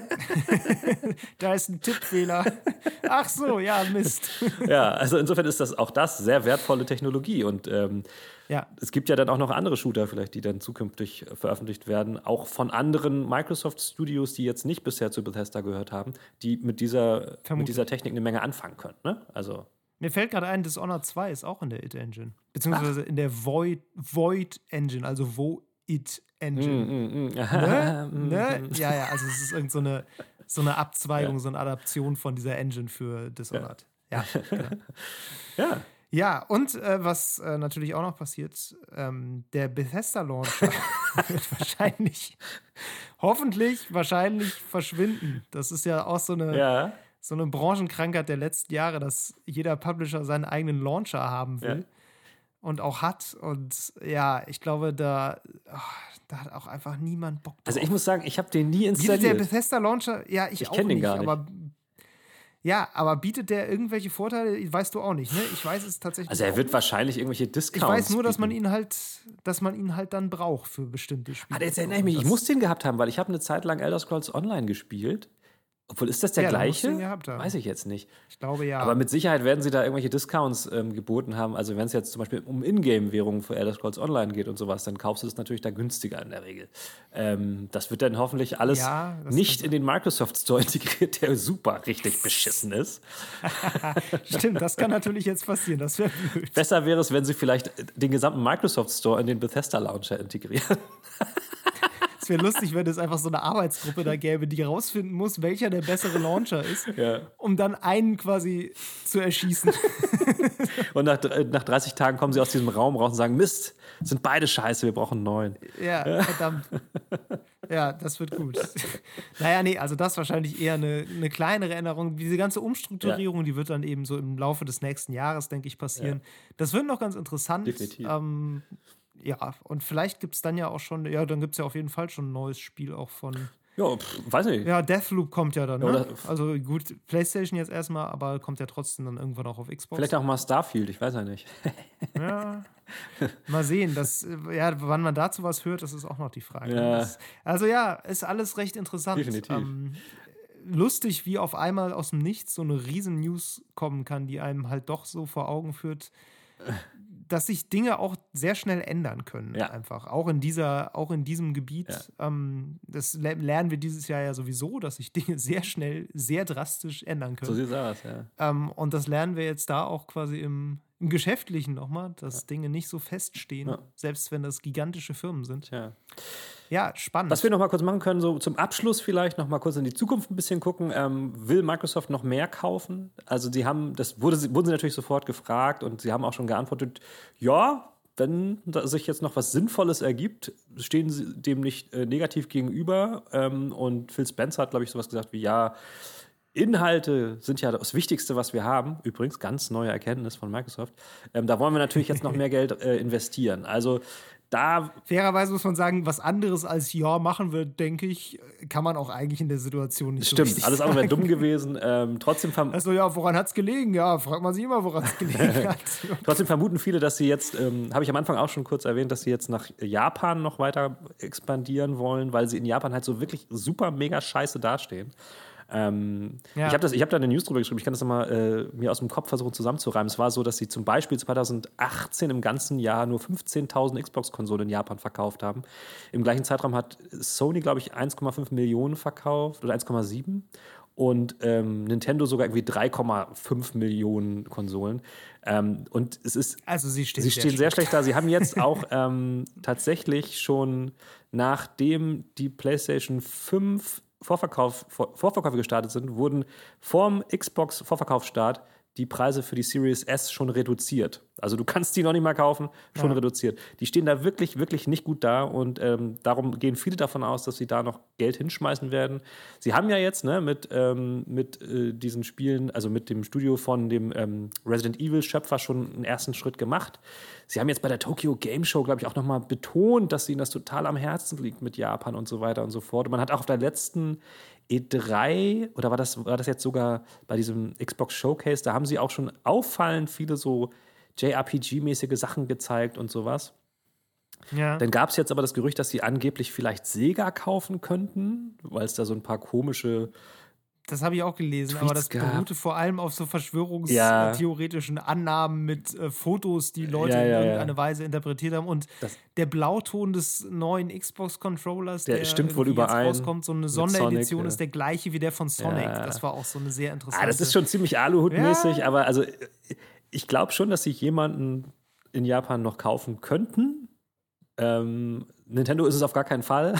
Da ist ein Tippfehler. Ach so, ja, Mist. Ja, also insofern ist das auch das sehr wertvolle Technologie und ähm, ja. es gibt ja dann auch noch andere Shooter vielleicht, die dann zukünftig veröffentlicht werden, auch von anderen Microsoft-Studios, die jetzt nicht bisher zu Bethesda gehört haben, die mit dieser, mit dieser Technik eine Menge anfangen können. Ne? Also mir fällt gerade ein, Dishonored zwei ist auch in der It-Engine. Beziehungsweise Ach. in der Void, Void Engine, also Vo-It Engine. Mm, mm, mm. Ne? ne? Ja, ja, also es ist irgend so eine, so eine Abzweigung, ja. so eine Adaption von dieser Engine für Dishonored. Ja, ja, genau. ja. Ja, und äh, was äh, natürlich auch noch passiert, ähm, der Bethesda-Launcher wird wahrscheinlich, hoffentlich, wahrscheinlich verschwinden. Das ist ja auch so eine, ja. so eine Branchenkrankheit der letzten Jahre, dass jeder Publisher seinen eigenen Launcher haben will. Ja. Und auch hat. Und ja, ich glaube, da, oh, da hat auch einfach niemand Bock drauf. Also ich muss sagen, ich habe den nie installiert. Bietet der Bethesda-Launcher? Ja, ich, ich auch kenn nicht. Den gar nicht. Aber ja, aber bietet der irgendwelche Vorteile? Weißt du auch nicht, ne? Ich weiß es tatsächlich Also er auch wird nicht. wahrscheinlich irgendwelche Discounts Ich weiß nur, dass man bieten. ihn halt, dass man ihn halt dann braucht für bestimmte Spiele. Ah, jetzt erinnere ich mich, ich muss den gehabt haben, weil ich habe eine Zeit lang Elder Scrolls Online gespielt. Obwohl, ist das der ja, gleiche? Gehabt haben. Weiß ich jetzt nicht. Ich glaube, ja. Aber mit Sicherheit werden sie da irgendwelche Discounts ähm, geboten haben. Also wenn es jetzt zum Beispiel um Ingame-Währungen für Elder Scrolls Online geht und sowas, dann kaufst du es natürlich da günstiger in der Regel. Ähm, das wird dann hoffentlich alles ja, nicht in den Microsoft Store integriert, der super richtig beschissen ist. Stimmt, das kann natürlich jetzt passieren. Das wäre blöd. Besser wäre es, wenn sie vielleicht den gesamten Microsoft Store in den Bethesda Launcher integrieren. Es wäre lustig, wenn es einfach so eine Arbeitsgruppe da gäbe, die rausfinden muss, welcher der bessere Launcher ist, ja. um dann einen quasi zu erschießen. Und nach, nach dreißig Tagen kommen sie aus diesem Raum raus und sagen, Mist, sind beide scheiße, wir brauchen einen neuen. Ja, verdammt. Ja, das wird gut. Naja, nee, also das wahrscheinlich eher eine, eine kleinere Änderung. Diese ganze Umstrukturierung, ja. die wird dann eben so im Laufe des nächsten Jahres, denke ich, passieren. Ja. Das wird noch ganz interessant. Definitiv. Ähm, Ja, und vielleicht gibt es dann ja auch schon, ja, dann gibt es ja auf jeden Fall schon ein neues Spiel auch von Ja, pff, weiß nicht. Ja, Deathloop kommt ja dann, ne? Oder- Also gut, PlayStation jetzt erstmal, aber kommt ja trotzdem dann irgendwann auch auf Xbox. Vielleicht auch mal Starfield, ich weiß ja nicht. Ja, mal sehen. Das, äh, ja, wann man dazu was hört, das ist auch noch die Frage. Ja. Das, also ja, ist alles recht interessant. Definitiv. Ähm, lustig, wie auf einmal aus dem Nichts so eine riesen News kommen kann, die einem halt doch so vor Augen führt, dass sich Dinge auch sehr schnell ändern können. Ja. Einfach. Auch in dieser, auch in diesem Gebiet. Ja. Ähm, das le- lernen wir dieses Jahr ja sowieso, dass sich Dinge sehr schnell, sehr drastisch ändern können. So sieht's aus, ja. Ähm, und das lernen wir jetzt da auch quasi im, im Geschäftlichen nochmal, dass Ja. Dinge nicht so feststehen, Ja. selbst wenn das gigantische Firmen sind. Tja. Ja, spannend. Was wir noch mal kurz machen können, so zum Abschluss vielleicht noch mal kurz in die Zukunft ein bisschen gucken. Ähm, will Microsoft noch mehr kaufen? Also sie haben, das wurde, wurden sie natürlich sofort gefragt und sie haben auch schon geantwortet, ja, wenn da sich jetzt noch was Sinnvolles ergibt, stehen sie dem nicht äh, negativ gegenüber. Ähm, und Phil Spencer hat, glaube ich, sowas gesagt wie, ja, Inhalte sind ja das Wichtigste, was wir haben. Übrigens, ganz neue Erkenntnis von Microsoft. Ähm, da wollen wir natürlich jetzt noch mehr Geld äh, investieren. Also da Fairerweise muss man sagen, was anderes als ja machen wir, denke ich, kann man auch eigentlich in der Situation nicht so stimmt, richtig alles sagen. andere wäre dumm gewesen. Ähm, trotzdem, verm Also ja, woran hat es gelegen? Ja, fragt man sich immer, woran es gelegen hat. trotzdem vermuten viele, dass sie jetzt, ähm, habe ich am Anfang auch schon kurz erwähnt, dass sie jetzt nach Japan noch weiter expandieren wollen, weil sie in Japan halt so wirklich super mega scheiße dastehen. Ähm, Ja. Ich habe hab da eine News drüber geschrieben, ich kann das nochmal äh, mir aus dem Kopf versuchen zusammenzureimen. Es war so, dass sie zum Beispiel zweitausendachtzehn im ganzen Jahr nur fünfzehntausend Xbox-Konsolen in Japan verkauft haben. Im gleichen Zeitraum hat Sony, glaube ich, eins Komma fünf Millionen verkauft oder eins Komma sieben und ähm, Nintendo sogar irgendwie drei Komma fünf Millionen Konsolen. Ähm, und es ist Also sie stehen, Sie sehr, stehen sehr schlecht. schlecht da. Sie haben jetzt auch ähm, tatsächlich schon, nachdem die PlayStation fünf Vorverkauf, Vor Vorverkäufe gestartet sind, wurden vorm Xbox-Vorverkaufsstart die Preise für die Series S schon reduziert. Also du kannst die noch nicht mal kaufen, schon Ja. reduziert. Die stehen da wirklich, wirklich nicht gut da und ähm, darum gehen viele davon aus, dass sie da noch Geld hinschmeißen werden. Sie haben ja jetzt ne, mit, ähm, mit äh, diesen Spielen, also mit dem Studio von dem ähm, Resident Evil-Schöpfer schon einen ersten Schritt gemacht. Sie haben jetzt bei der Tokyo Game Show, glaube ich, auch nochmal betont, dass ihnen das total am Herzen liegt mit Japan und so weiter und so fort. Und man hat auch auf der letzten E drei, oder war das, war das jetzt sogar bei diesem Xbox Showcase, da haben sie auch schon auffallend viele so J R P G-mäßige Sachen gezeigt und sowas. Ja. Dann gab es jetzt aber das Gerücht, dass sie angeblich vielleicht Sega kaufen könnten, weil es da so ein paar komische Das habe ich auch gelesen, Tweets aber das gab. beruhte vor allem auf so Ja. verschwörungstheoretischen Annahmen mit äh, Fotos, die Leute Ja, ja, in ja. irgendeine Weise interpretiert haben. Und Das- der Blauton des neuen Xbox-Controllers, Der der, stimmt wohl irgendwie jetzt überein rauskommt, so eine mit Sonderedition, Sonic, ja. ist der gleiche wie der von Sonic. Ja. Das war auch so eine sehr interessante. Ah, das ist schon ziemlich Aluhut-mäßig, Ja. aber also ich glaube schon, dass sie jemanden in Japan noch kaufen könnten. Ähm, Nintendo ist es auf gar keinen Fall.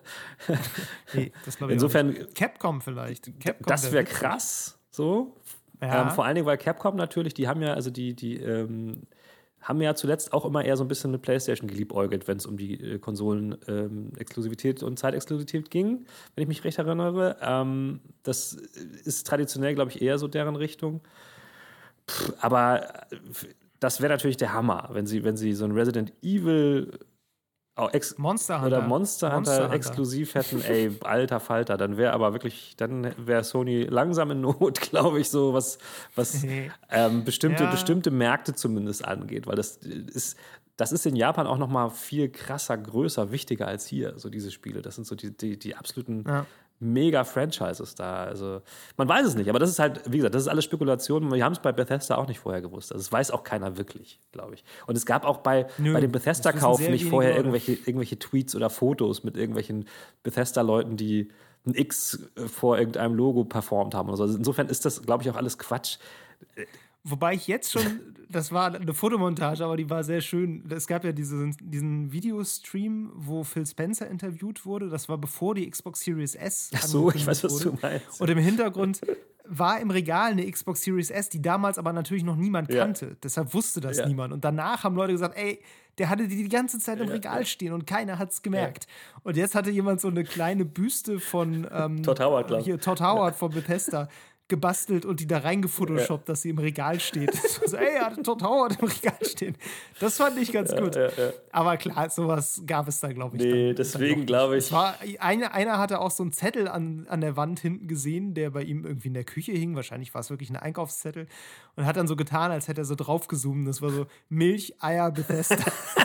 Nee, das glaube ich Insofern, auch nicht. Capcom vielleicht. Capcom das wär wäre witzig. krass. So. Ja. Ähm, vor allen Dingen, weil Capcom natürlich, die haben ja, also die, die ähm, haben ja zuletzt auch immer eher so ein bisschen mit PlayStation geliebäugelt, wenn es um die äh, Konsolen-Exklusivität und Zeitexklusivität ging, wenn ich mich recht erinnere. Ähm, das ist traditionell, glaube ich, eher so deren Richtung. Pff, aber äh, das wäre natürlich der Hammer, wenn sie, wenn sie so ein Resident Evil auch ex Monster Hunter. oder Monster Hunter, Monster Hunter. exklusiv hätten, ey, alter Falter, dann wäre aber wirklich, dann wäre Sony langsam in Not, glaube ich, so, was, was ähm, bestimmte, Ja. bestimmte Märkte zumindest angeht, weil das ist, das ist in Japan auch noch mal viel krasser, größer, wichtiger als hier, so diese Spiele. Das sind so die, die, die absoluten Ja. Mega-Franchises da. Also, man weiß es nicht, aber das ist halt, wie gesagt, das ist alles Spekulation. Wir haben es bei Bethesda auch nicht vorher gewusst. Also, es weiß auch keiner wirklich, glaube ich. Und es gab auch bei, Nö, bei dem das Bethesda-Kauf wissen sehr nicht wenige vorher Leute. irgendwelche, irgendwelche Tweets oder Fotos mit irgendwelchen Bethesda-Leuten, die ein X vor irgendeinem Logo performt haben oder so. Also insofern ist das, glaube ich, auch alles Quatsch. Wobei ich jetzt schon, das war eine Fotomontage, aber die war sehr schön. Es gab ja diese, diesen Videostream, wo Phil Spencer interviewt wurde. Das war bevor die Xbox Series S Ach so, ich weiß, was angekündigt du wurde. meinst. Und im Hintergrund war im Regal eine Xbox Series S, die damals aber natürlich noch niemand Ja. kannte. Deshalb wusste das Ja. niemand. Und danach haben Leute gesagt, ey, der hatte die die ganze Zeit im Ja, Regal ja. stehen und keiner hat es gemerkt. Und jetzt hatte jemand so eine kleine Büste von ähm, Todd Howard, glaub ich. hier, Todd Howard von Bethesda, gebastelt und die da reingefotoshoppt, ja. dass sie im Regal steht. So, ey, er hat Todd Howard im Regal stehen. Das fand ich ganz ja, gut. Ja, ja. Aber klar, sowas gab es da, glaube ich. Nee, dann, deswegen glaube ich. Es war, eine, einer hatte auch so einen Zettel an, an der Wand hinten gesehen, der bei ihm irgendwie in der Küche hing. Wahrscheinlich war es wirklich ein Einkaufszettel. Und hat dann so getan, als hätte er so draufgezoomt. Das war so Milch, Eier, Bethesda.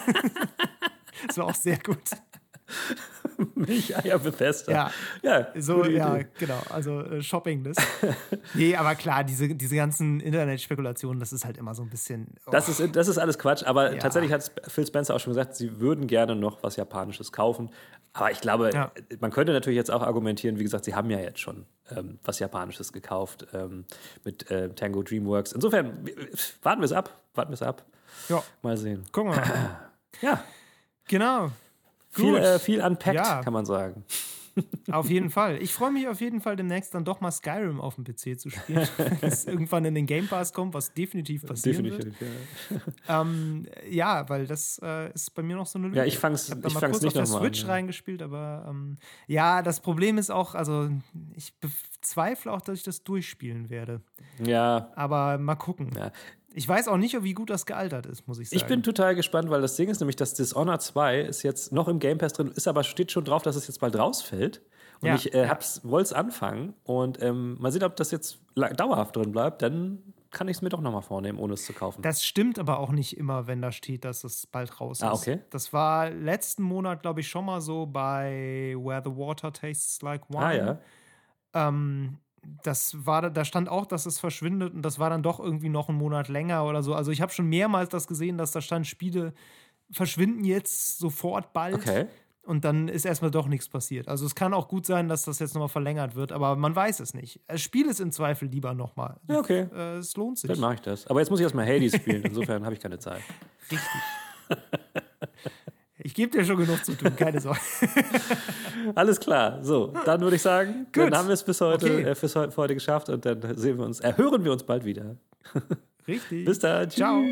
Das war auch sehr gut. Milch, Eier, Bethesda. Ja, ja, so, ja genau. Also äh, Shopping-List. Nee, aber klar, diese, diese ganzen Internetspekulationen, das ist halt immer so ein bisschen. Oh. Das, ist, das ist alles Quatsch, aber ja. tatsächlich hat Phil Spencer auch schon gesagt, sie würden gerne noch was Japanisches kaufen. Aber ich glaube, ja. man könnte natürlich jetzt auch argumentieren, wie gesagt, sie haben ja jetzt schon ähm, was Japanisches gekauft ähm, mit äh, Tango Dreamworks. Insofern, warten wir es ab. Warten wir es ab. Ja. Mal sehen. Gucken wir mal. Ja. Genau. Viel, äh, viel unpacked, ja. kann man sagen. Auf jeden Fall. Ich freue mich auf jeden Fall demnächst dann doch mal Skyrim auf dem P C zu spielen, wenn es irgendwann in den Game Pass kommt, was definitiv passieren definitiv, wird. Ja. Ähm, ja, weil das äh, ist bei mir noch so eine Lücke. Ja, ich fang's, ich habe da ich mal fang's kurz nicht auf der noch mal Switch an, ja. reingespielt, aber ähm, ja, das Problem ist auch, also ich bezweifle auch, dass ich das durchspielen werde. Ja. Aber mal gucken. Ja. Ich weiß auch nicht, wie gut das gealtert ist, muss ich sagen. Ich bin total gespannt, weil das Ding ist nämlich, dass Dishonored zwei ist jetzt noch im Game Pass drin, ist aber steht schon drauf, dass es jetzt bald rausfällt. Und ja, ich äh, ja. wollte es anfangen und ähm, mal sehen, ob das jetzt dauerhaft drin bleibt. Dann kann ich es mir doch nochmal vornehmen, ohne es zu kaufen. Das stimmt aber auch nicht immer, wenn da steht, dass es bald raus ist. Ah, okay. Das war letzten Monat, glaube ich, schon mal so bei Where the Water Tastes Like Wine. Ah, ja. Ähm, das war, da stand auch, dass es verschwindet und das war dann doch irgendwie noch einen Monat länger oder so. Also ich habe schon mehrmals das gesehen, dass da stand, Spiele verschwinden jetzt sofort bald. Okay. Und dann ist erstmal doch nichts passiert. Also es kann auch gut sein, dass das jetzt nochmal verlängert wird, aber man weiß es nicht. Spiel es im Zweifel lieber nochmal. Ja, okay. Äh, es lohnt sich. Dann mache ich das. Aber jetzt muss ich erstmal Hades spielen, insofern habe ich keine Zeit. Richtig. Ich gebe dir schon genug zu tun, keine Sorge. Alles klar. So, dann würde ich sagen, Gut. dann haben wir es bis heute, Okay. äh, bis heute, für heute geschafft und dann sehen wir uns, äh, hören wir uns bald wieder. Richtig. Bis dann. Ciao.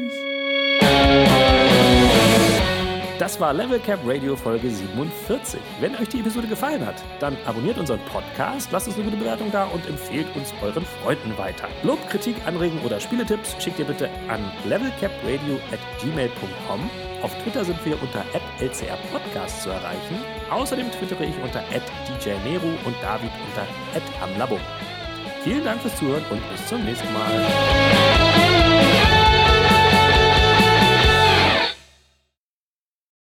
Das war Level Cap Radio Folge siebenundvierzig. Wenn euch die Episode gefallen hat, dann abonniert unseren Podcast, lasst uns eine gute Bewertung da und empfehlt uns euren Freunden weiter. Lob, Kritik, Anregungen oder Spieletipps schickt ihr bitte an levelcapradio at gmail punkt com. Auf Twitter sind wir unter at l c r podcast zu erreichen. Außerdem twittere ich unter at d j nero und David unter at amlabo. Vielen Dank fürs Zuhören und bis zum nächsten Mal.